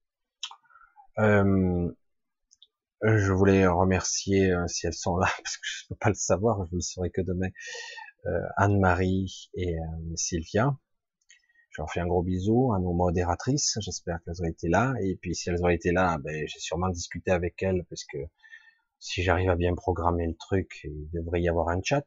S1: Je voulais remercier, si elles sont là, parce que je ne peux pas le savoir, je le saurai que demain, Anne-Marie et Sylvia. Je leur fais un gros bisou à nos modératrices. J'espère qu'elles ont été là. Et puis, si elles ont été là, ben, j'ai sûrement discuté avec elles, parce que si j'arrive à bien programmer le truc, il devrait y avoir un chat.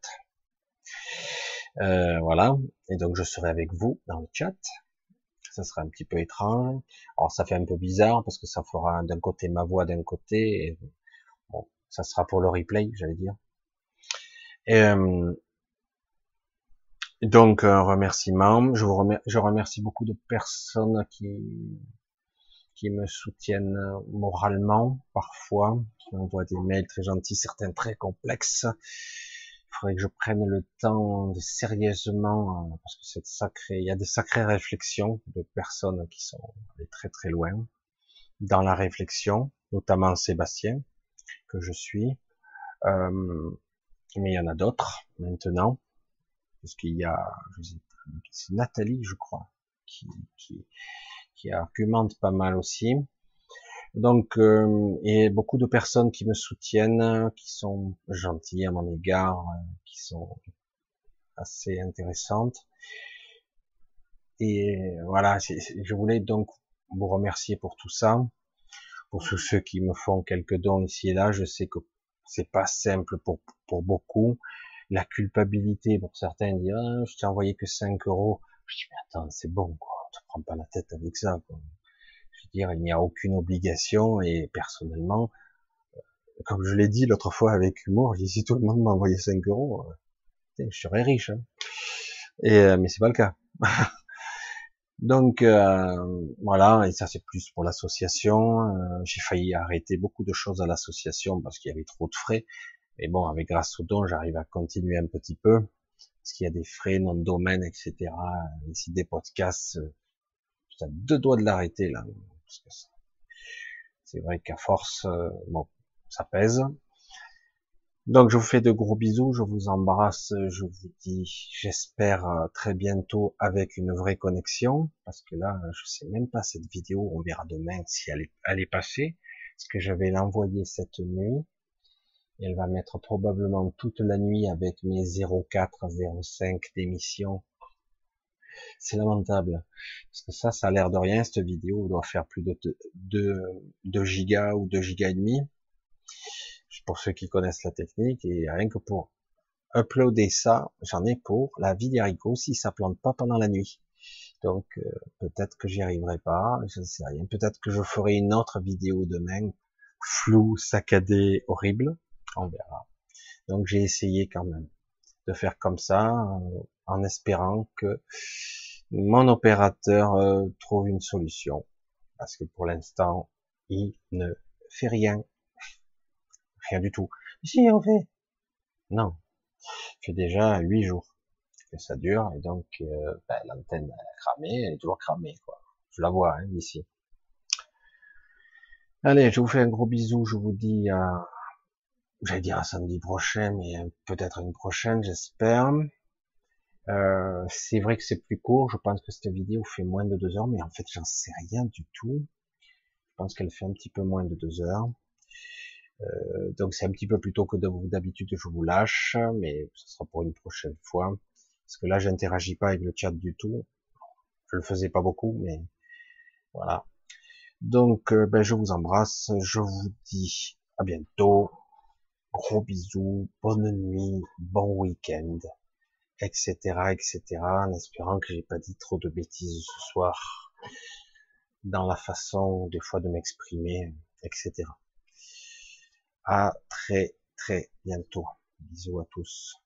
S1: Voilà. Et donc, je serai avec vous dans le chat. Ça sera un petit peu étrange. Alors, ça fait un peu bizarre, parce que ça fera d'un côté ma voix d'un côté, et bon, ça sera pour le replay, j'allais dire. Et, donc, un remerciement. Je remercie beaucoup de personnes qui me soutiennent moralement, parfois, qui m'envoient des mails très gentils, certains très complexes. Il faudrait que je prenne le temps de sérieusement, parce que c'est sacré, il y a des sacrées réflexions de personnes qui sont allées très très loin dans la réflexion, notamment Sébastien, que je suis, mais il y en a d'autres maintenant, parce qu'il y a, c'est Nathalie, je crois, qui, qui, qui argumente pas mal aussi. Donc, et beaucoup de personnes qui me soutiennent, qui sont gentilles à mon égard, qui sont assez intéressantes. Et voilà, je voulais donc vous remercier pour tout ça, pour tous ceux qui me font quelques dons ici et là. Je sais que c'est pas simple pour beaucoup. La culpabilité pour certains, dire ah, je t'ai envoyé que 5 euros. Je dis mais attends, c'est bon quoi, on te prend pas la tête avec ça. Quoi. Je veux dire, il n'y a aucune obligation et personnellement, comme je l'ai dit l'autre fois avec humour, j'ai dit si tout le monde m'a envoyé 5 euros, je serais riche. Hein. Et mais c'est pas le cas. Donc voilà, et ça c'est plus pour l'association. J'ai failli arrêter beaucoup de choses à l'association parce qu'il y avait trop de frais. Mais bon, avec grâce au don, j'arrive à continuer un petit peu parce qu'il y a des frais, nom de domaine, etc. Ici des podcasts, j'ai deux doigts de l'arrêter là. Parce que c'est vrai qu'à force, bon, ça pèse. Donc je vous fais de gros bisous, je vous embrasse, je vous dis j'espère très bientôt avec une vraie connexion, parce que là je sais même pas cette vidéo, on verra demain si elle est passée, parce que je vais l'envoyer cette nuit, et elle va mettre probablement toute la nuit avec mes 0,4, 0,5 d'émissions. C'est lamentable, parce que ça a l'air de rien, cette vidéo doit faire plus de 2 gigas ou 2 gigas et demi, pour ceux qui connaissent la technique, et rien que pour uploader ça, j'en ai pour la vie des haricots si ça plante pas pendant la nuit. Donc peut-être que j'y arriverai pas, je ne sais rien. Peut-être que je ferai une autre vidéo demain, floue, saccadée, horrible. On verra. Donc j'ai essayé quand même de faire comme ça, en espérant que mon opérateur trouve une solution. Parce que pour l'instant, il ne fait rien. Rien du tout. Si on fait. Non. Fait déjà 8 jours que ça dure, et donc l'antenne a cramé, elle est toujours cramée, quoi. Je la vois hein, d'ici. Allez, je vous fais un gros bisou, je vous dis à j'allais dire à samedi prochain, mais peut-être une prochaine, j'espère. C'est vrai que c'est plus court, je pense que cette vidéo fait moins de 2 heures, mais en fait j'en sais rien du tout. Je pense qu'elle fait un petit peu moins de 2 heures. Donc c'est un petit peu plus tôt que d'habitude je vous lâche, mais ce sera pour une prochaine fois. Parce que là j'interagis pas avec le chat du tout. Je le faisais pas beaucoup, mais voilà. Donc ben, je vous embrasse, je vous dis à bientôt, gros bisous, bonne nuit, bon week-end, etc., etc. En espérant que j'ai pas dit trop de bêtises ce soir dans la façon des fois de m'exprimer, etc. À très très bientôt. Bisous à tous.